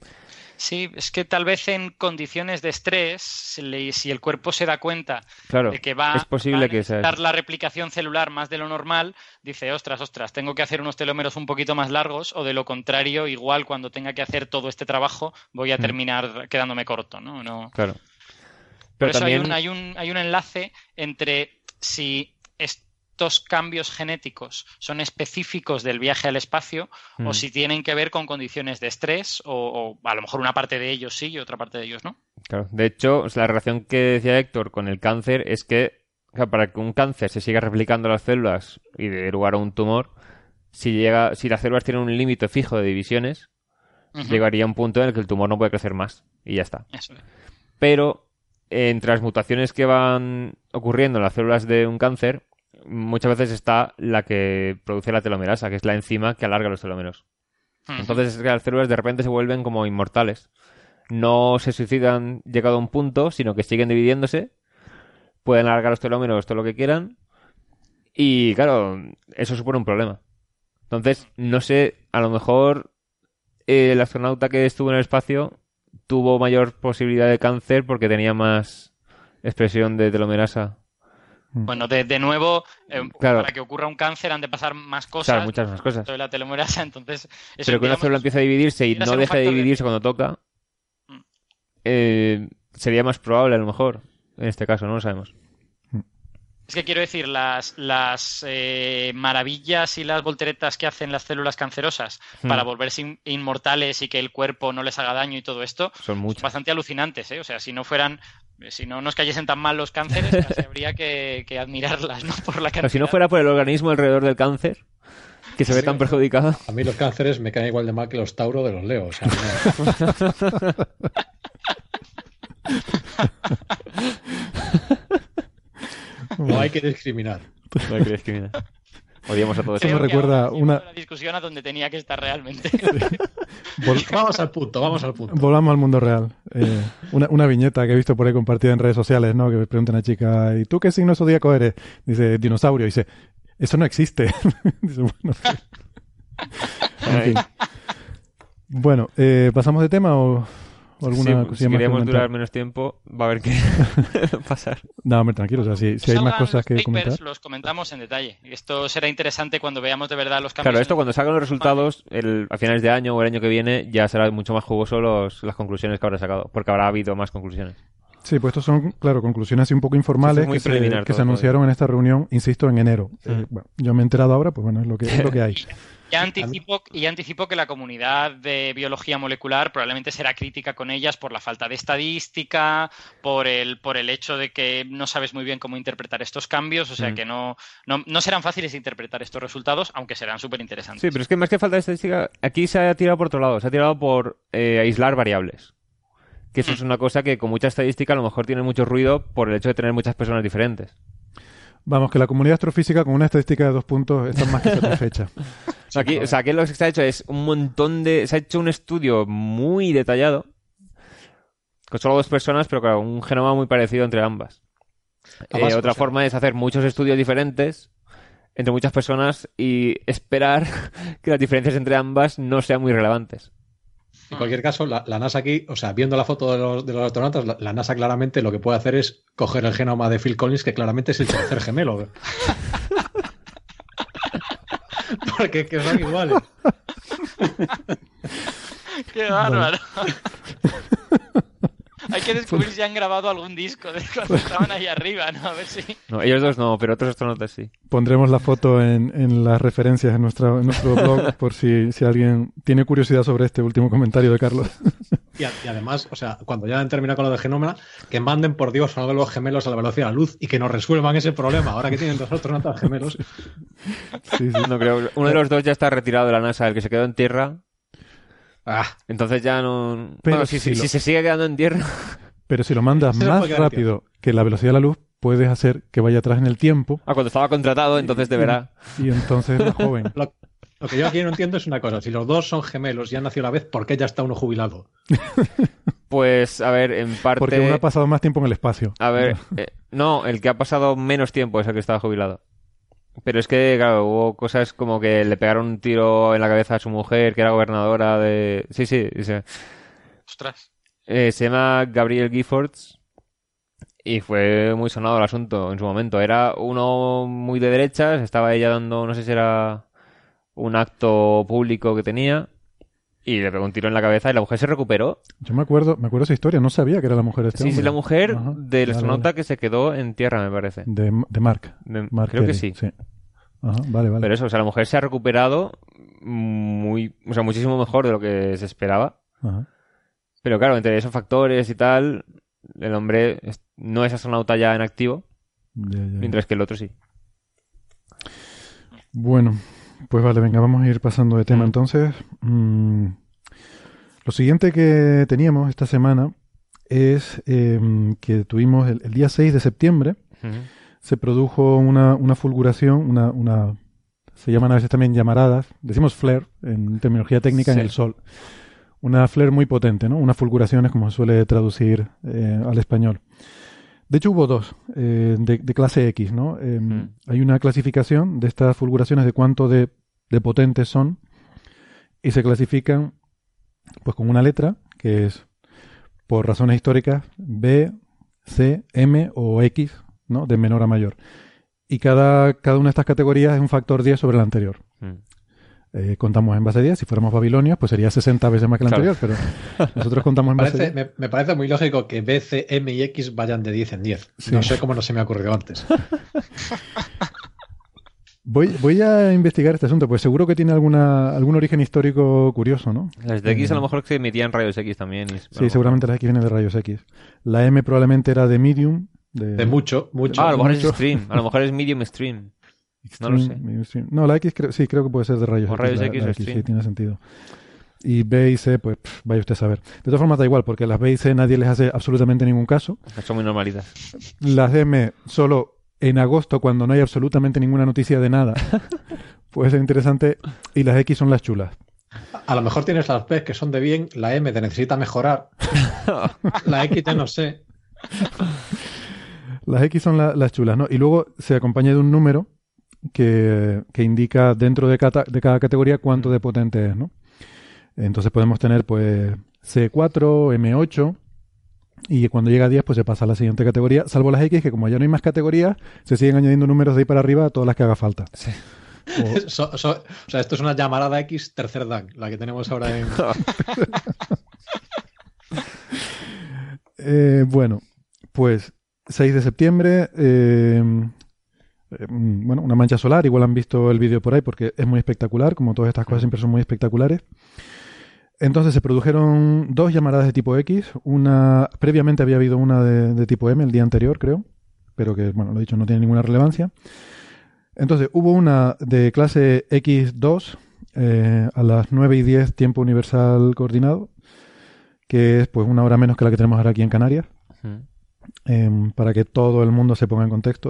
Sí, es que tal vez en condiciones de estrés, si el cuerpo se da cuenta de que va a necesitar la replicación celular más de lo normal, dice, ostras, tengo que hacer unos telómeros un poquito más largos, o de lo contrario, igual cuando tenga que hacer todo este trabajo voy a terminar quedándome corto, ¿no? Claro. Por eso también... hay un enlace entre si estos cambios genéticos son específicos del viaje al espacio o si tienen que ver con condiciones de estrés o a lo mejor una parte de ellos sí y otra parte de ellos no. Claro. De hecho, la relación que decía Héctor con el cáncer es que para que un cáncer se siga replicando las células y dé lugar a un tumor, si las células tienen un límite fijo de divisiones, llegaría a un punto en el que el tumor no puede crecer más y ya está. Eso es. Pero entre las mutaciones que van ocurriendo en las células de un cáncer, muchas veces está la que produce la telomerasa, que es la enzima que alarga los telómeros. Entonces las células de repente se vuelven como inmortales. No se suicidan llegado a un punto, sino que siguen dividiéndose, pueden alargar los telómeros todo lo que quieran, y claro, eso supone un problema. Entonces, no sé, a lo mejor el astronauta que estuvo en el espacio tuvo mayor posibilidad de cáncer porque tenía más expresión de telomerasa. Bueno, de nuevo, para que ocurra un cáncer han de pasar más cosas. Claro, muchas más cosas. De la telomerasa, entonces... Eso, pero que una célula empieza a dividirse y no deja de dividirse cuando toca, sería más probable a lo mejor. En este caso, no lo sabemos. Es que quiero decir, las maravillas y las volteretas que hacen las células cancerosas para volverse inmortales y que el cuerpo no les haga daño y todo esto son bastante alucinantes, ¿eh? O sea, si no nos cayesen tan mal los cánceres, casi habría que admirarlas, ¿no? Por la cantidad. Pero si no fuera por el organismo alrededor del cáncer, que se ve tan perjudicado. A mí los cánceres me caen igual de mal que los Tauro de los Leo. O sea, no hay que discriminar. No hay que discriminar. Odiamos a todos. Eso me recuerda una discusión a donde tenía que estar realmente. Vamos al punto. Volvamos al mundo real. Una viñeta que he visto por ahí compartida en redes sociales, ¿no? Que me pregunta una chica, ¿y tú qué signo zodíaco eres? Dice, dinosaurio. Dice, eso no existe. Dice, bueno. En fin. Bueno, ¿pasamos de tema o o alguna sí, cosilla si más que queremos comentar? durar menos tiempo, va a haber que pasar. No, hombre, tranquilo, o sea, si hay más cosas que papers, comentar. los comentamos en detalle. Esto será interesante cuando veamos de verdad los cambios. Claro, esto cuando salgan los resultados a finales de año o el año que viene ya será mucho más jugoso las conclusiones que habrá sacado, porque habrá habido más conclusiones. Sí, pues estos son, claro, conclusiones así un poco informales muy preliminar que se todo, anunciaron en esta reunión, insisto, en enero. Bueno, yo me he enterado ahora, pues bueno, es lo que hay. Ya anticipo que la comunidad de biología molecular probablemente será crítica con ellas por la falta de estadística, por el hecho de que no sabes muy bien cómo interpretar estos cambios, o sea que no serán fáciles de interpretar estos resultados, aunque serán súper interesantes. Sí, pero es que más que falta de estadística, aquí se ha tirado por otro lado, se ha tirado por aislar variables. Que eso es una cosa que con mucha estadística a lo mejor tiene mucho ruido por el hecho de tener muchas personas diferentes. Vamos, que la comunidad astrofísica con una estadística de 2 puntos está más que satisfecha. Aquí lo que se ha hecho es un montón de... Se ha hecho un estudio muy detallado con solo 2 personas, pero claro, un genoma muy parecido entre ambas. Otra forma es hacer muchos estudios diferentes entre muchas personas y esperar que las diferencias entre ambas no sean muy relevantes. En cualquier caso, la NASA aquí, o sea, viendo la foto de los astronautas, la NASA claramente lo que puede hacer es coger el genoma de Phil Collins, que claramente es el tercer gemelo. Porque que son iguales. ¡Qué bárbaro! Hay que descubrir si han grabado algún disco de cuando estaban ahí arriba, ¿no? A ver si... No, ellos dos no, pero otros astronautas sí. Pondremos la foto en las referencias en nuestro blog por si alguien tiene curiosidad sobre este último comentario de Carlos. Y además, o sea, cuando ya han terminado con lo de genoma, que manden por Dios a uno de los gemelos a la velocidad de la luz y que nos resuelvan ese problema, ahora que tienen 2 astronautas gemelos. Sí. No creo. Uno de los 2 ya está retirado de la NASA, el que se quedó en tierra. Entonces ya no... Pero bueno, si se sigue quedando en tierra... Pero si lo mandas más rápido que la velocidad de la luz, puedes hacer que vaya atrás en el tiempo. Cuando estaba contratado, entonces deberá... Y entonces es más joven. Lo que yo aquí no entiendo es una cosa. Si los 2 son gemelos y han nacido a la vez, ¿por qué ya está uno jubilado? Pues, a ver, en parte... Porque uno ha pasado más tiempo en el espacio. A ver, no, el que ha pasado menos tiempo es el que estaba jubilado. Pero es que, claro, hubo cosas como que le pegaron un tiro en la cabeza a su mujer, que era gobernadora de... Sí. ¡Ostras! Se llama Gabrielle Giffords y fue muy sonado el asunto en su momento. Era uno muy de derechas, estaba ella dando, no sé si era un acto público que tenía y le pegó un tiro en la cabeza y la mujer se recuperó. Yo me acuerdo esa historia, no sabía que era la mujer de este hombre. Sí, la mujer del astronauta que se quedó en tierra, me parece. De Mark. Creo Kelly, que sí. Ajá, vale. Pero eso, o sea, la mujer se ha recuperado muchísimo mejor de lo que se esperaba. Ajá. Pero claro, entre esos factores y tal, el hombre no es astronauta ya en activo, mientras que el otro sí. Bueno, pues vale, venga, vamos a ir pasando de tema entonces. Lo siguiente que teníamos esta semana es que tuvimos el día 6 de septiembre, se produjo una fulguración, se llaman a veces también llamaradas, decimos flare en terminología técnica, en el Sol. Una flare muy potente, ¿no? Una fulguración es como se suele traducir al español. De hecho, hubo 2 de clase X, ¿no? Hay una clasificación de estas fulguraciones de cuánto de potentes son y se clasifican pues con una letra que es, por razones históricas, B, C, M o X, ¿no? De menor a mayor. Y cada una de estas categorías es un factor 10 sobre la anterior. Contamos en base 10. Si fuéramos babilonios, pues sería 60 veces más que la anterior, pero nosotros contamos en base 10. Me parece muy lógico que B, C, M y X vayan de 10 en 10. Sí. No sé cómo no se me ha ocurrido antes. Voy a investigar este asunto, pues seguro que tiene algún origen histórico curioso, ¿no? Las de X a lo mejor se emitían rayos X también. Sí, seguramente las X vienen de rayos X. La M probablemente era de medium. De mucho. A lo mejor es stream. A lo mejor es medium stream. No lo sé. No, la X creo que puede ser de rayos X. Rayos X la X, sí, tiene sentido. Y B y C, pues vaya usted a saber. De todas formas da igual, porque las B y C nadie les hace absolutamente ningún caso. Son muy normalitas. Las M solo en agosto, cuando no hay absolutamente ninguna noticia de nada, puede ser interesante. Y las X son las chulas. A lo mejor tienes las B que son de bien, la M te necesita mejorar. La X ya no sé. Las X son las chulas, ¿no? Y luego se acompaña de un número que indica dentro de cada categoría cuánto de potente es, ¿no? Entonces podemos tener, pues, C4, M8, y cuando llega a 10 pues se pasa a la siguiente categoría, salvo las X, que como ya no hay más categorías, se siguen añadiendo números de ahí para arriba a todas las que haga falta. Sí. O sea, esto es una llamarada X tercer dan, la que tenemos ahora en... Bueno, pues 6 de septiembre, bueno, una mancha solar, igual han visto el vídeo por ahí porque es muy espectacular, como todas estas cosas siempre son muy espectaculares. Entonces se produjeron 2 llamaradas de tipo X, previamente había habido una de tipo M el día anterior, creo, pero que, bueno, lo dicho, no tiene ninguna relevancia. Entonces hubo una de clase X2 a las 9:10 tiempo universal coordinado, que es pues 1 hora menos que la que tenemos ahora aquí en Canarias, para que todo el mundo se ponga en contexto.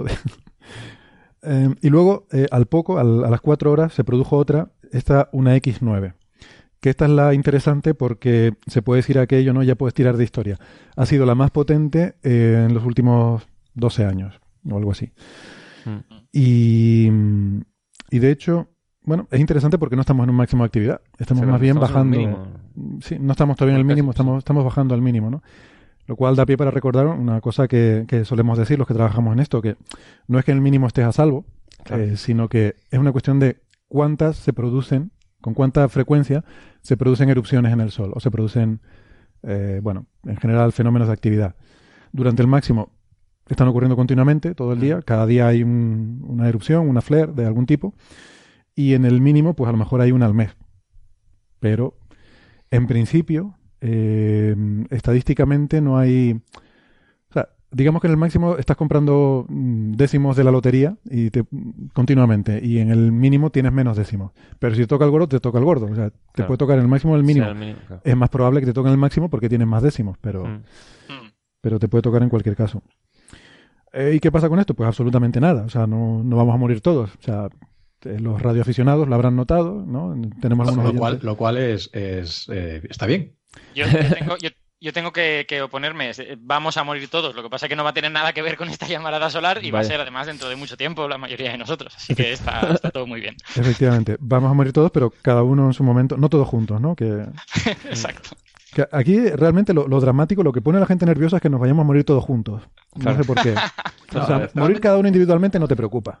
Y luego, a las 4 horas, se produjo otra, una X9, que esta es la interesante porque se puede decir aquello, ¿no? Ya puedes tirar de historia. Ha sido la más potente en los últimos 12 años, o algo así. Y de hecho, bueno, es interesante porque no estamos en un máximo de actividad. Estamos más bien bajando. Sí, no estamos todavía en el mínimo, estamos bajando al mínimo, ¿no? Lo cual da pie para recordar una cosa que solemos decir los que trabajamos en esto, que no es que en el mínimo estés a salvo, sino que es una cuestión de cuántas se producen, con cuánta frecuencia se producen erupciones en el Sol, o se producen, bueno, en general fenómenos de actividad. Durante el máximo están ocurriendo continuamente, todo el día, cada día hay una erupción, una flare de algún tipo, y en el mínimo, pues a lo mejor hay una al mes. Pero, en principio, estadísticamente no hay... O sea, digamos que en el máximo estás comprando décimos de la lotería continuamente, y en el mínimo tienes menos décimos. Pero si te toca el gordo, te toca el gordo. O sea, te puede tocar en el máximo o el mínimo. Claro. Es más probable que te toque en el máximo porque tienes más décimos, pero te puede tocar en cualquier caso. ¿Y qué pasa con esto? Pues absolutamente nada. O sea, no vamos a morir todos. O sea, los radioaficionados lo habrán notado, ¿no? Tenemos algunos lo cual está bien. Yo tengo que oponerme. Vamos a morir todos. Lo que pasa es que no va a tener nada que ver con esta llamarada solar y va a ser además dentro de mucho tiempo la mayoría de nosotros. Así que está todo muy bien. Efectivamente. Vamos a morir todos, pero cada uno en su momento. No todos juntos, ¿no? Exacto. Que aquí realmente lo dramático, lo que pone a la gente nerviosa es que nos vayamos a morir todos juntos. No sé por qué. O sea, morir cada uno individualmente no te preocupa.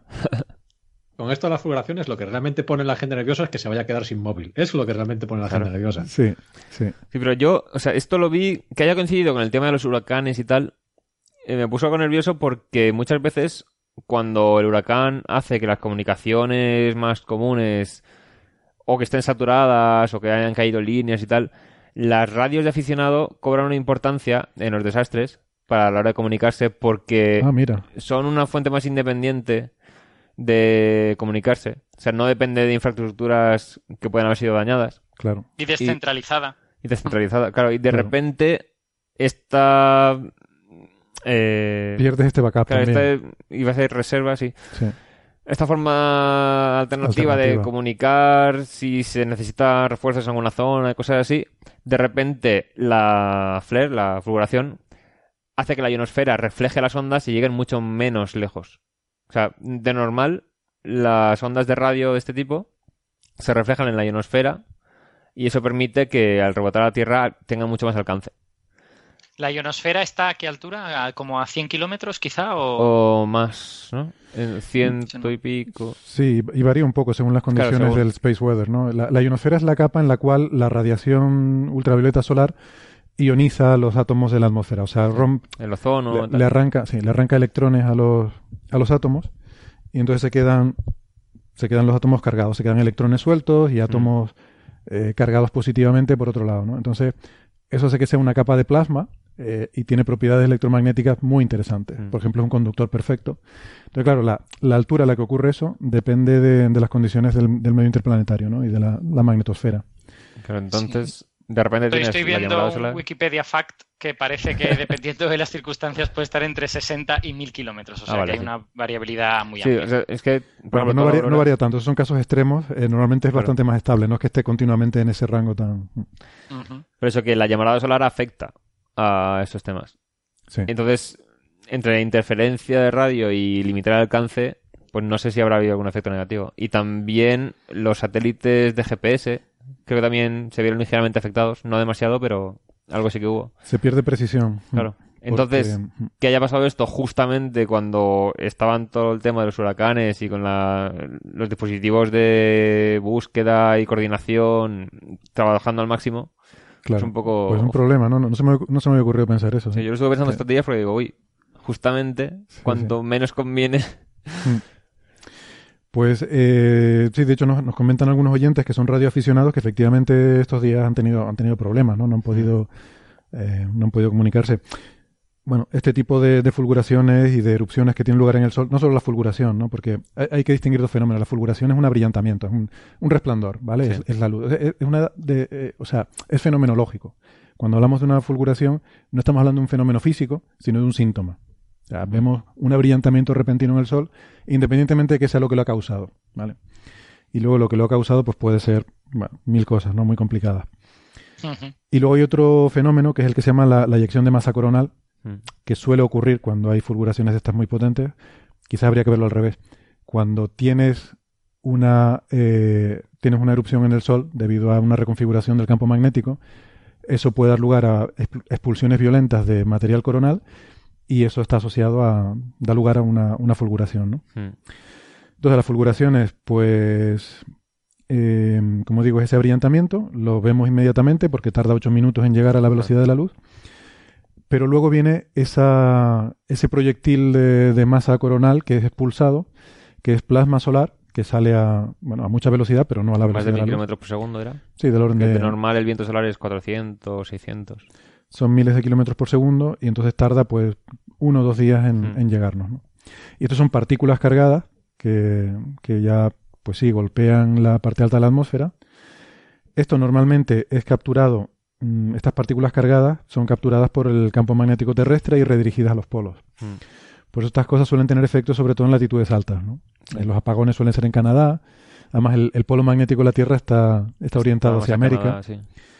Con esto de las fulguraciones, lo que realmente pone a la gente nerviosa es que se vaya a quedar sin móvil. Eso es lo que realmente pone a la gente nerviosa. Sí. Sí, pero yo, o sea, esto lo vi, que haya coincidido con el tema de los huracanes y tal, me puso algo nervioso porque muchas veces cuando el huracán hace que las comunicaciones más comunes o que estén saturadas o que hayan caído líneas y tal, las radios de aficionado cobran una importancia en los desastres para la hora de comunicarse porque son una fuente más independiente de comunicarse. O sea, no depende de infraestructuras que puedan haber sido dañadas. Claro. Y descentralizada. Claro. Y de repente esta... pierdes este backup también. Iba a ser reserva, sí. Esta forma alternativa de comunicar si se necesita refuerzos en alguna zona y cosas así, de repente la flare, la fulguración, hace que la ionosfera refleje las ondas y lleguen mucho menos lejos. O sea, de normal, las ondas de radio de este tipo se reflejan en la ionosfera y eso permite que al rebotar a la Tierra tengan mucho más alcance. ¿La ionosfera está a qué altura? ¿Como a 100 kilómetros quizá? O más, ¿no? En 100 y pico. Sí, y varía un poco según las condiciones del space weather, ¿no? La ionosfera es la capa en la cual la radiación ultravioleta solar ioniza los átomos de la atmósfera. O sea, el ozono. Le arranca electrones a los átomos y entonces se quedan los átomos cargados, se quedan electrones sueltos y átomos cargados positivamente por otro lado, ¿no? Entonces, eso hace que sea una capa de plasma y tiene propiedades electromagnéticas muy interesantes. Por ejemplo, es un conductor perfecto. Entonces, claro, la altura a la que ocurre eso depende de las condiciones del medio interplanetario, ¿no? Y de la magnetosfera. Pero entonces... De repente estoy viendo un Wikipedia Fact que parece que dependiendo de las circunstancias puede estar entre 60 y 1000 kilómetros. O sea que hay una variabilidad muy amplia. O sea, es que, por ejemplo, no varía tanto. Esos son casos extremos. Normalmente es bastante más estable. No es que esté continuamente en ese rango tan... Por eso que la llamarada solar afecta a estos temas. Sí. Entonces, entre la interferencia de radio y limitar el alcance, pues no sé si habrá habido algún efecto negativo. Y también los satélites de GPS... Creo que también se vieron ligeramente afectados, no demasiado, pero algo sí que hubo. Se pierde precisión. Claro. Entonces, que haya pasado esto justamente cuando estaban todo el tema de los huracanes y con los dispositivos de búsqueda y coordinación trabajando al máximo, claro, es un poco... Pues es un problema, ¿no? No se me había ocurrido pensar eso. Sí, yo lo estuve pensando estos días porque digo, uy, justamente cuanto menos conviene... Pues sí, de hecho nos comentan algunos oyentes que son radioaficionados que efectivamente estos días han tenido problemas, ¿no? No han podido comunicarse. Bueno, este tipo de fulguraciones y de erupciones que tienen lugar en el Sol, no solo la fulguración, ¿no? Porque hay que distinguir dos fenómenos. La fulguración es un abrillantamiento, es un resplandor, ¿vale? Sí. Es la luz. Es fenomenológico. Cuando hablamos de una fulguración, no estamos hablando de un fenómeno físico, sino de un síntoma. O sea, vemos un abrillantamiento repentino en el Sol, independientemente de que sea lo que lo ha causado, ¿vale? Y luego lo que lo ha causado, pues puede ser, bueno, 1000 cosas, ¿no? Muy complicadas. Uh-huh. Y luego hay otro fenómeno que es el que se llama la eyección de masa coronal, que suele ocurrir cuando hay fulguraciones de estas muy potentes. Quizás habría que verlo al revés. Cuando tienes una erupción en el Sol debido a una reconfiguración del campo magnético, eso puede dar lugar a expulsiones violentas de material coronal y eso está asociado da lugar a una fulguración, ¿no? Entonces las fulguraciones, pues, como digo, es ese abrillantamiento, lo vemos inmediatamente porque tarda 8 minutos en llegar a la velocidad de la luz. Pero luego viene ese proyectil de masa coronal que es expulsado, que es plasma solar, que sale a mucha velocidad, pero no a la velocidad de la luz. Más de 1000 kilómetros por segundo, ¿era? Sí, del orden de normal el viento solar es 400, 600. Son miles de kilómetros por segundo y entonces tarda pues 1 o 2 días en llegarnos, ¿no? Y estos son partículas cargadas que ya, pues sí, golpean la parte alta de la atmósfera. Esto normalmente es capturado. Estas partículas cargadas son capturadas por el campo magnético terrestre y redirigidas a los polos. Por eso estas cosas suelen tener efectos sobre todo en latitudes altas, ¿no? Los apagones suelen ser en Canadá. Además, el polo magnético de la Tierra está orientado hacia América. Canadá, sí.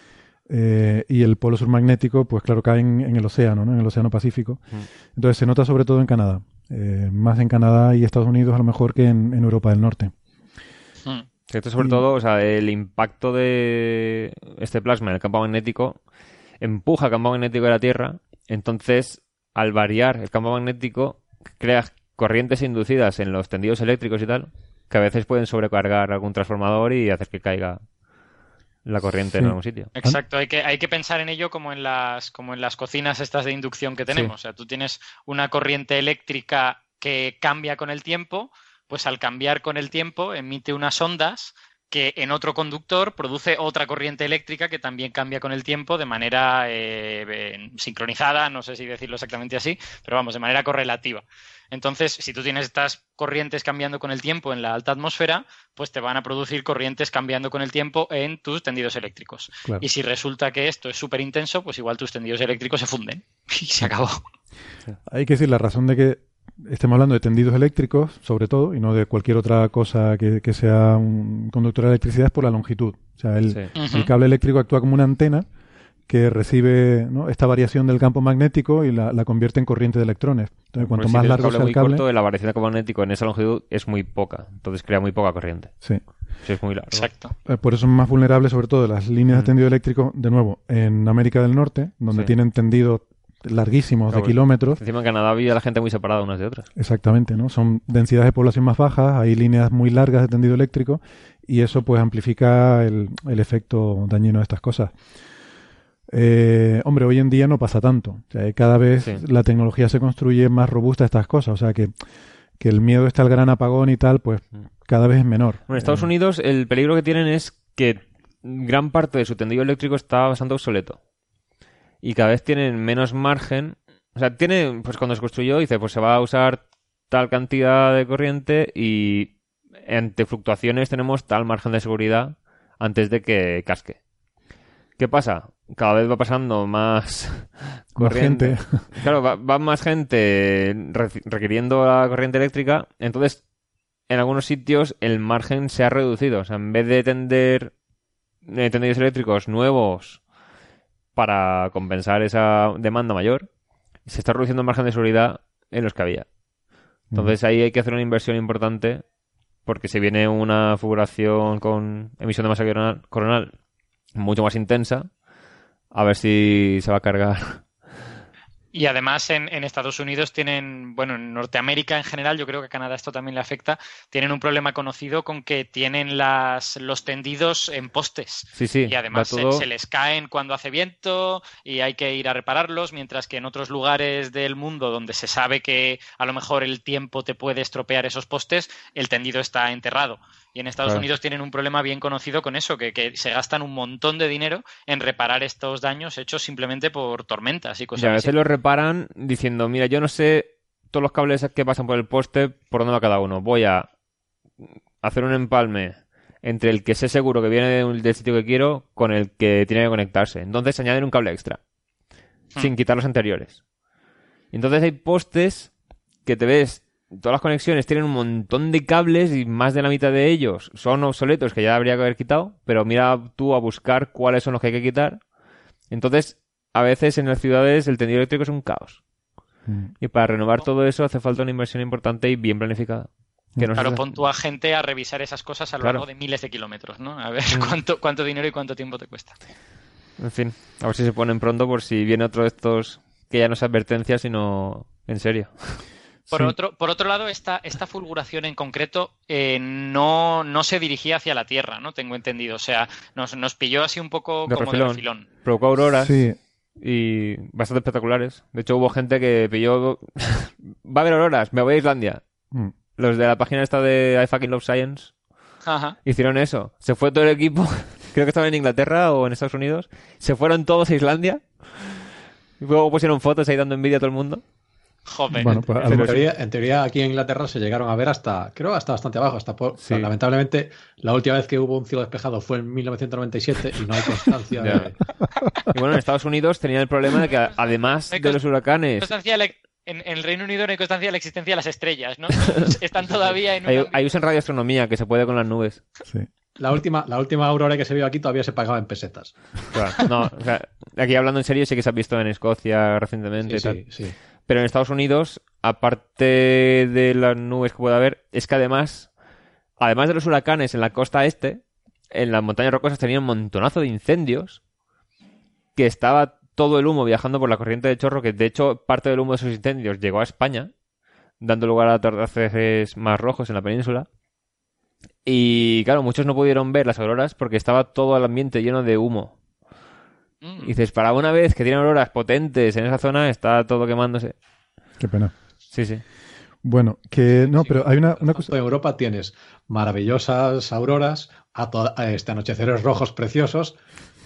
Y el polo surmagnético, pues claro, cae en el océano, ¿no? En el océano Pacífico. Entonces se nota sobre todo en Canadá. Más en Canadá y Estados Unidos a lo mejor que en Europa del Norte. Esto sobre todo, o sea, el impacto de este plasma en el campo magnético empuja el campo magnético de la Tierra, entonces al variar el campo magnético crea corrientes inducidas en los tendidos eléctricos y tal, que a veces pueden sobrecargar algún transformador y hacer que caiga la corriente en algún sitio. Exacto, hay que pensar en ello como en las cocinas estas de inducción que tenemos. O sea, tú tienes una corriente eléctrica que cambia con el tiempo. Pues al cambiar con el tiempo emite unas ondas que en otro conductor produce otra corriente eléctrica que también cambia con el tiempo de manera sincronizada, no sé si decirlo exactamente así, pero vamos, de manera correlativa. Entonces, si tú tienes estas corrientes cambiando con el tiempo en la alta atmósfera, pues te van a producir corrientes cambiando con el tiempo en tus tendidos eléctricos. Claro. Y si resulta que esto es súper intenso, pues igual tus tendidos eléctricos se funden y se acabó. Hay que decir la razón de que estemos hablando de tendidos eléctricos, sobre todo, y no de cualquier otra cosa que sea un conductor de electricidad, es por la longitud. O sea, el cable eléctrico actúa como una antena que recibe, ¿no?, esta variación del campo magnético y la convierte en corriente de electrones. Entonces, cuanto más largo sea el cable... Corto, la variación del campo magnético en esa longitud es muy poca. Entonces crea muy poca corriente. Sí. Si es muy largo. Exacto. Por eso es más vulnerable, sobre todo, las líneas de tendido eléctrico, de nuevo, en América del Norte, donde tienen tendidos larguísimos de kilómetros. Encima en Canadá vive la gente muy separada unas de otras. Exactamente, ¿no? Son densidades de población más bajas, hay líneas muy largas de tendido eléctrico y eso pues amplifica el efecto dañino de estas cosas. Hombre, hoy en día no pasa tanto. O sea, cada vez la tecnología se construye más robusta a estas cosas. O sea, que el miedo está al gran apagón y tal, pues cada vez es menor. Bueno, en Estados Unidos el peligro que tienen es que gran parte de su tendido eléctrico está bastante obsoleto. Y cada vez tienen menos margen. O sea, pues cuando se construyó, dice, pues se va a usar tal cantidad de corriente y ante fluctuaciones tenemos tal margen de seguridad antes de que casque. ¿Qué pasa? Cada vez va pasando más corriente. Más gente. Claro, va más gente requiriendo la corriente eléctrica. Entonces, en algunos sitios el margen se ha reducido. O sea, en vez de tendidos eléctricos nuevos para compensar esa demanda mayor, se está reduciendo el margen de seguridad en los que había. Entonces ahí hay que hacer una inversión importante porque si viene una fulguración con emisión de masa coronal mucho más intensa, a ver si se va a cargar. Y además en Estados Unidos tienen, bueno, en Norteamérica en general, yo creo que a Canadá esto también le afecta, tienen un problema conocido con que tienen los tendidos en postes. Sí, y además se les caen cuando hace viento y hay que ir a repararlos, mientras que en otros lugares del mundo donde se sabe que a lo mejor el tiempo te puede estropear esos postes, el tendido está enterrado. Y en Estados Unidos tienen un problema bien conocido con eso, que se gastan un montón de dinero en reparar estos daños hechos simplemente por tormentas y cosas así. A veces los reparan diciendo, mira, yo no sé todos los cables que pasan por el poste, por dónde va cada uno. Voy a hacer un empalme entre el que sé seguro que viene del sitio que quiero con el que tiene que conectarse. Entonces añaden un cable extra, sin quitar los anteriores. Entonces hay postes que te ves... Todas las conexiones tienen un montón de cables y más de la mitad de ellos son obsoletos que ya habría que haber quitado, pero mira tú a buscar cuáles son los que hay que quitar. Entonces, a veces en las ciudades el tendido eléctrico es un caos. Y para renovar todo eso hace falta una inversión importante y bien planificada. Que no claro, pon tú a gente a revisar esas cosas a lo largo de miles de kilómetros, ¿no? A ver cuánto dinero y cuánto tiempo te cuesta. En fin, a ver si se ponen pronto por si viene otro de estos que ya no es advertencia, sino en serio. Por otro lado, esta fulguración en concreto no se dirigía hacia la Tierra, ¿no? Tengo entendido. O sea, nos pilló así un poco como de refilón. Provocó auroras y bastante espectaculares. De hecho, hubo gente que pilló... Va a haber auroras, me voy a Islandia. Los de la página esta de I Fucking Love Science hicieron eso. Se fue todo el equipo, creo que estaban en Inglaterra o en Estados Unidos. Se fueron todos a Islandia. Y luego pusieron fotos ahí dando envidia a todo el mundo. Joder. Bueno, pues, en teoría aquí en Inglaterra se llegaron a ver hasta bastante abajo. Lamentablemente, la última vez que hubo un cielo despejado fue en 1997 y no hay constancia de... Y bueno, en Estados Unidos tenían el problema de que además de los huracanes... En el Reino Unido no hay constancia de la existencia de las estrellas, ¿no? Están todavía en Hay usan radioastronomía que se puede con las nubes. Sí. La última aurora que se vio aquí todavía se pagaba en pesetas. Claro, no, o sea, aquí hablando en serio, sí que se ha visto en Escocia recientemente. Sí. Pero en Estados Unidos, aparte de las nubes que puede haber, es que además de los huracanes en la costa este, en las montañas rocosas tenían un montonazo de incendios, que estaba todo el humo viajando por la corriente de chorro, que de hecho parte del humo de esos incendios llegó a España, dando lugar a atardeceres más rojos en la península. Y claro, muchos no pudieron ver las auroras porque estaba todo el ambiente lleno de humo. Y dices, para una vez que tienen auroras potentes en esa zona, está todo quemándose. Qué pena. Sí. Bueno, que no, pero hay una cosa... En Europa tienes maravillosas auroras, anocheceres rojos preciosos.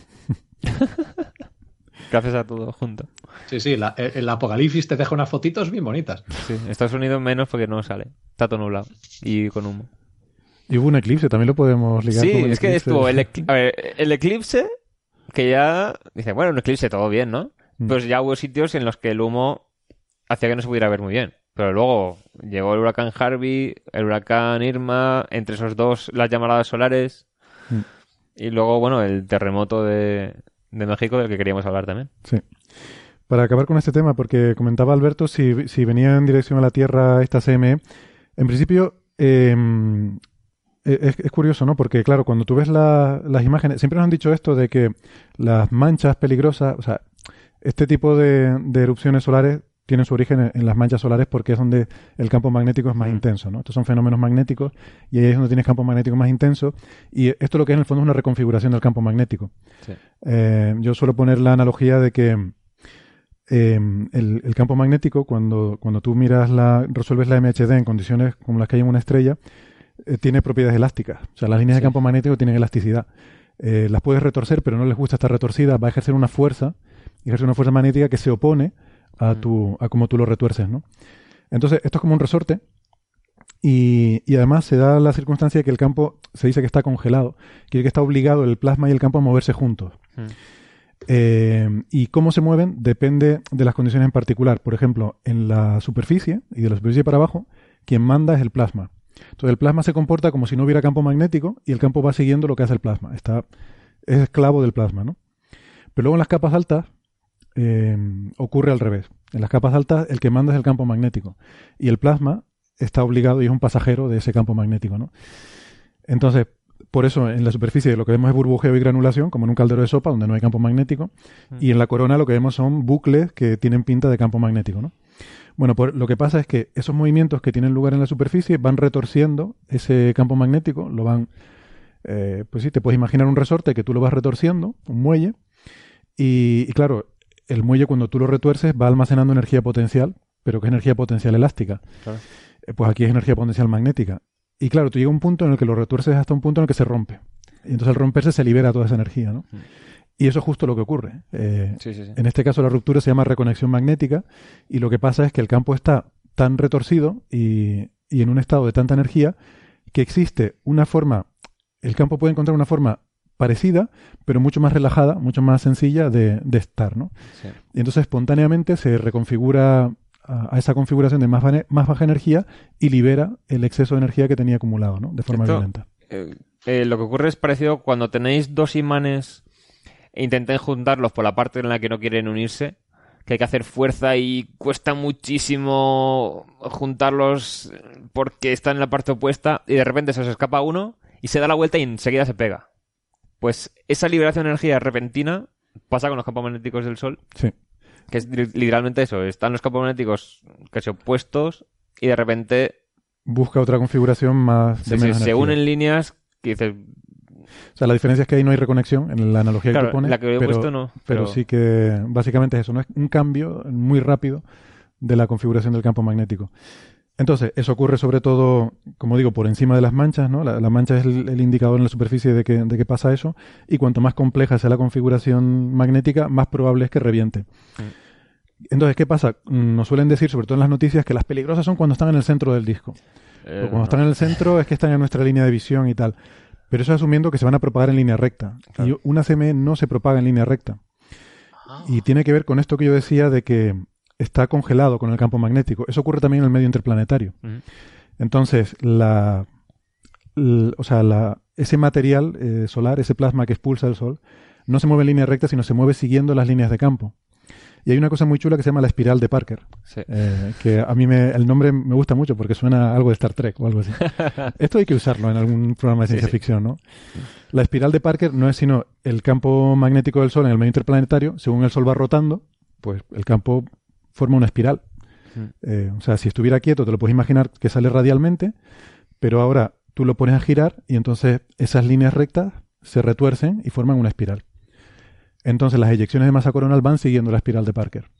Gracias a todo junto. Sí, el apocalipsis te deja unas fotitos bien bonitas. Sí, Estados Unidos menos porque no sale. Está todo nublado y con humo. Y hubo un eclipse, también lo podemos ligar con el eclipse. Sí, es que estuvo el eclipse, que ya... Dice, bueno, un eclipse todo bien, ¿no? Pues ya hubo sitios en los que el humo hacía que no se pudiera ver muy bien. Pero luego llegó el huracán Harvey, el huracán Irma, entre esos dos las llamaradas solares. Y luego, bueno, el terremoto de México, del que queríamos hablar también. Sí. Para acabar con este tema, porque comentaba Alberto si venía en dirección a la Tierra esta CME, en principio... Es curioso, ¿no? Porque, claro, cuando tú ves las imágenes, siempre nos han dicho esto de que las manchas peligrosas, o sea, este tipo de erupciones solares tienen su origen en las manchas solares porque es donde el campo magnético es más intenso, ¿no? Estos son fenómenos magnéticos y ahí es donde tienes campo magnético más intenso y esto lo que es en el fondo es una reconfiguración del campo magnético. Sí. Yo suelo poner la analogía de que el campo magnético, cuando tú resuelves la MHD en condiciones como las que hay en una estrella, tiene propiedades elásticas. O sea, las líneas de campo magnético tienen elasticidad. Las puedes retorcer, pero no les gusta estar retorcidas. Va a ejercer una fuerza magnética que se opone a cómo tú lo retuerces, ¿no? Entonces, esto es como un resorte y además se da la circunstancia de que el campo se dice que está congelado. Quiere que está obligado el plasma y el campo a moverse juntos. Y cómo se mueven depende de las condiciones en particular. Por ejemplo, en la superficie y de la superficie para abajo, quien manda es el plasma. Entonces el plasma se comporta como si no hubiera campo magnético y el campo va siguiendo lo que hace el plasma. Es esclavo del plasma, ¿no? Pero luego en las capas altas ocurre al revés. En las capas altas el que manda es el campo magnético y el plasma está obligado y es un pasajero de ese campo magnético, ¿no? Entonces, por eso en la superficie lo que vemos es burbujeo y granulación, como en un caldero de sopa donde no hay campo magnético, y en la corona lo que vemos son bucles que tienen pinta de campo magnético, ¿no? Bueno, pues lo que pasa es que esos movimientos que tienen lugar en la superficie van retorciendo ese campo magnético, lo van, pues sí, te puedes imaginar un resorte que tú lo vas retorciendo, un muelle, y claro, el muelle cuando tú lo retuerces va almacenando energía potencial, pero que es energía potencial elástica. Claro. Pues aquí es energía potencial magnética. Y claro, tú llegas a un punto en el que lo retuerces hasta un punto en el que se rompe. Y entonces al romperse se libera toda esa energía, ¿no? Y eso es justo lo que ocurre. Sí. En este caso la ruptura se llama reconexión magnética y lo que pasa es que el campo está tan retorcido y en un estado de tanta energía que existe una forma, el campo puede encontrar una forma parecida, pero mucho más relajada, mucho más sencilla de estar, ¿no? Sí. Y entonces espontáneamente se reconfigura a esa configuración de más baja energía y libera el exceso de energía que tenía acumulado, ¿no? De forma violenta. Lo que ocurre es parecido cuando tenéis dos imanes e intenten juntarlos por la parte en la que no quieren unirse, que hay que hacer fuerza y cuesta muchísimo juntarlos porque están en la parte opuesta y de repente se os escapa uno y se da la vuelta y enseguida se pega. Pues esa liberación de energía repentina pasa con los campos magnéticos del Sol. Sí. Que es literalmente eso. Están los campos magnéticos casi opuestos y de repente busca otra configuración más de menos energía. Se unen líneas que dices... O sea, la diferencia es que ahí no hay reconexión en la analogía claro, que tú pones. La que he puesto no. Pero sí que básicamente es eso, ¿no? Es un cambio muy rápido de la configuración del campo magnético. Entonces, eso ocurre sobre todo, como digo, por encima de las manchas, ¿no? La mancha es el indicador en la superficie de que pasa eso, y cuanto más compleja sea la configuración magnética, más probable es que reviente. Entonces, ¿qué pasa? Nos suelen decir, sobre todo en las noticias, que las peligrosas son cuando están en el centro del disco. Cuando están en el centro es que están en nuestra línea de visión y tal. Pero eso es asumiendo que se van a propagar en línea recta. Claro. Y una CME no se propaga en línea recta. Y tiene que ver con esto que yo decía de que está congelado con el campo magnético. Eso ocurre también en el medio interplanetario. Entonces, ese material solar, ese plasma que expulsa el Sol, no se mueve en línea recta, sino se mueve siguiendo las líneas de campo. Y hay una cosa muy chula que se llama la espiral de Parker, sí. Que a mí el nombre me gusta mucho porque suena a algo de Star Trek o algo así. Esto hay que usarlo en algún programa de ciencia ficción, ¿no? La espiral de Parker no es sino el campo magnético del Sol en el medio interplanetario. Según el Sol va rotando, pues el campo forma una espiral. O sea, si estuviera quieto te lo puedes imaginar que sale radialmente, pero ahora tú lo pones a girar y entonces esas líneas rectas se retuercen y forman una espiral. Entonces las eyecciones de masa coronal van siguiendo la espiral de Parker.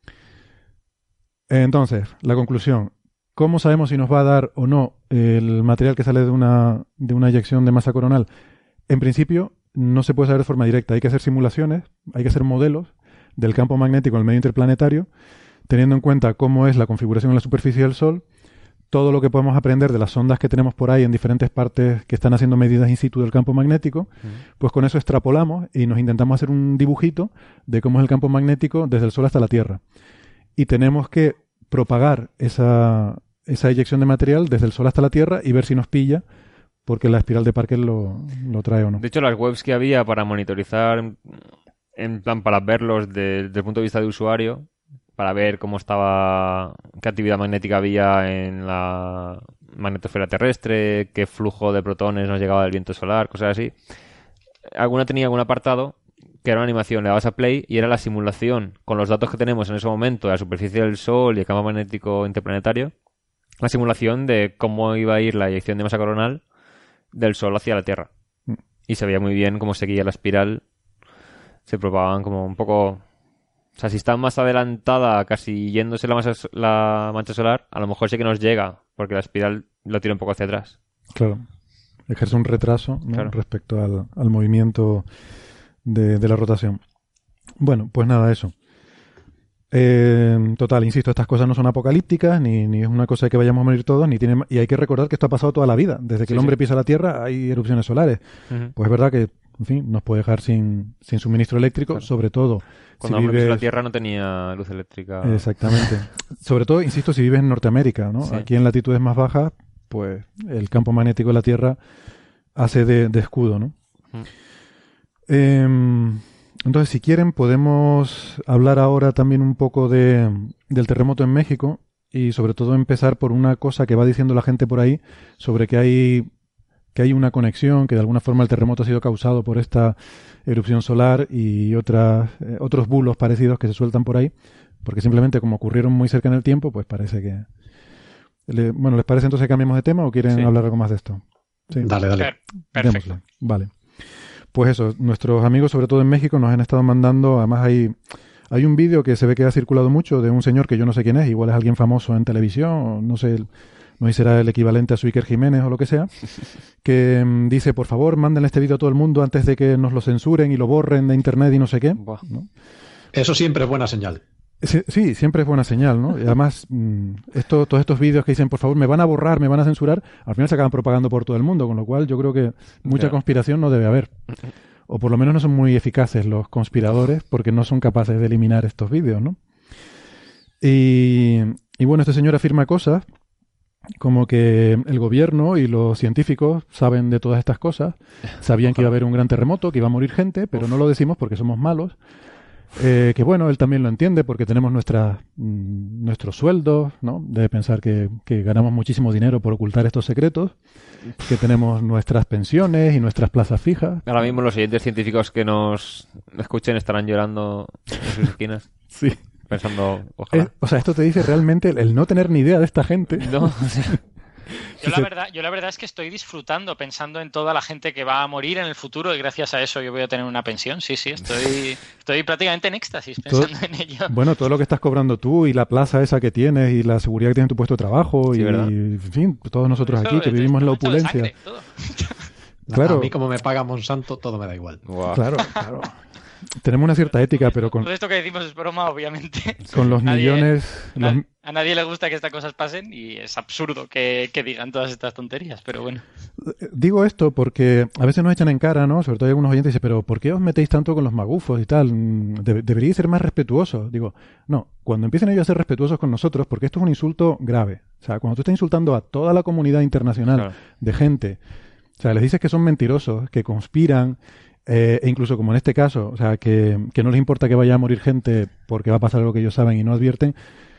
Entonces, la conclusión. ¿Cómo sabemos si nos va a dar o no el material que sale de una eyección de masa coronal? En principio, no se puede saber de forma directa. Hay que hacer simulaciones, hay que hacer modelos del campo magnético en el medio interplanetario, teniendo en cuenta cómo es la configuración en la superficie del Sol, todo lo que podemos aprender de las sondas que tenemos por ahí en diferentes partes que están haciendo medidas in situ del campo magnético, pues con eso extrapolamos y nos intentamos hacer un dibujito de cómo es el campo magnético desde el Sol hasta la Tierra. Y tenemos que propagar esa eyección de material desde el Sol hasta la Tierra y ver si nos pilla, porque la espiral de Parker lo trae o no. De hecho, las webs que había para monitorizar, en plan para verlos desde el punto de vista de usuario, para ver cómo estaba, qué actividad magnética había en la magnetosfera terrestre, qué flujo de protones nos llegaba del viento solar, cosas así. Alguna tenía algún apartado que era una animación, le dabas a play y era la simulación con los datos que tenemos en ese momento de la superficie del Sol y el campo magnético interplanetario, la simulación de cómo iba a ir la eyección de masa coronal del Sol hacia la Tierra. Y se veía muy bien cómo seguía la espiral, se propagaban como un poco... O sea, si está más adelantada, casi yéndose la mancha solar, a lo mejor sí que nos llega, porque la espiral lo tira un poco hacia atrás. Claro. Ejerce un retraso, ¿no? Claro. Respecto al movimiento de la rotación. Bueno, pues nada, eso. Total, insisto, estas cosas no son apocalípticas, ni es una cosa de que vayamos a morir todos, y hay que recordar que esto ha pasado toda la vida. Desde que el hombre pisa la Tierra hay erupciones solares. Pues es verdad que, en fin, nos puede dejar sin suministro eléctrico, claro. Sobre todo... Cuando el hombre pisó la Tierra no tenía luz eléctrica. Exactamente. Sobre todo, insisto, si vives en Norteamérica, ¿no? Sí. Aquí en latitudes más bajas, pues el campo magnético de la Tierra hace de escudo, ¿no? Entonces, si quieren, podemos hablar ahora también un poco del terremoto en México y sobre todo empezar por una cosa que va diciendo la gente por ahí sobre que hay que hay una conexión, que de alguna forma el terremoto ha sido causado por esta erupción solar y otros bulos parecidos que se sueltan por ahí, porque simplemente como ocurrieron muy cerca en el tiempo, pues parece que... Bueno, ¿les parece entonces que cambiemos de tema o quieren hablar algo más de esto? Sí. Dale. Perfecto. Démosle. Vale. Pues eso, nuestros amigos, sobre todo en México, nos han estado mandando, además hay un vídeo que se ve que ha circulado mucho de un señor que yo no sé quién es, igual es alguien famoso en televisión, o no sé si será el equivalente a su Iker Jiménez o lo que sea, que dice, por favor, mándenle este vídeo a todo el mundo antes de que nos lo censuren y lo borren de internet y no sé qué. ¿No? Eso siempre es buena señal. Sí, siempre es buena señal, ¿no? Y además, todos estos vídeos que dicen, por favor, me van a borrar, me van a censurar, al final se acaban propagando por todo el mundo, con lo cual yo creo que mucha conspiración no debe haber. O por lo menos no son muy eficaces los conspiradores porque no son capaces de eliminar estos vídeos, ¿no? Y bueno, este señor afirma cosas como que el gobierno y los científicos saben de todas estas cosas, sabían que iba a haber un gran terremoto, que iba a morir gente, pero no lo decimos porque somos malos. Que bueno, él también lo entiende porque tenemos nuestros sueldos, ¿no? Debe pensar que ganamos muchísimo dinero por ocultar estos secretos, que tenemos nuestras pensiones y nuestras plazas fijas. Ahora mismo los siguientes científicos que nos escuchen estarán llorando en sus esquinas. Sí. Pensando, ojalá. O sea, esto te dice realmente el no tener ni idea de esta gente. No, o sea... Yo la verdad es que estoy disfrutando pensando en toda la gente que va a morir en el futuro y gracias a eso yo voy a tener una pensión. Sí, estoy prácticamente en éxtasis pensando en ello. Bueno, todo lo que estás cobrando tú y la plaza esa que tienes y la seguridad que tienes en tu puesto de trabajo y en fin, todos nosotros aquí que vivimos en la opulencia. Sangre, Claro. A mí como me paga Monsanto todo me da igual. Wow. Claro. Tenemos una cierta ética, pero con... Todo esto que decimos es broma, obviamente. Con los millones... A nadie le gusta que estas cosas pasen y es absurdo que digan todas estas tonterías, pero bueno. Digo esto porque a veces nos echan en cara, ¿no? Sobre todo hay algunos oyentes que dicen, pero ¿por qué os metéis tanto con los magufos y tal? Deberíais ser más respetuosos. Digo, no, cuando empiecen ellos a ser respetuosos con nosotros, porque esto es un insulto grave. O sea, cuando tú estás insultando a toda la comunidad internacional de gente, o sea, les dices que son mentirosos, que conspiran... e incluso como en este caso, o sea, que no les importa que vaya a morir gente porque va a pasar algo que ellos saben y no advierten,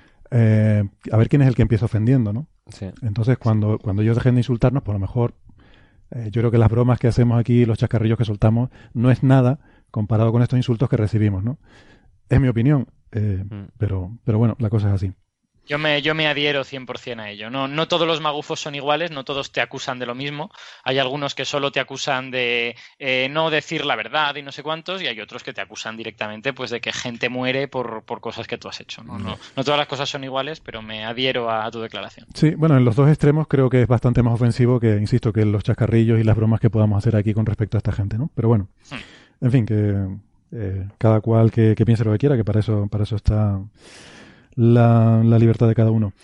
a ver quién es el que empieza ofendiendo, ¿no? Sí. Entonces, cuando ellos dejen de insultarnos, por lo mejor, yo creo que las bromas que hacemos aquí, los chascarrillos que soltamos, no es nada comparado con estos insultos que recibimos, ¿no? Es mi opinión, pero bueno, la cosa es así. Yo me adhiero 100% a ello. No todos los magufos son iguales, no todos te acusan de lo mismo. Hay algunos que solo te acusan de no decir la verdad y no sé cuántos, y hay otros que te acusan directamente pues de que gente muere por cosas que tú has hecho. No todas las cosas son iguales, pero me adhiero a tu declaración. Sí, bueno, en los dos extremos creo que es bastante más ofensivo que, insisto, que los chascarrillos y las bromas que podamos hacer aquí con respecto a esta gente, ¿no? Pero bueno, en fin, que cada cual que piense lo que quiera, que para eso está... La libertad de cada uno.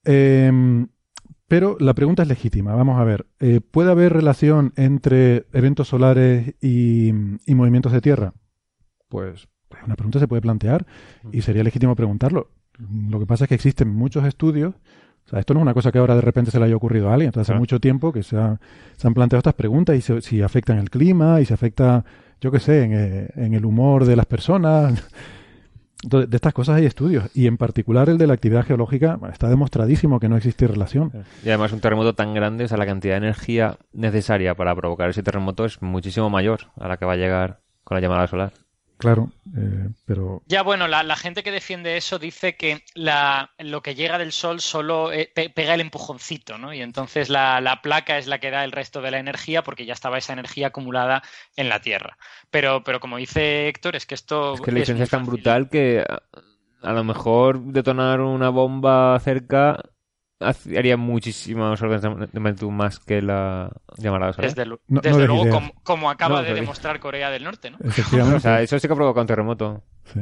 Pero la pregunta es legítima. Vamos a ver. ¿Puede haber relación entre eventos solares y movimientos de Tierra? Pues una pregunta se puede plantear y sería legítimo preguntarlo. Lo que pasa es que existen muchos estudios. O sea, esto no es una cosa que ahora de repente se le haya ocurrido a alguien. Entonces, hace mucho tiempo que se han planteado estas preguntas y si afectan el clima y si afecta, yo qué sé, en el humor de las personas. Entonces, de estas cosas hay estudios y en particular el de la actividad geológica está demostradísimo que no existe relación. Y además un terremoto tan grande, o sea, la cantidad de energía necesaria para provocar ese terremoto es muchísimo mayor a la que va a llegar con la llamada solar. Claro, pero... Ya, bueno, la gente que defiende eso dice que lo que llega del Sol solo pega el empujoncito, ¿no? Y entonces la placa es la que da el resto de la energía porque ya estaba esa energía acumulada en la Tierra. Pero como dice Héctor, es que esto... Es que la diferencia es tan brutal que a lo mejor detonar una bomba cerca haría muchísimos órdenes de magnitud más que la llamada solar. Desde luego, como acaba de demostrar Corea del Norte, ¿no? Efectivamente. O sea, eso sí que ha provocado un terremoto. Sí.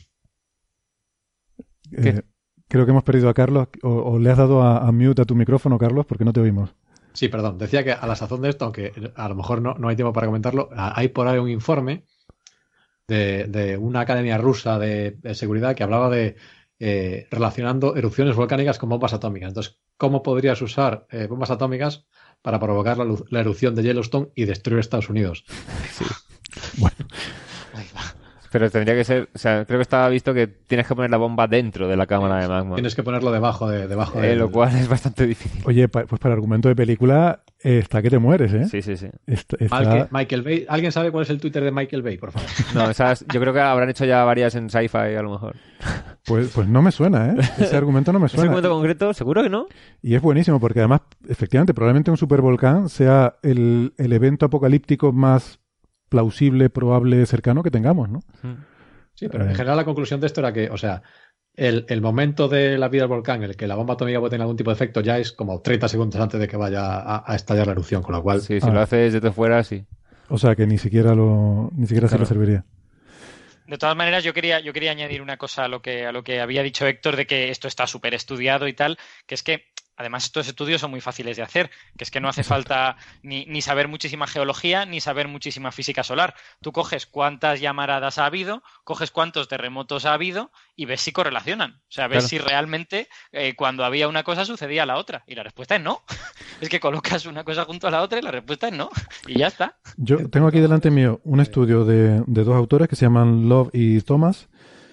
Creo que hemos perdido a Carlos. O le has dado a mute a tu micrófono, Carlos, porque no te oímos. Sí, perdón. Decía que a la sazón de esto, aunque a lo mejor no hay tiempo para comentarlo, hay por ahí un informe de una academia rusa de seguridad que hablaba de relacionando erupciones volcánicas con bombas atómicas. Entonces, ¿cómo podrías usar bombas atómicas para provocar la erupción de Yellowstone y destruir Estados Unidos? Sí. Bueno. Pero tendría que ser, o sea, creo que estaba visto que tienes que poner la bomba dentro de la cámara de magma. Tienes que ponerlo debajo de lo cual es bastante difícil. Oye, pues para argumento de película está que te mueres, ¿eh? Sí. Michael Bay, ¿alguien sabe cuál es el Twitter de Michael Bay, por favor? No, yo creo que habrán hecho ya varias en Sci-Fi a lo mejor. Pues no me suena, ¿eh? Ese argumento no me suena. ¿Ese argumento concreto? ¿Seguro que no? Y es buenísimo porque además, efectivamente, probablemente un supervolcán sea el evento apocalíptico más plausible, probable, cercano que tengamos, ¿no? Sí, pero en general la conclusión de esto era que, o sea, el momento de la vida del volcán en el que la bomba atómica puede tener algún tipo de efecto ya es como 30 segundos antes de que vaya a estallar la erupción, con lo cual... Sí, si lo haces desde fuera, sí. O sea, que ni siquiera claro. se le serviría. De todas maneras, yo quería añadir una cosa a lo que había dicho Héctor, de que esto está súper estudiado y tal, que es que además estos estudios son muy fáciles de hacer, que es que no hace falta ni saber muchísima geología ni saber muchísima física solar. Tú coges cuántas llamaradas ha habido, coges cuántos terremotos ha habido y ves si correlacionan. O sea, ves si realmente cuando había una cosa sucedía la otra. Y la respuesta es no. Es que colocas una cosa junto a la otra y la respuesta es no. Y ya está. Yo tengo aquí delante mío un estudio de dos autores que se llaman Love y Thomas,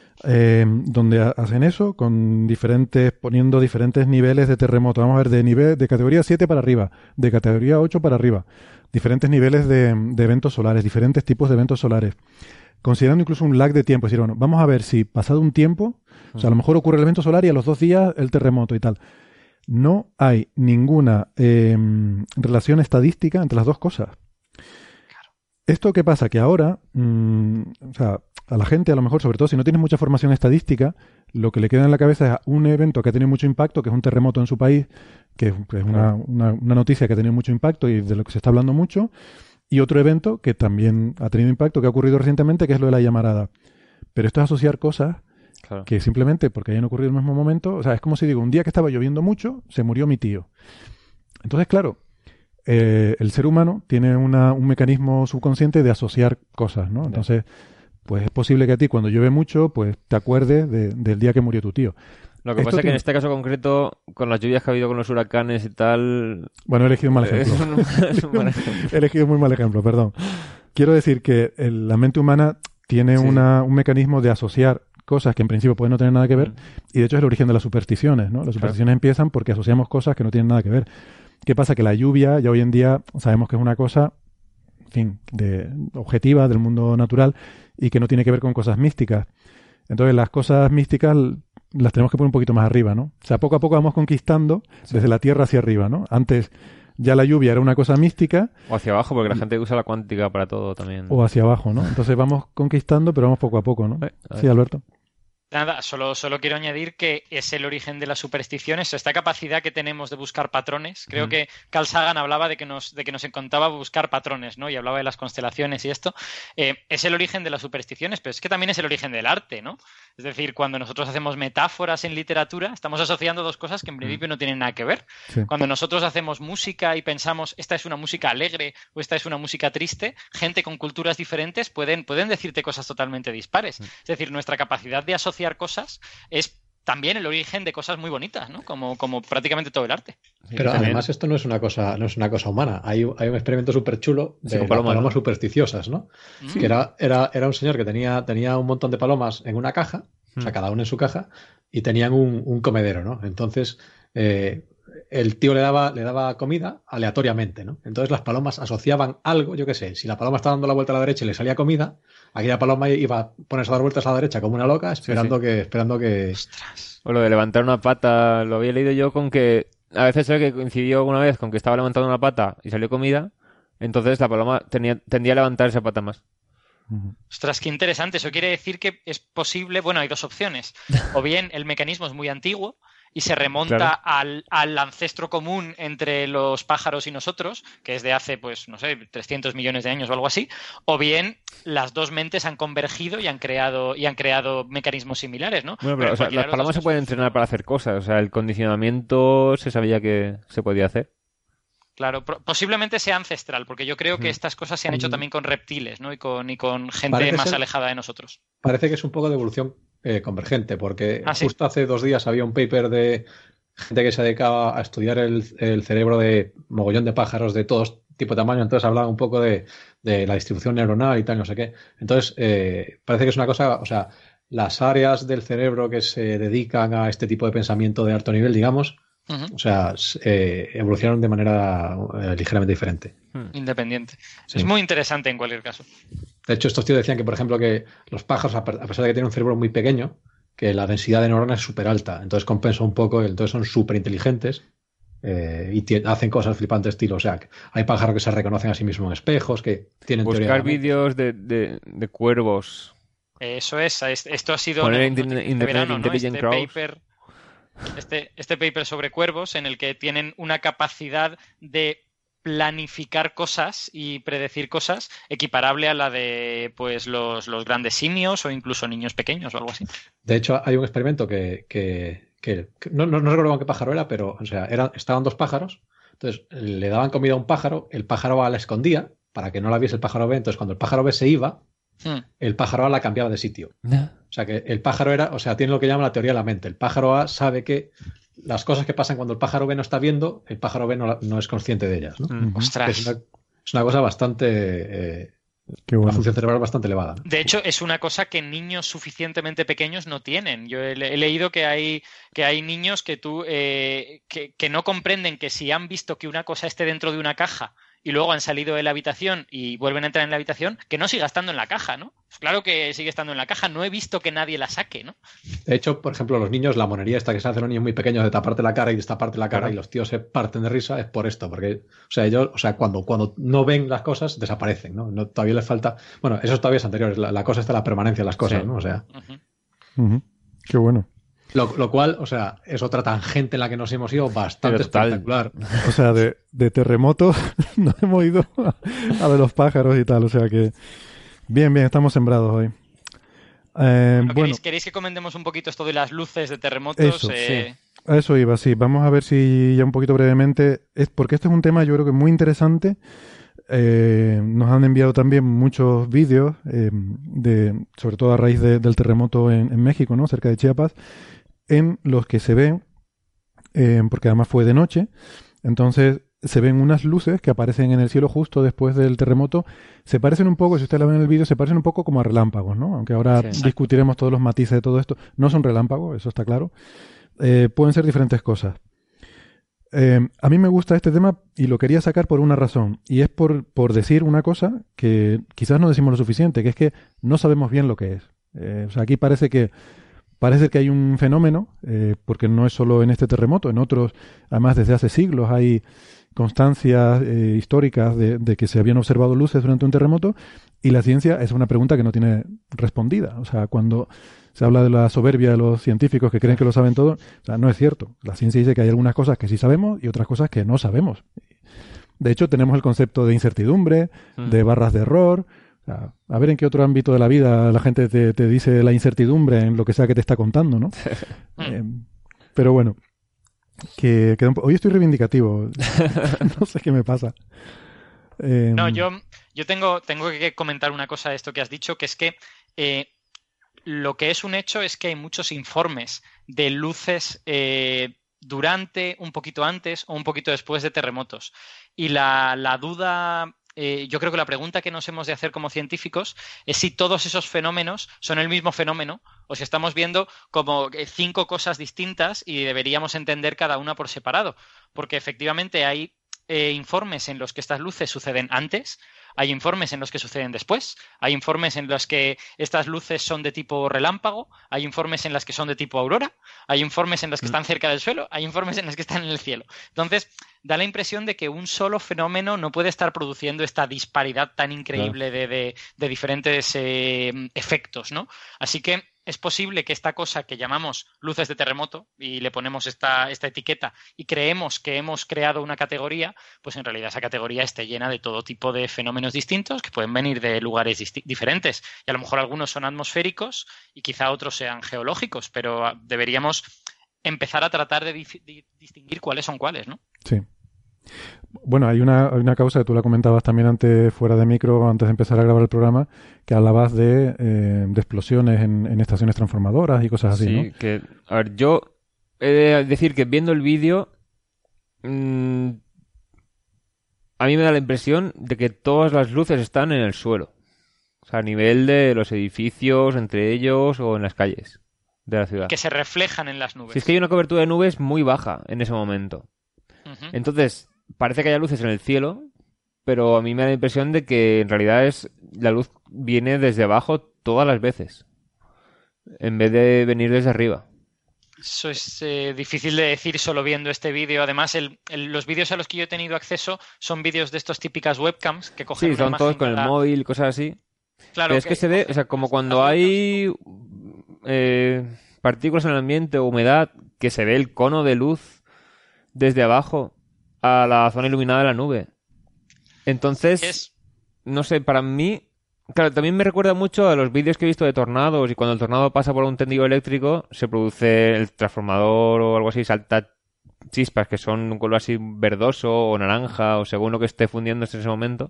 donde hacen eso poniendo diferentes niveles de terremoto. Vamos a ver, de categoría 7 para arriba, de categoría 8 para arriba, diferentes niveles de eventos solares, diferentes tipos de eventos solares, considerando incluso un lag de tiempo. Es decir, bueno, vamos a ver si pasado un tiempo, o sea, a lo mejor ocurre el evento solar y a los 2 días el terremoto y tal. No hay ninguna relación estadística entre las dos cosas. ¿Esto qué pasa? Que ahora, o sea, a la gente, a lo mejor, sobre todo si no tienes mucha formación estadística, lo que le queda en la cabeza es un evento que ha tenido mucho impacto, que es un terremoto en su país, que es una noticia que ha tenido mucho impacto y de lo que se está hablando mucho, y otro evento que también ha tenido impacto, que ha ocurrido recientemente, que es lo de la llamarada. Pero esto es asociar cosas que simplemente porque hayan ocurrido en el mismo momento, o sea, es como si digo, un día que estaba lloviendo mucho, se murió mi tío. Entonces, claro, el ser humano tiene un mecanismo subconsciente de asociar cosas, ¿no? Entonces, pues es posible que a ti cuando llueve mucho, pues te acuerdes del día que murió tu tío. Lo que pasa es que en este caso concreto, con las lluvias que ha habido con los huracanes y tal... Bueno, he elegido un mal ejemplo. He elegido un muy mal ejemplo, perdón. Quiero decir que la mente humana tiene un mecanismo de asociar cosas que en principio pueden no tener nada que ver, y de hecho es el origen de las supersticiones, ¿no? Las supersticiones empiezan porque asociamos cosas que no tienen nada que ver. ¿Qué pasa? Que la lluvia ya hoy en día sabemos que es una cosa, en fin, objetiva del mundo natural y que no tiene que ver con cosas místicas. Entonces las cosas místicas las tenemos que poner un poquito más arriba, ¿no? O sea, poco a poco vamos conquistando desde la Tierra hacia arriba, ¿no? Antes ya la lluvia era una cosa mística. O hacia abajo, porque la gente usa la cuántica para todo también. O hacia abajo, ¿no? Entonces vamos conquistando, pero vamos poco a poco, ¿no? Sí, Alberto. Nada, solo quiero añadir que es el origen de las supersticiones, esta capacidad que tenemos de buscar patrones. Creo que Carl Sagan hablaba de que nos encantaba buscar patrones, ¿no? Y hablaba de las constelaciones y esto. Es el origen de las supersticiones, pero es que también es el origen del arte, ¿no? Es decir, cuando nosotros hacemos metáforas en literatura, estamos asociando dos cosas que en principio no tienen nada que ver. Sí. Cuando nosotros hacemos música y pensamos, esta es una música alegre o esta es una música triste, gente con culturas diferentes pueden decirte cosas totalmente dispares. Es decir, nuestra capacidad de asociar cosas es también el origen de cosas muy bonitas, ¿no? Como prácticamente todo el arte. Pero además esto no es una cosa humana. Hay un experimento súper chulo de las palomas supersticiosas, ¿no? Que era un señor que tenía un montón de palomas en una caja, o sea, cada una en su caja, y tenían un comedero, ¿no? Entonces el tío le daba comida aleatoriamente, ¿no? Entonces las palomas asociaban algo, yo qué sé, si la paloma estaba dando la vuelta a la derecha y le salía comida, aquella paloma iba a ponerse a dar vueltas a la derecha como una loca, esperando que... ¡Ostras! O lo de levantar una pata, lo había leído yo con que... A veces sé que coincidió alguna vez con que estaba levantando una pata y salió comida, entonces la paloma tendía a levantar esa pata más. Ostras, qué interesante. Eso quiere decir que es posible... Bueno, hay dos opciones. O bien el mecanismo es muy antiguo y se remonta al ancestro común entre los pájaros y nosotros, que es de hace, pues, no sé, 300 millones de años o algo así, o bien las dos mentes han convergido y han creado mecanismos similares, ¿no? Bueno, pero o sea, las palomas se pueden entrenar para hacer cosas, o sea, el condicionamiento se sabía que se podía hacer. Claro, posiblemente sea ancestral, porque yo creo que estas cosas se han hecho también con reptiles, ¿no? Y con gente más alejada de nosotros. Parece que es un poco de evolución convergente, porque ¿sí? Justo hace 2 días había un paper de gente que se dedicaba a estudiar el cerebro de mogollón de pájaros de todos tipo de tamaño, entonces hablaba un poco de la distribución neuronal y tal, no sé qué. Entonces, parece que es una cosa, o sea, las áreas del cerebro que se dedican a este tipo de pensamiento de alto nivel, digamos, o sea, evolucionaron de manera ligeramente diferente. Independiente. Sí. Es muy interesante en cualquier caso. De hecho, estos tíos decían que, por ejemplo, que los pájaros, a pesar de que tienen un cerebro muy pequeño, que la densidad de neuronas es súper alta. Entonces compensa un poco, entonces son súper inteligentes y hacen cosas flipantes estilo. O sea, que hay pájaros que se reconocen a sí mismos en espejos, que tienen buscar vídeos de cuervos. Eso es. Esto ha sido poner este verano, ¿no? Este paper sobre cuervos en el que tienen una capacidad de planificar cosas y predecir cosas equiparable a la de pues los grandes simios o incluso niños pequeños o algo así. De hecho, hay un experimento que no recuerdo con qué pájaro era, pero o sea, estaban dos pájaros, entonces le daban comida a un pájaro, el pájaro A la escondía para que no la viese el pájaro B, entonces cuando el pájaro B se iba, el pájaro A la cambiaba de sitio. O sea que el pájaro tiene lo que llama la teoría de la mente. El pájaro A sabe que las cosas que pasan cuando el pájaro B no está viendo, el pájaro B no es consciente de ellas, ¿no? Ostras. Es una cosa bastante... Qué bueno. Una función cerebral bastante elevada, ¿no? De hecho, es una cosa que niños suficientemente pequeños no tienen. Yo he leído que hay niños que no comprenden que si han visto que una cosa esté dentro de una caja y luego han salido de la habitación y vuelven a entrar en la habitación, que no siga estando en la caja, ¿no? Pues claro que sigue estando en la caja, no he visto que nadie la saque, ¿no? De hecho, por ejemplo, los niños, la monería esta que se hace a los niños muy pequeños de taparte la cara y destaparte la cara y los tíos se parten de risa, es por esto, porque, o sea, ellos, o sea, cuando no ven las cosas, desaparecen, ¿no? Todavía les falta, bueno, eso todavía es anterior, la cosa está la permanencia de las cosas, sí, ¿no? O sea. Qué bueno. Lo cual, o sea, es otra tangente en la que nos hemos ido bastante espectacular. O sea, de terremotos nos hemos ido a de los pájaros y tal. O sea que bien, estamos sembrados hoy. ¿Queréis que comentemos un poquito esto de las luces de terremotos? Eso, sí. A eso iba, sí. Vamos a ver si ya un poquito brevemente, porque este es un tema yo creo que muy interesante. Nos han enviado también muchos vídeos, sobre todo a raíz del terremoto en México, ¿no? Cerca de Chiapas, en los que se ven, porque además fue de noche, entonces se ven unas luces que aparecen en el cielo justo después del terremoto. Se parecen un poco, si ustedes la ven en el vídeo, se parecen un poco como a relámpagos, ¿no? Aunque ahora discutiremos todos los matices de todo esto. No son relámpagos, eso está claro. Pueden ser diferentes cosas. A mí me gusta este tema y lo quería sacar por una razón, y es por decir una cosa que quizás no decimos lo suficiente, que es que no sabemos bien lo que es. O sea, aquí parece que hay un fenómeno, porque no es solo en este terremoto, en otros, además desde hace siglos hay constancias históricas de que se habían observado luces durante un terremoto, y la ciencia es una pregunta que no tiene respondida. O sea, cuando se habla de la soberbia de los científicos que creen que lo saben todo, o sea, no es cierto. La ciencia dice que hay algunas cosas que sí sabemos y otras cosas que no sabemos. De hecho, tenemos el concepto de incertidumbre, de barras de error. O sea, a ver en qué otro ámbito de la vida la gente te dice la incertidumbre en lo que sea que te está contando, ¿no? Pero bueno, hoy estoy reivindicativo. No sé qué me pasa. No, yo tengo que comentar una cosa de esto que has dicho, que es que lo que es un hecho es que hay muchos informes de luces durante, un poquito antes o un poquito después de terremotos. Y la duda, yo creo que la pregunta que nos hemos de hacer como científicos es si todos esos fenómenos son el mismo fenómeno o si estamos viendo como 5 cosas distintas y deberíamos entender cada una por separado. Porque efectivamente hay informes en los que estas luces suceden antes, hay informes en los que suceden después, hay informes en los que estas luces son de tipo relámpago, hay informes en las que son de tipo aurora, hay informes en los que están cerca del suelo, hay informes en los que están en el cielo. Entonces, da la impresión de que un solo fenómeno no puede estar produciendo esta disparidad tan increíble de diferentes efectos, ¿no? Así que es posible que esta cosa que llamamos luces de terremoto y le ponemos esta etiqueta y creemos que hemos creado una categoría, pues en realidad esa categoría esté llena de todo tipo de fenómenos distintos que pueden venir de lugares diferentes. Y a lo mejor algunos son atmosféricos y quizá otros sean geológicos, pero deberíamos empezar a tratar de distinguir cuáles son cuáles, ¿no? Sí. Bueno, hay una causa que tú la comentabas también antes, fuera de micro, antes de empezar a grabar el programa, que hablabas de explosiones en estaciones transformadoras y cosas así, ¿no? Sí, que, a ver, yo he de decir que viendo el vídeo a mí me da la impresión de que todas las luces están en el suelo. O sea, a nivel de los edificios, entre ellos o en las calles de la ciudad. Que se reflejan en las nubes. Si es que hay una cobertura de nubes muy baja en ese momento. Uh-huh. Entonces, parece que haya luces en el cielo, pero a mí me da la impresión de que en realidad la luz viene desde abajo todas las veces, en vez de venir desde arriba. Eso es difícil de decir solo viendo este vídeo. Además, los vídeos a los que yo he tenido acceso son vídeos de estos típicas webcams que cogen Sí, una son todos imagen con el móvil, cosas así. Claro, pero es que se ve, o sea, como cuando hay partículas en el ambiente o humedad, que se ve el cono de luz desde abajo a la zona iluminada de la nube. Entonces, no sé, para mí, claro, también me recuerda mucho a los vídeos que he visto de tornados, y cuando el tornado pasa por un tendido eléctrico, se produce el transformador o algo así, salta chispas que son un color así verdoso o naranja o según lo que esté fundiéndose en ese momento.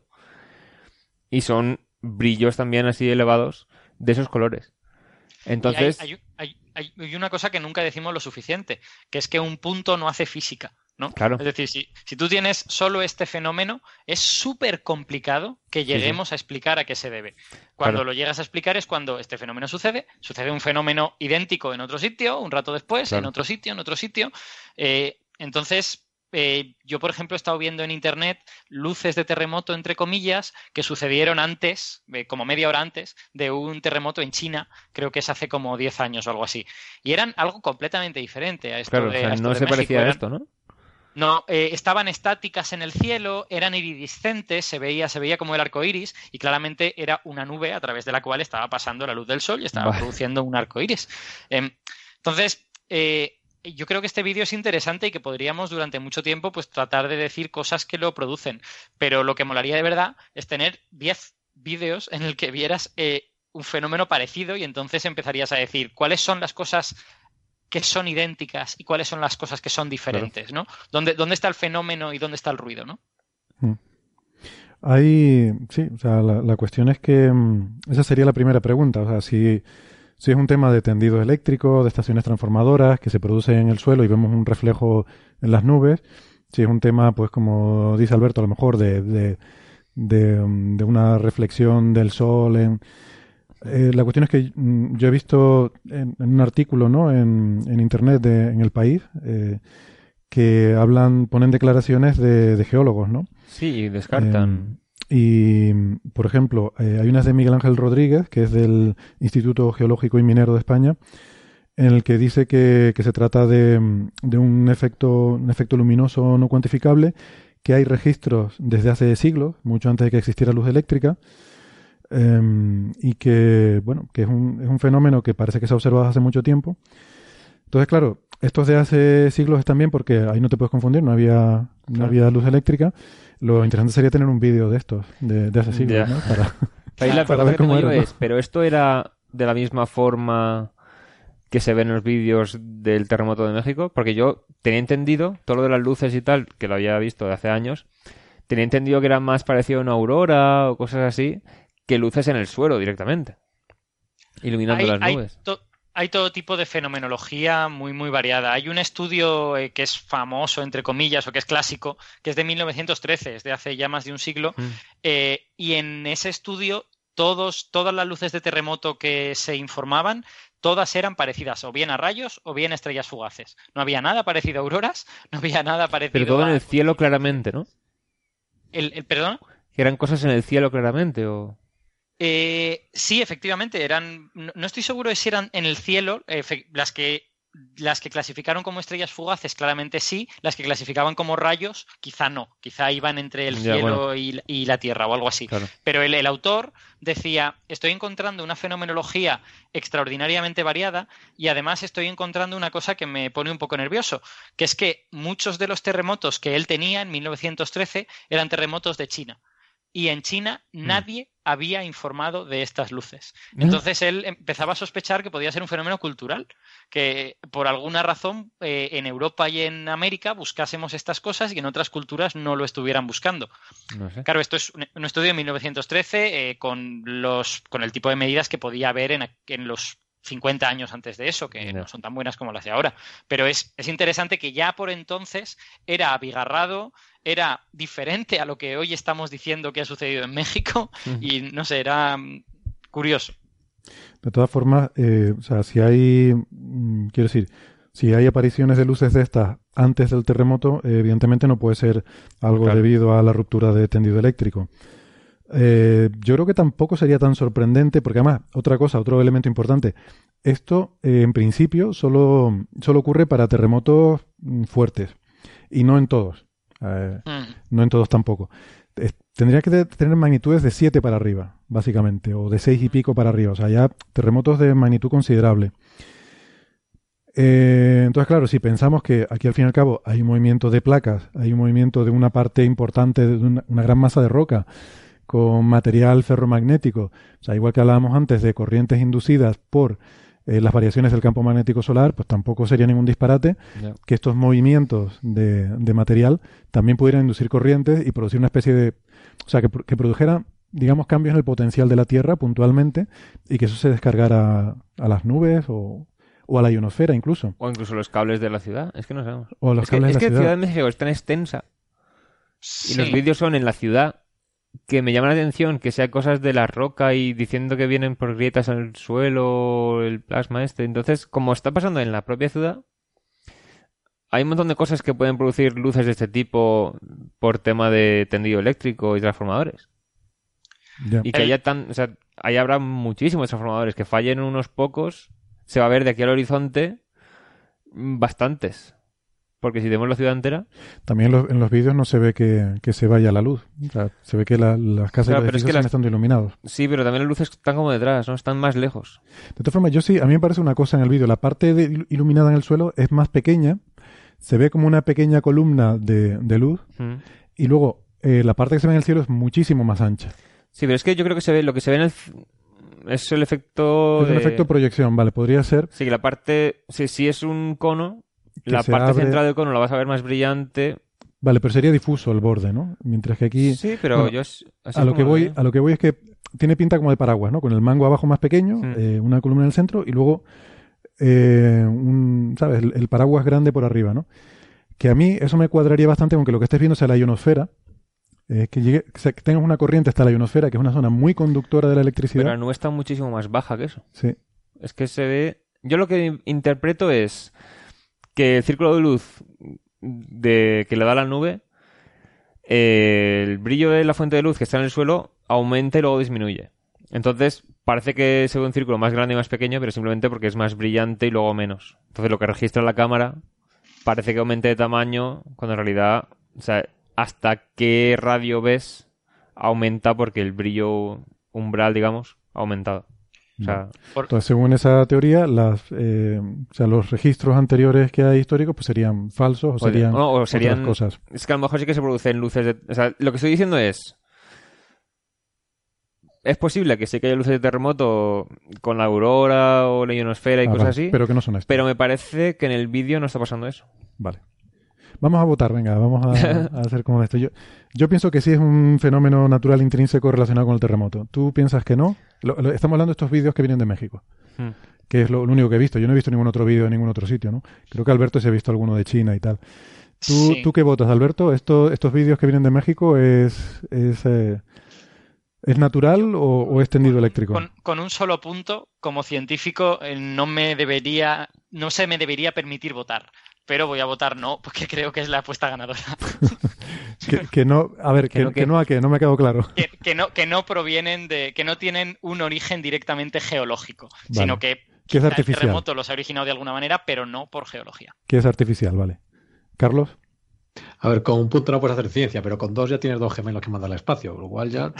Y son brillos también así elevados de esos colores. Entonces, hay una cosa que nunca decimos lo suficiente, que es que un punto no hace física, ¿no? Claro. Es decir, si tú tienes solo este fenómeno, es súper complicado que lleguemos a explicar a qué se debe. Cuando lo llegas a explicar es cuando este fenómeno sucede un fenómeno idéntico en otro sitio, un rato después, en otro sitio. Entonces, yo, por ejemplo, he estado viendo en internet luces de terremoto, entre comillas, que sucedieron antes, como media hora antes, de un terremoto en China, creo que es hace como 10 años o algo así. Y eran algo completamente diferente a esto claro, de, o sea, a esto no de se México. parecía a esto, ¿no? No, estaban estáticas en el cielo, eran iridiscentes, se veía como el arco iris, y claramente era una nube a través de la cual estaba pasando la luz del sol y estaba produciendo un arco iris. Entonces, yo creo que este vídeo es interesante y que podríamos durante mucho tiempo pues tratar de decir cosas que lo producen, pero lo que molaría de verdad es tener 10 vídeos en el que vieras un fenómeno parecido y entonces empezarías a decir cuáles son las cosas que son idénticas y cuáles son las cosas que son diferentes, ¿no? ¿Dónde está el fenómeno y dónde está el ruido, ¿no? Sí, o sea, la cuestión es que esa sería la primera pregunta, o sea, si es un tema de tendidos eléctricos, de estaciones transformadoras que se producen en el suelo y vemos un reflejo en las nubes, si es un tema, pues como dice Alberto, a lo mejor de una reflexión del sol la cuestión es que yo he visto en un artículo, ¿no?, en internet en El País que ponen declaraciones de geólogos, ¿no? Sí, y descartan. Y, por ejemplo, hay unas de Miguel Ángel Rodríguez, que es del Instituto Geológico y Minero de España, en el que dice que se trata de un efecto luminoso no cuantificable, que hay registros desde hace siglos, mucho antes de que existiera luz eléctrica, y que, bueno, que es un fenómeno que parece que se ha observado hace mucho tiempo. Entonces, claro, estos de hace siglos están bien porque ahí no te puedes confundir, no había luz eléctrica. Lo interesante sería tener un vídeo de estos, de hace siglos, ¿no? Para ver cómo era, ¿no? Pero esto era de la misma forma que se ve en los vídeos del terremoto de México, porque yo tenía entendido, todo lo de las luces y tal, que lo había visto de hace años, tenía entendido que era más parecido a una aurora o cosas así, que luces en el suelo directamente, iluminando las nubes. Hay todo tipo de fenomenología muy, muy variada. Hay un estudio que es famoso, entre comillas, o que es clásico, que es de 1913, es de hace ya más de un siglo, y en ese estudio todas las luces de terremoto que se informaban, todas eran parecidas, o bien a rayos o bien a estrellas fugaces. No había nada parecido a auroras, no había nada parecido Pero todo en el cielo claramente, ¿no? ¿Perdón? ¿Que eran cosas en el cielo claramente o...? Sí, efectivamente, no estoy seguro de si eran en el cielo, las que clasificaron como estrellas fugaces claramente sí, las que clasificaban como rayos quizá no, quizá iban entre el cielo y la Tierra o algo así. Claro. Pero el autor decía, estoy encontrando una fenomenología extraordinariamente variada y además estoy encontrando una cosa que me pone un poco nervioso, que es que muchos de los terremotos que él tenía en 1913 eran terremotos de China. Y en China nadie había informado de estas luces. Entonces él empezaba a sospechar que podía ser un fenómeno cultural, que por alguna razón en Europa y en América buscásemos estas cosas y en otras culturas no lo estuvieran buscando. No sé. Claro, esto es un estudio de 1913 con el tipo de medidas que podía haber en los 50 años antes de eso, que no son tan buenas como las de ahora. Pero es interesante que ya por entonces era abigarrado, era diferente a lo que hoy estamos diciendo que ha sucedido en México y, no sé, era curioso. De todas formas, o sea, si hay, quiero decir, si hay apariciones de luces de estas antes del terremoto, evidentemente no puede ser algo debido a la ruptura de tendido eléctrico. Yo creo que tampoco sería tan sorprendente, porque además, otro elemento importante, esto en principio solo ocurre para terremotos fuertes y no en todos, no en todos tampoco. Tendría que tener magnitudes de 7 para arriba, básicamente, o de 6 y pico para arriba, o sea, ya terremotos de magnitud considerable. Entonces, claro, si pensamos que aquí al fin y al cabo hay un movimiento de placas, hay un movimiento de una parte importante de una gran masa de roca, con material ferromagnético, o sea, igual que hablábamos antes de corrientes inducidas por las variaciones del campo magnético solar, pues tampoco sería ningún disparate que estos movimientos de material también pudieran inducir corrientes y producir una especie de... O sea, que produjera, digamos, cambios en el potencial de la Tierra puntualmente y que eso se descargara a las nubes o a la ionosfera incluso. O incluso los cables de la ciudad, es que no sabemos. O los cables de la ciudad. Es que Ciudad de México es tan extensa y los vídeos son en la ciudad, que me llama la atención que sea cosas de la roca y diciendo que vienen por grietas en el suelo, el plasma este. Entonces, como está pasando en la propia ciudad, hay un montón de cosas que pueden producir luces de este tipo por tema de tendido eléctrico y transformadores. Y que ahí habrá muchísimos transformadores. Que fallen unos pocos, se va a ver de aquí al horizonte bastantes. Porque si tenemos la ciudad entera... También en los vídeos no se ve que se vaya la luz. O sea, se ve que las casas y los edificios están estando iluminados. Sí, pero también las luces están como detrás, ¿no? Están más lejos. De todas formas, a mí me parece una cosa en el vídeo. La parte iluminada en el suelo es más pequeña. Se ve como una pequeña columna de luz. Y luego, la parte que se ve en el cielo es muchísimo más ancha. Sí, pero es que yo creo que lo que se ve en el... Es el efecto... Es el efecto proyección, vale. Podría ser... Sí, que la parte... Si es un cono... La parte central del cono la vas a ver más brillante. Vale, pero sería difuso el borde, ¿no? Mientras que aquí... Sí, pero bueno, a lo que voy es que tiene pinta como de paraguas, ¿no? Con el mango abajo más pequeño, una columna en el centro y luego ¿sabes? El paraguas grande por arriba, ¿no? Que a mí eso me cuadraría bastante con que lo que estés viendo sea la ionosfera. Que tengas una corriente hasta la ionosfera, que es una zona muy conductora de la electricidad. Pero la nube está muchísimo más baja que eso. Sí. Es que se ve... Yo lo que interpreto es... que el círculo de luz que le da la nube, el brillo de la fuente de luz que está en el suelo aumenta y luego disminuye. Entonces parece que se ve un círculo más grande y más pequeño, pero simplemente porque es más brillante y luego menos. Entonces lo que registra la cámara parece que aumente de tamaño, cuando en realidad, o sea, hasta qué radio ves aumenta porque el brillo umbral, digamos, ha aumentado. O sea, entonces, según esa teoría, los registros anteriores que hay históricos pues serían falsos o serían otras cosas. Es que a lo mejor sí que se producen luces o sea, lo que estoy diciendo es posible que sí que haya luces de terremoto con la aurora o la ionosfera y cosas así, pero que no son estas. Pero me parece que en el vídeo no está pasando eso. Vale. Vamos a votar, venga, vamos a hacer como esto. Yo pienso que sí es un fenómeno natural intrínseco relacionado con el terremoto. ¿Tú piensas que no? Estamos hablando de estos vídeos que vienen de México, que es lo único que he visto. Yo no he visto ningún otro vídeo de ningún otro sitio, ¿no? Creo que Alberto se ha visto alguno de China y tal. ¿Tú qué votas, Alberto? ¿Estos vídeos que vienen de México es natural o es tendido eléctrico? Con un solo punto, como científico, no se me debería permitir votar. Pero voy a votar no, porque creo que es la apuesta ganadora. que no me ha quedado claro. Que no provienen que no tienen un origen directamente geológico, vale. Sino que es artificial. El terremoto los ha originado de alguna manera, pero no por geología. Que es artificial, vale. ¿Carlos? A ver, con un punto no puedes hacer ciencia, pero con 2 ya tienes 2 gemelos que mandar al espacio, lo cual ya...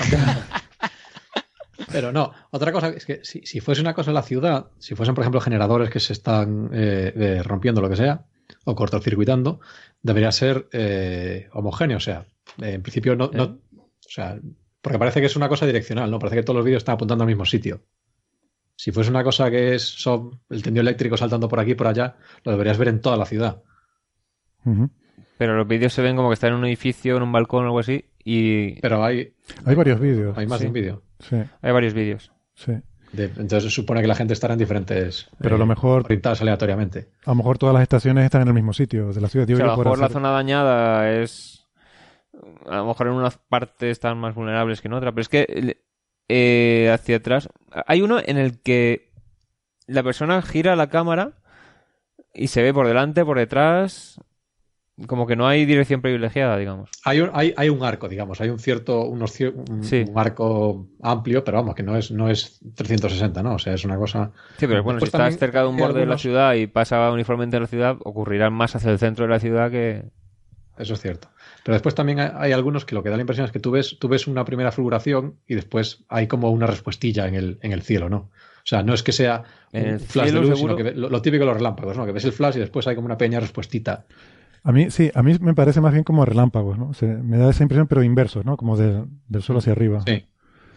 Pero no, otra cosa es que si fuese una cosa en la ciudad, si fuesen, por ejemplo, generadores que se están rompiendo, lo que sea, o cortocircuitando, debería ser homogéneo. O sea, en principio no, o sea, porque parece que es una cosa direccional, ¿no? Parece que todos los vídeos están apuntando al mismo sitio. Si fuese una cosa que son el tendido eléctrico saltando por aquí y por allá, lo deberías ver en toda la ciudad. Uh-huh. Pero los vídeos se ven como que están en un edificio, en un balcón o algo así. Pero hay varios vídeos. Hay más de un vídeo. Sí. Hay varios vídeos. Sí. Entonces se supone que la gente estará en diferentes... Pero a lo mejor... orientadas aleatoriamente. A lo mejor todas las estaciones están en el mismo sitio de la ciudad. O sea, a lo mejor la zona dañada es... A lo mejor en unas partes están más vulnerables que en otra, pero es que hacia atrás... Hay uno en el que la persona gira la cámara y se ve por delante, por detrás... Como que no hay dirección privilegiada, digamos. Hay un arco, digamos. Hay un arco amplio, pero vamos, que no es 360, ¿no? O sea, es una cosa... Sí, pero bueno, si estás cerca de un borde de la ciudad y pasa uniformemente en la ciudad, ocurrirán más hacia el centro de la ciudad que... Eso es cierto. Pero después también hay algunos que lo que da la impresión es que tú ves una primera fulguración y después hay como una respuestilla en el cielo, ¿no? O sea, no es que sea un flash de luz, sino que lo típico de los relámpagos, ¿no? Que ves el flash y después hay como una pequeña respuestita. A mí me parece más bien como relámpagos, ¿no? Me da esa impresión, pero inverso, ¿no? Como del suelo hacia arriba. Sí.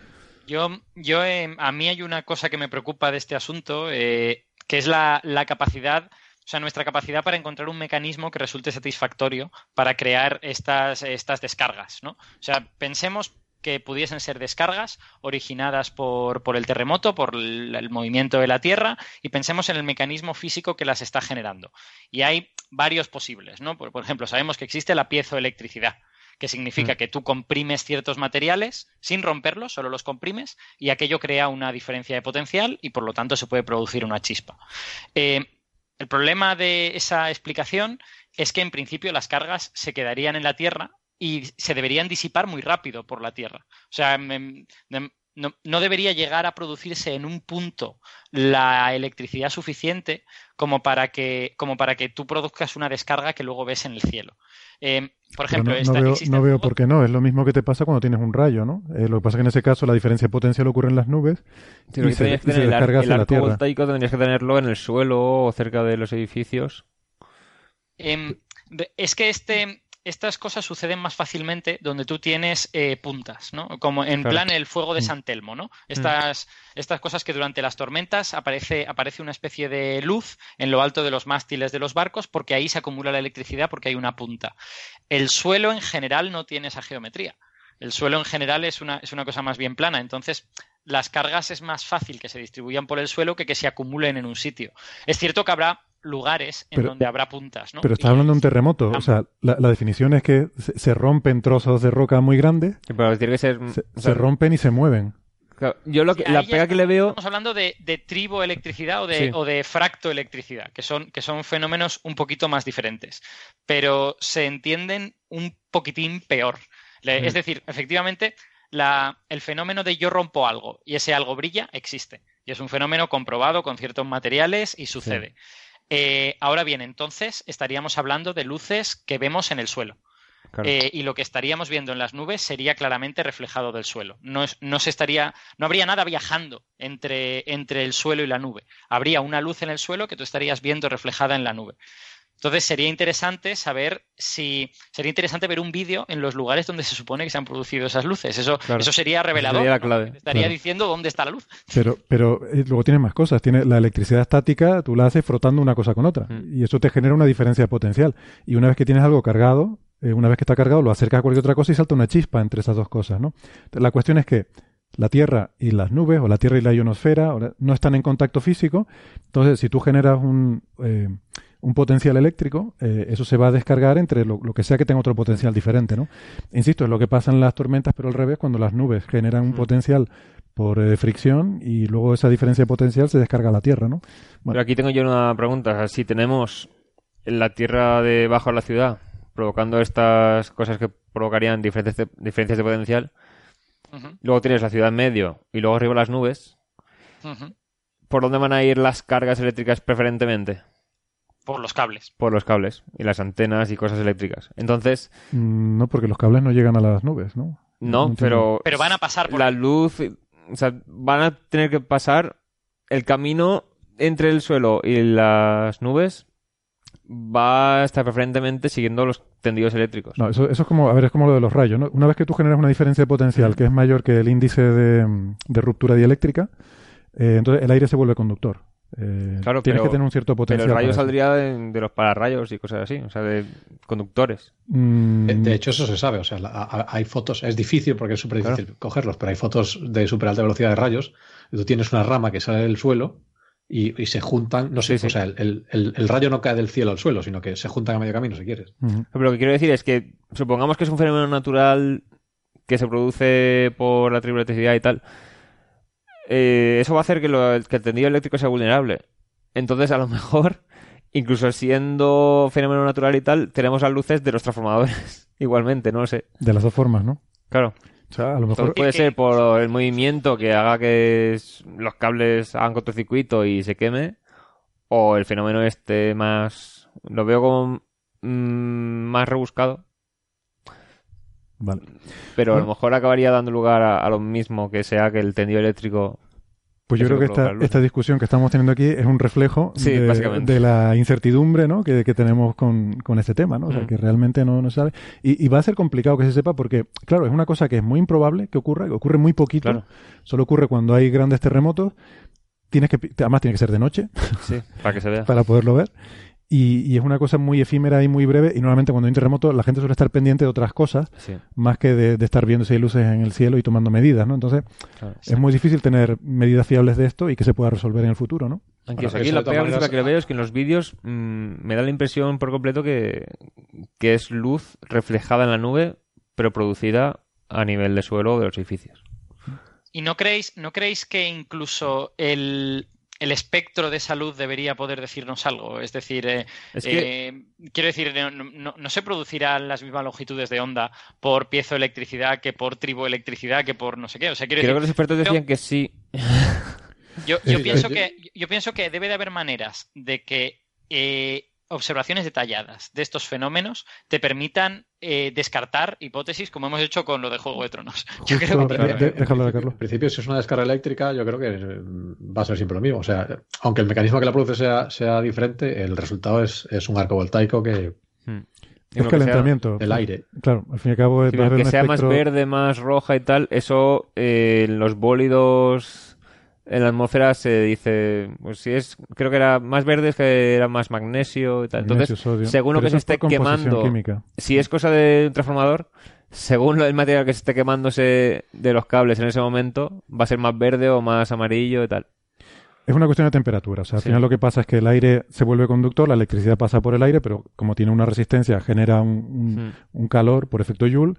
A mí hay una cosa que me preocupa de este asunto, que es la capacidad, o sea, nuestra capacidad para encontrar un mecanismo que resulte satisfactorio para crear estas descargas, ¿no? O sea, pensemos que pudiesen ser descargas originadas por el terremoto, por el movimiento de la Tierra, y pensemos en el mecanismo físico que las está generando. Y hay varios posibles, ¿no? Por ejemplo, sabemos que existe la piezoelectricidad, que significa que tú comprimes ciertos materiales sin romperlos, solo los comprimes, y aquello crea una diferencia de potencial y por lo tanto se puede producir una chispa. El problema de esa explicación es que en principio las cargas se quedarían en la Tierra y se deberían disipar muy rápido por la Tierra. O sea, no debería llegar a producirse en un punto la electricidad suficiente como para que tú produzcas una descarga que luego ves en el cielo. Por ejemplo, no veo por qué no. Es lo mismo que te pasa cuando tienes un rayo, ¿no? Lo que pasa es que en ese caso la diferencia de potencial ocurre en las nubes y se descarga hacia la Tierra. El arco voltaico tendrías que tenerlo en el suelo o cerca de los edificios. Es que estas cosas suceden más fácilmente donde tú tienes puntas, ¿no? Como en plan el fuego de San Telmo, ¿no? Estas cosas que durante las tormentas aparece una especie de luz en lo alto de los mástiles de los barcos porque ahí se acumula la electricidad porque hay una punta. El suelo en general no tiene esa geometría. El suelo en general es una cosa más bien plana. Entonces, las cargas es más fácil que se distribuyan por el suelo que se acumulen en un sitio. Es cierto que habrá lugares en donde habrá puntas, ¿no? Pero estás hablando de un terremoto. O sea, la definición es que se rompen trozos de roca muy grandes, pero tiene que ser, se rompen y se mueven. Claro, yo la pega que le veo... Estamos hablando de triboelectricidad o de fractoelectricidad, que son fenómenos un poquito más diferentes, pero se entienden un poquitín peor. Es decir, efectivamente, el fenómeno de yo rompo algo y ese algo brilla existe. Y es un fenómeno comprobado con ciertos materiales y sucede. Sí. Ahora bien, entonces estaríamos hablando de luces que vemos en el suelo. Claro. Y lo que estaríamos viendo en las nubes sería claramente reflejado del suelo. No habría nada viajando entre el suelo y la nube. Habría una luz en el suelo que tú estarías viendo reflejada en la nube. Entonces sería interesante ver un vídeo en los lugares donde se supone que se han producido esas luces. Eso sería revelador. Sería la clave. ¿No? Estaría diciendo dónde está la luz. Pero luego tiene más cosas. Tiene la electricidad estática, tú la haces frotando una cosa con otra. Y eso te genera una diferencia de potencial. Y una vez que tienes algo cargado, una vez que está cargado, lo acercas a cualquier otra cosa y salta una chispa entre esas dos cosas, ¿no? La cuestión es que la Tierra y las nubes, o la Tierra y la ionosfera, no están en contacto físico. Entonces, si tú generas un potencial eléctrico, eso se va a descargar entre lo que sea que tenga otro potencial diferente, ¿no? Insisto, es lo que pasa en las tormentas, pero al revés, cuando las nubes generan un potencial por fricción y luego esa diferencia de potencial se descarga a la Tierra, ¿no? Bueno. Pero aquí tengo yo una pregunta. O sea, si tenemos la Tierra debajo de la ciudad provocando estas cosas que provocarían diferencias de potencial, luego tienes la ciudad en medio y luego arriba las nubes, ¿por dónde van a ir las cargas eléctricas preferentemente? Por los cables. Por los cables y las antenas y cosas eléctricas. Entonces... No, porque los cables no llegan a las nubes, ¿no? No, pero van a pasar por... La luz... O sea, van a tener que pasar el camino entre el suelo y las nubes va a estar preferentemente siguiendo los tendidos eléctricos. No, eso es como, es como lo de los rayos, ¿no? Una vez que tú generas una diferencia de potencial que es mayor que el índice de ruptura dieléctrica, entonces el aire se vuelve conductor. Claro, tienes que tener un cierto potencial. Pero el rayo para saldría de los pararrayos y cosas así, o sea, de conductores. De hecho, eso se sabe. O sea, hay fotos, es difícil porque es súper difícil cogerlos, pero hay fotos de súper alta velocidad de rayos. Y tú tienes una rama que sale del suelo y se juntan. No sé, o sea, el rayo no cae del cielo al suelo, sino que se juntan a medio camino, si quieres. Pero lo que quiero decir es que, supongamos que es un fenómeno natural que se produce por la triple electricidad y tal. Eso va a hacer que el tendido eléctrico sea vulnerable. Entonces, a lo mejor, incluso siendo fenómeno natural y tal, tenemos las luces de los transformadores. Igualmente, no lo sé. De las dos formas, ¿no? Claro. O sea, a lo mejor... Entonces puede ser por el movimiento que haga que los cables hagan cortocircuito y se queme, o el fenómeno más... Lo veo como más rebuscado. Vale. Pero a lo mejor acabaría dando lugar a lo mismo, que sea que el tendido eléctrico... Pues yo creo que esta discusión que estamos teniendo aquí es un reflejo de la incertidumbre, ¿no? que tenemos con este tema, ¿no? O sea, que realmente no se sabe. Y va a ser complicado que se sepa porque, claro, es una cosa que es muy improbable que ocurre muy poquito. Claro. Solo ocurre cuando hay grandes terremotos. Además tiene que ser de noche. Sí, para que se vea. Para poderlo ver. Y es una cosa muy efímera y muy breve, y normalmente cuando hay un terremoto la gente suele estar pendiente de otras cosas, más que de estar viendo si hay luces en el cielo y tomando medidas, ¿no? Entonces es muy difícil tener medidas fiables de esto y que se pueda resolver en el futuro, ¿no? Aquí la pega principal que veo es que en los vídeos me da la impresión por completo que es luz reflejada en la nube, pero producida a nivel de suelo de los edificios. ¿Y no creéis que incluso el espectro de esa luz debería poder decirnos algo? Es decir, quiero decir, no se producirán las mismas longitudes de onda por piezoelectricidad que por triboelectricidad que por no sé qué. O sea, creo que los expertos decían que sí. Yo pienso que debe de haber maneras de que observaciones detalladas de estos fenómenos te permitan descartar hipótesis, como hemos hecho con lo de Juego de Tronos. Yo creo que déjalo de Carlos. En principio, si es una descarga eléctrica, yo creo que va a ser siempre lo mismo. O sea, aunque el mecanismo que la produce sea diferente, el resultado es un arco voltaico que... Es calentamiento. El aire. Claro, al fin y al cabo... que sea más verde, más roja y tal, eso en los bólidos... En la atmósfera se dice, pues creo que era más verde, que era más magnesio y tal. Entonces, sodio. Según lo que se esté quemando, química. Si es cosa de un transformador, según el material que se esté quemándose de los cables en ese momento, va a ser más verde o más amarillo y tal. Es una cuestión de temperatura. O sea, al final lo que pasa es que el aire se vuelve conductor, la electricidad pasa por el aire, pero como tiene una resistencia, genera un calor por efecto Joule.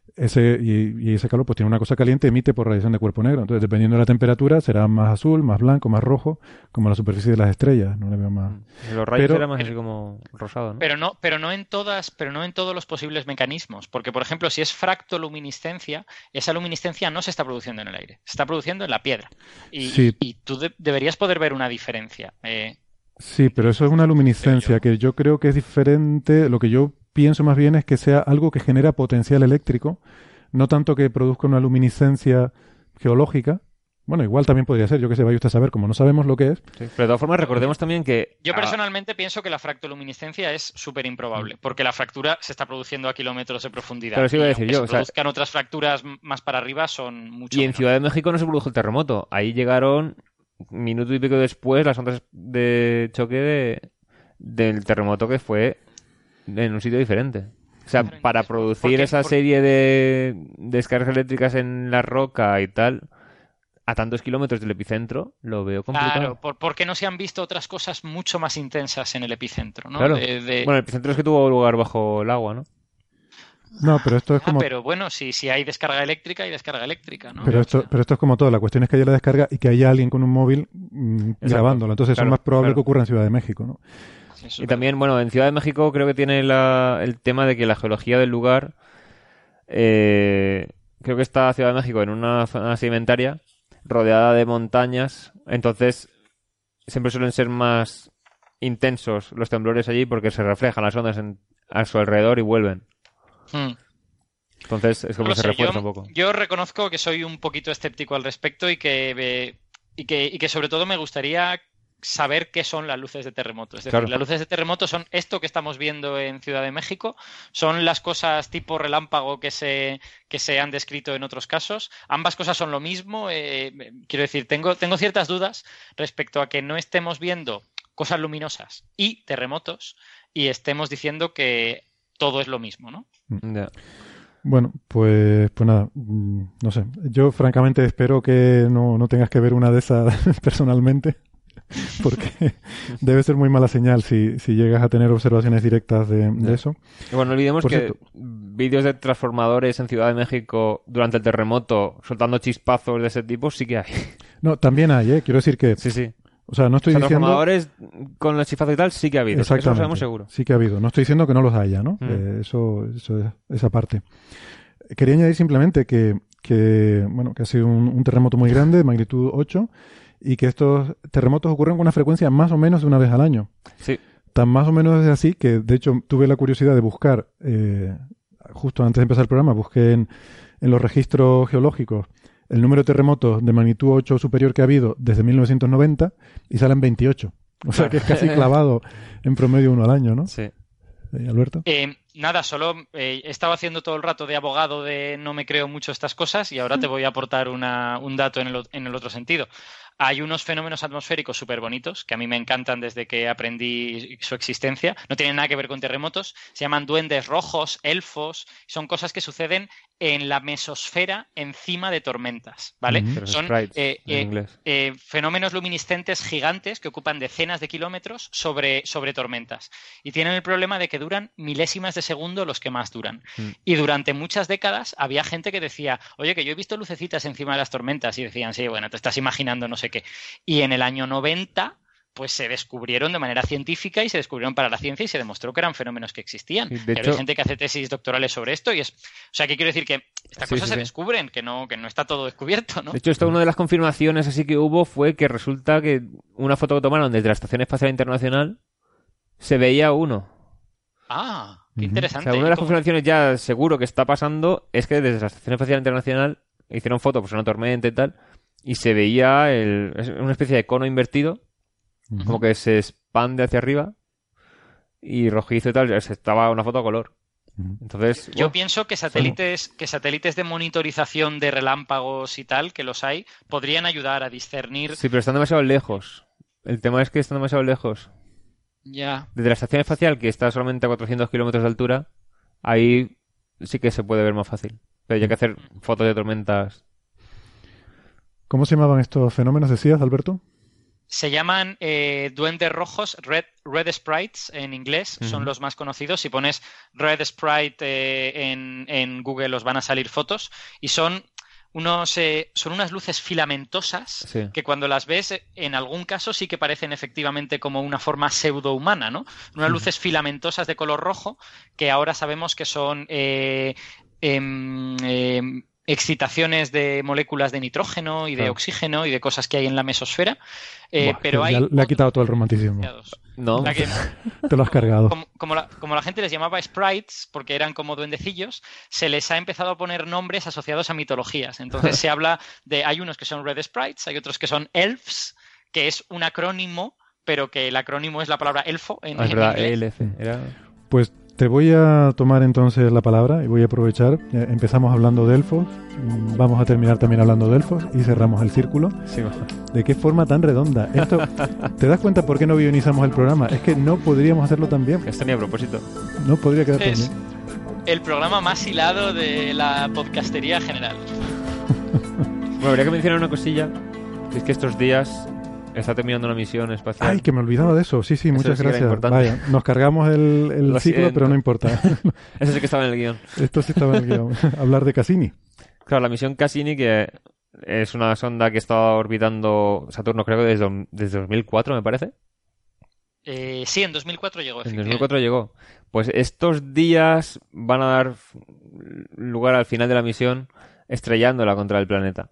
Y ese calor pues tiene una cosa caliente, emite por radiación de cuerpo negro. Entonces, dependiendo de la temperatura, será más azul, más blanco, más rojo, como la superficie de las estrellas. No le veo más. Los rayos eran más así como rosado, ¿no? Pero no en todos los posibles mecanismos. Porque, por ejemplo, si es fractoluminiscencia, esa luminiscencia no se está produciendo en el aire, se está produciendo en la piedra. Y tú deberías poder ver una diferencia. Sí, pero eso es una luminiscencia que yo creo que es diferente. Lo que yo pienso más bien es que sea algo que genera potencial eléctrico, no tanto que produzca una luminiscencia geológica. Bueno, igual también podría ser, yo que sé, vaya usted a saber, como no sabemos lo que es. Sí, pero de todas formas recordemos también que... Yo personalmente pienso que la fractoluminiscencia es súper improbable, porque la fractura se está produciendo a kilómetros de profundidad. Pero sí iba a decir yo. Si produzcan otras fracturas más para arriba son mucho Y en menos. Ciudad de México no se produjo el terremoto. Ahí llegaron, minuto y pico después, las ondas de choque del terremoto que fue en un sitio diferente. O sea, para producir esa serie de descargas eléctricas en la roca y tal, a tantos kilómetros del epicentro, lo veo complicado. Claro, porque no se han visto otras cosas mucho más intensas en el epicentro, ¿no? Claro. Bueno, el epicentro es que tuvo lugar bajo el agua, ¿no? No, pero esto es como... pero bueno, si hay descarga eléctrica, hay descarga eléctrica, ¿no? Pero esto es como todo. La cuestión es que haya la descarga y que haya alguien con un móvil grabándolo. Entonces es más probable que ocurra en Ciudad de México, ¿no? Y también, bueno, en Ciudad de México creo que tiene el tema de que la geología del lugar, creo que está Ciudad de México en una zona sedimentaria rodeada de montañas, entonces siempre suelen ser más intensos los temblores allí porque se reflejan las ondas a su alrededor y vuelven. Entonces es como se refuerza un poco. Yo reconozco que soy un poquito escéptico al respecto y que sobre todo me gustaría saber qué son las luces de terremoto. Es decir, las luces de terremoto son esto que estamos viendo en Ciudad de México, son las cosas tipo relámpago que se han descrito en otros casos. Ambas cosas son lo mismo. Quiero decir, tengo ciertas dudas respecto a que no estemos viendo cosas luminosas y terremotos y estemos diciendo que todo es lo mismo, ¿no? Bueno, pues nada, no sé. Yo francamente espero que no tengas que ver una de esas personalmente, porque debe ser muy mala señal si llegas a tener observaciones directas de eso. Y bueno, no olvidemos Por que cierto, vídeos de transformadores en Ciudad de México durante el terremoto soltando chispazos de ese tipo sí que hay. no, también hay, quiero decir que... Sí. O sea, no estoy diciendo... Transformadores con los chispazos y tal sí que ha habido. Exactamente. Eso lo sabemos seguro. Sí que ha habido. No estoy diciendo que no los haya, ¿no? Eso esa parte. Quería añadir simplemente que ha sido un terremoto muy grande, de magnitud 8, y que estos terremotos ocurren con una frecuencia más o menos de una vez al año. Sí. Tan más o menos es así que, de hecho, tuve la curiosidad de buscar, justo antes de empezar el programa, busqué en los registros geológicos el número de terremotos de magnitud 8 o superior que ha habido desde 1990 y salen 28. O sea que es casi clavado en promedio uno al año, ¿no? Sí. Alberto. Nada, solo he estado haciendo todo el rato de abogado de no me creo mucho estas cosas y ahora te voy a aportar un dato en el otro sentido. Hay unos fenómenos atmosféricos súper bonitos que a mí me encantan desde que aprendí su existencia. No tienen nada que ver con terremotos. Se llaman duendes rojos, elfos. Son cosas que suceden en la mesosfera encima de tormentas, ¿vale? Son fenómenos luminiscentes gigantes que ocupan decenas de kilómetros sobre tormentas. Y tienen el problema de que duran milésimas de segundo los que más duran. Y durante muchas décadas había gente que decía, oye, que yo he visto lucecitas encima de las tormentas. Y decían, sí, bueno, te estás imaginando no sé qué. Y en el año 90... pues se descubrieron de manera científica y se descubrieron para la ciencia y se demostró que eran fenómenos que existían. De hecho, hay gente que hace tesis doctorales sobre esto y es... O sea, que quiero decir que estas cosas se descubren, que no está todo descubierto, ¿no? De hecho, una de las confirmaciones así que hubo fue que resulta que una foto que tomaron desde la Estación Espacial Internacional se veía uno. Ah, qué interesante. O sea, una de las confirmaciones ya seguro que está pasando es que desde la Estación Espacial Internacional hicieron fotos, pues una tormenta y tal, y se veía es una especie de cono invertido, como que se expande hacia arriba y rojizo y tal, estaba una foto a color. Entonces, yo pienso que satélites de monitorización de relámpagos y tal, que los hay, podrían ayudar a discernir. Sí, pero están demasiado lejos. El tema es que están demasiado lejos. Ya. Desde la estación espacial, que está solamente a 400 kilómetros de altura, ahí sí que se puede ver más fácil. Pero hay que hacer fotos de tormentas. ¿Cómo se llamaban estos fenómenos, decías, Alberto? Se llaman duendes rojos, red sprites en inglés, son los más conocidos. Si pones red sprite en Google os van a salir fotos y son unas luces filamentosas que cuando las ves en algún caso sí que parecen efectivamente como una forma pseudohumana, ¿no? Unas luces filamentosas de color rojo que ahora sabemos que son excitaciones de moléculas de nitrógeno y de oxígeno y de cosas que hay en la mesosfera. Pero hay... le ha quitado todo el romanticismo. No. Te lo has cargado. Como la gente les llamaba sprites, porque eran como duendecillos, se les ha empezado a poner nombres asociados a mitologías. Entonces se habla de... Hay unos que son red sprites, hay otros que son elves, que es un acrónimo, pero que el acrónimo es la palabra elfo en verdad, inglés. Pues te voy a tomar entonces la palabra y voy a aprovechar. Empezamos hablando de elfos, vamos a terminar también hablando de elfos y cerramos el círculo. Sí. ¿De qué forma tan redonda? Esto, ¿te das cuenta por qué no guionizamos el programa? Es que no podríamos hacerlo tan bien. Esto ni a propósito. No podría quedar tan Es bien. el programa más hilado de la podcastería general. Bueno, habría que mencionar una cosilla, que es que estos días está terminando una misión espacial. Ay, que me olvidaba de eso. Sí, muchas sí gracias. Vaya, nos cargamos el ciclo, pero no importa. Eso sí que estaba en el guión. Esto sí estaba en el guión. Hablar de Cassini. Claro, la misión Cassini, que es una sonda que estaba orbitando Saturno, creo que desde 2004, me parece. Sí, en 2004 llegó. En 2004 llegó. Pues estos días van a dar lugar al final de la misión estrellándola contra el planeta.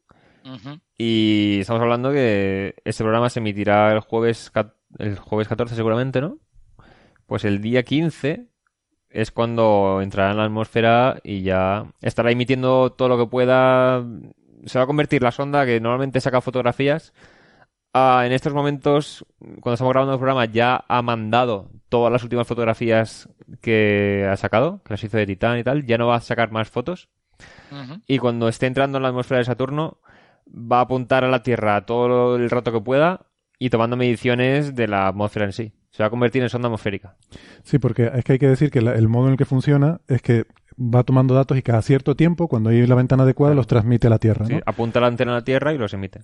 Y estamos hablando que este programa se emitirá el jueves 14 seguramente, ¿no? Pues el día 15 es cuando entrará en la atmósfera y ya estará emitiendo todo lo que pueda. Se va a convertir la sonda, que normalmente saca fotografías, en estos momentos, cuando estamos grabando el programa, ya ha mandado todas las últimas fotografías que ha sacado, que las hizo de Titán y tal. Ya no va a sacar más fotos. Uh-huh. Y cuando esté entrando en la atmósfera de Saturno, va a apuntar a la Tierra todo el rato que pueda y tomando mediciones de la atmósfera en sí. Se va a convertir en sonda atmosférica. Sí, porque es que hay que decir que el modo en el que funciona es que va tomando datos y cada cierto tiempo, cuando hay la ventana adecuada, los transmite a la Tierra, ¿no? Sí, apunta la antena a la Tierra y los emite.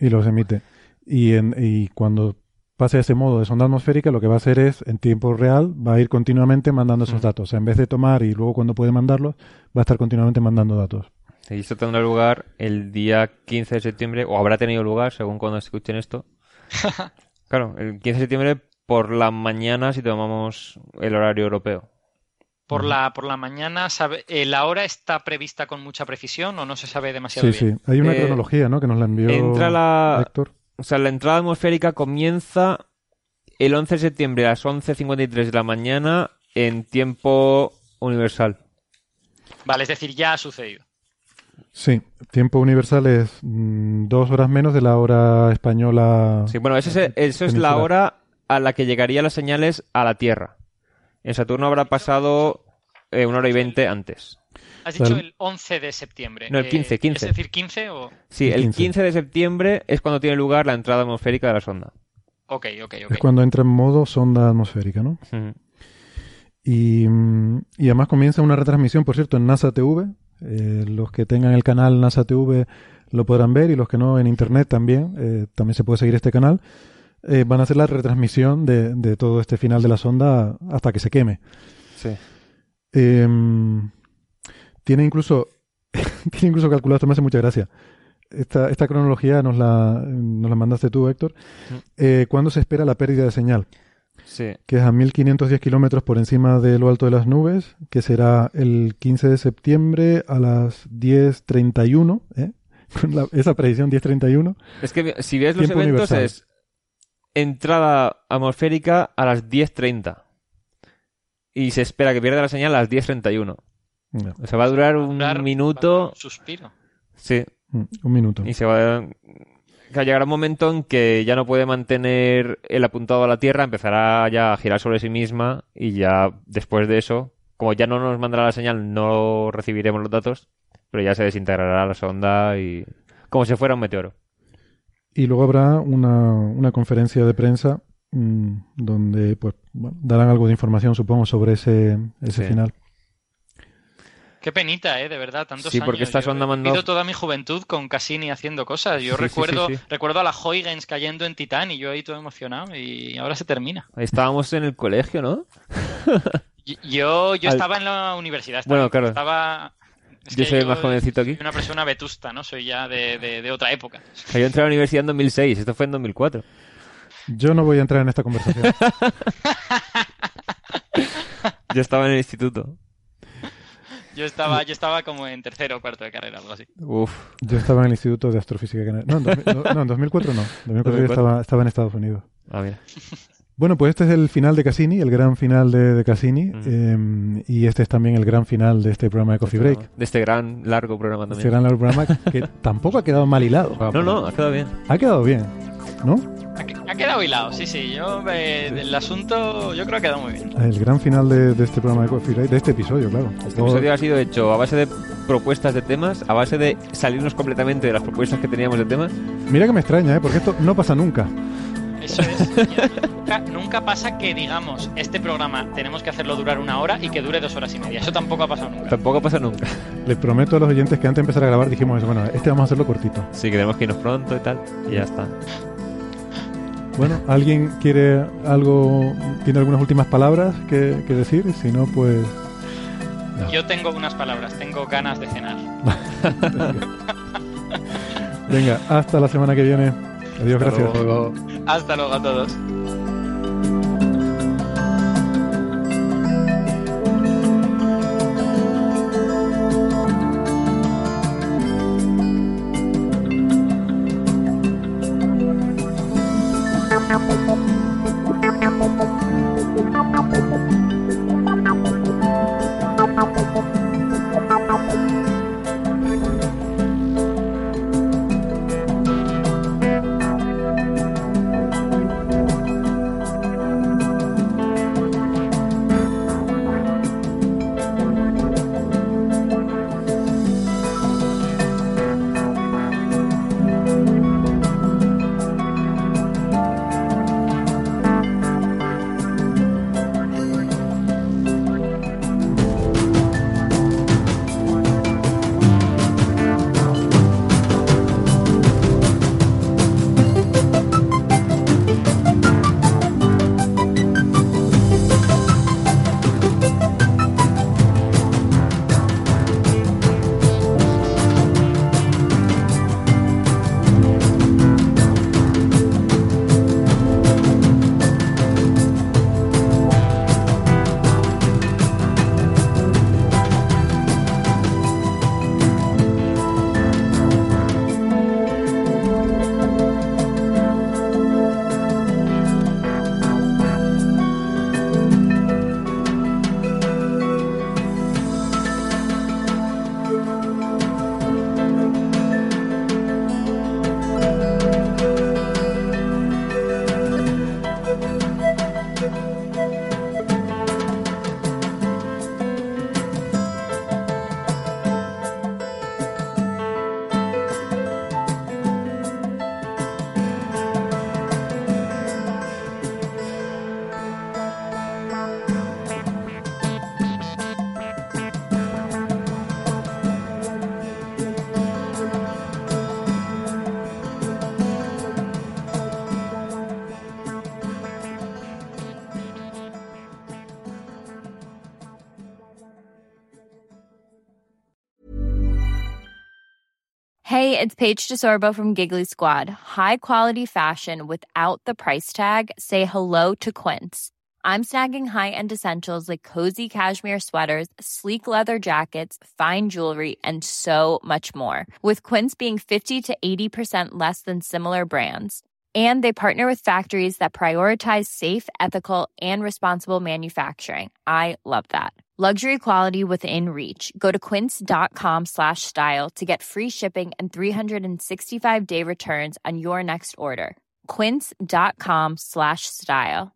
Y cuando pase a ese modo de sonda atmosférica, lo que va a hacer es, en tiempo real, va a ir continuamente mandando esos datos. O sea, en vez de tomar y luego cuando puede mandarlos, va a estar continuamente mandando datos. Y esto tendrá lugar el día 15 de septiembre, o habrá tenido lugar, según cuando escuchen esto. Claro, el 15 de septiembre por la mañana, si tomamos el horario europeo. Por la mañana, ¿la hora está prevista con mucha precisión o no se sabe demasiado bien? Sí, hay una cronología, ¿no?, que nos la envió Héctor. O sea, la entrada atmosférica comienza el 11 de septiembre a las 11:53 de la mañana en tiempo universal. Vale, es decir, ya ha sucedido. Sí, tiempo universal es 2 horas menos de la hora española. Sí, bueno, eso es la hora a la que llegarían las señales a la Tierra. En Saturno habrá pasado 1 hora y 20 antes. ¿Has dicho el 11 de septiembre? No, el 15. ¿Es decir 15 o...? Sí, el 15 de septiembre es cuando tiene lugar la entrada atmosférica de la sonda. Ok. Es cuando entra en modo sonda atmosférica, ¿no? Uh-huh. Y además comienza una retransmisión, por cierto, en NASA TV. Los que tengan el canal NASA TV lo podrán ver, y los que no, en internet también. También se puede seguir este canal. Van a hacer la retransmisión de todo este final de la sonda hasta que se queme. Sí. Tiene incluso calculado, esto me hace mucha gracia. Esta cronología nos la mandaste tú, Héctor. ¿Cuándo se espera la pérdida de señal? Sí. Que es a 1510 kilómetros por encima de lo alto de las nubes, que será el 15 de septiembre a las 10:31. Esa predicción, 10:31. Es que si ves los eventos universal. Es entrada atmosférica a las 10:30 y se espera que pierda la señal a las 10:31. No. O sea, va a durar un minuto. Un suspiro. Sí. Un minuto. Y llegará un momento en que ya no puede mantener el apuntado a la Tierra, empezará ya a girar sobre sí misma, y ya después de eso, como ya no nos mandará la señal, no recibiremos los datos, pero ya se desintegrará la sonda y como si fuera un meteoro. Y luego habrá una conferencia de prensa donde darán algo de información, supongo, sobre ese final. Qué penita, de verdad, tantos sí, años. Porque esta sonda He vivido toda mi juventud con Cassini haciendo cosas. Yo recuerdo a la Huygens cayendo en Titán y yo ahí todo emocionado, y ahora se termina. Ahí estábamos en el colegio, ¿no? Yo estaba en la universidad. Bueno, claro. Yo soy el más jovencito aquí. Soy una persona vetusta, ¿no? Soy ya de otra época. Yo entré a la universidad en 2006, esto fue en 2004. Yo no voy a entrar en esta conversación. Yo estaba en el instituto. Yo estaba como en tercero o cuarto de carrera, algo así. Uf. Yo estaba en el Instituto de Astrofísica Canaria. No, en 2004 no. En 2004 estaba en Estados Unidos. Ah, mira. Bueno, pues este es el final de Cassini, el gran final de Cassini. Y este es también el gran final de este programa de Coffee Break. De este gran largo programa también. Este gran largo programa que tampoco ha quedado mal hilado. No, ha quedado bien. Ha quedado bien, ¿no? Ha quedado hilado, sí. El asunto yo creo que ha quedado muy bien. El gran final de este programa de Coffee Break, de este episodio, claro. Este episodio ha sido hecho a base de propuestas de temas, a base de salirnos completamente de las propuestas que teníamos de temas. Mira que me extraña, porque esto no pasa nunca. Eso es. Nunca pasa que digamos, este programa tenemos que hacerlo durar 1 hora y que dure 2 horas y media. Eso tampoco ha pasado nunca. Tampoco pasa nunca. Les prometo a los oyentes que antes de empezar a grabar dijimos eso, bueno, este vamos a hacerlo cortito. Sí, que tenemos que irnos pronto y tal, y ya está. Bueno, ¿alguien tiene algunas últimas palabras que decir? Si no, pues... No. Yo tengo unas palabras, tengo ganas de cenar. Venga, hasta la semana que viene. Adiós, gracias. Hasta luego a todos. Hey, it's Paige DeSorbo from Giggly Squad. High quality fashion without the price tag. Say hello to Quince. I'm snagging high-end essentials like cozy cashmere sweaters, sleek leather jackets, fine jewelry, and so much more. With Quince being 50 to 80% less than similar brands. And they partner with factories that prioritize safe, ethical, and responsible manufacturing. I love that. Luxury quality within reach. Go to quince.com/style to get free shipping and 365-day returns on your next order. Quince.com/style.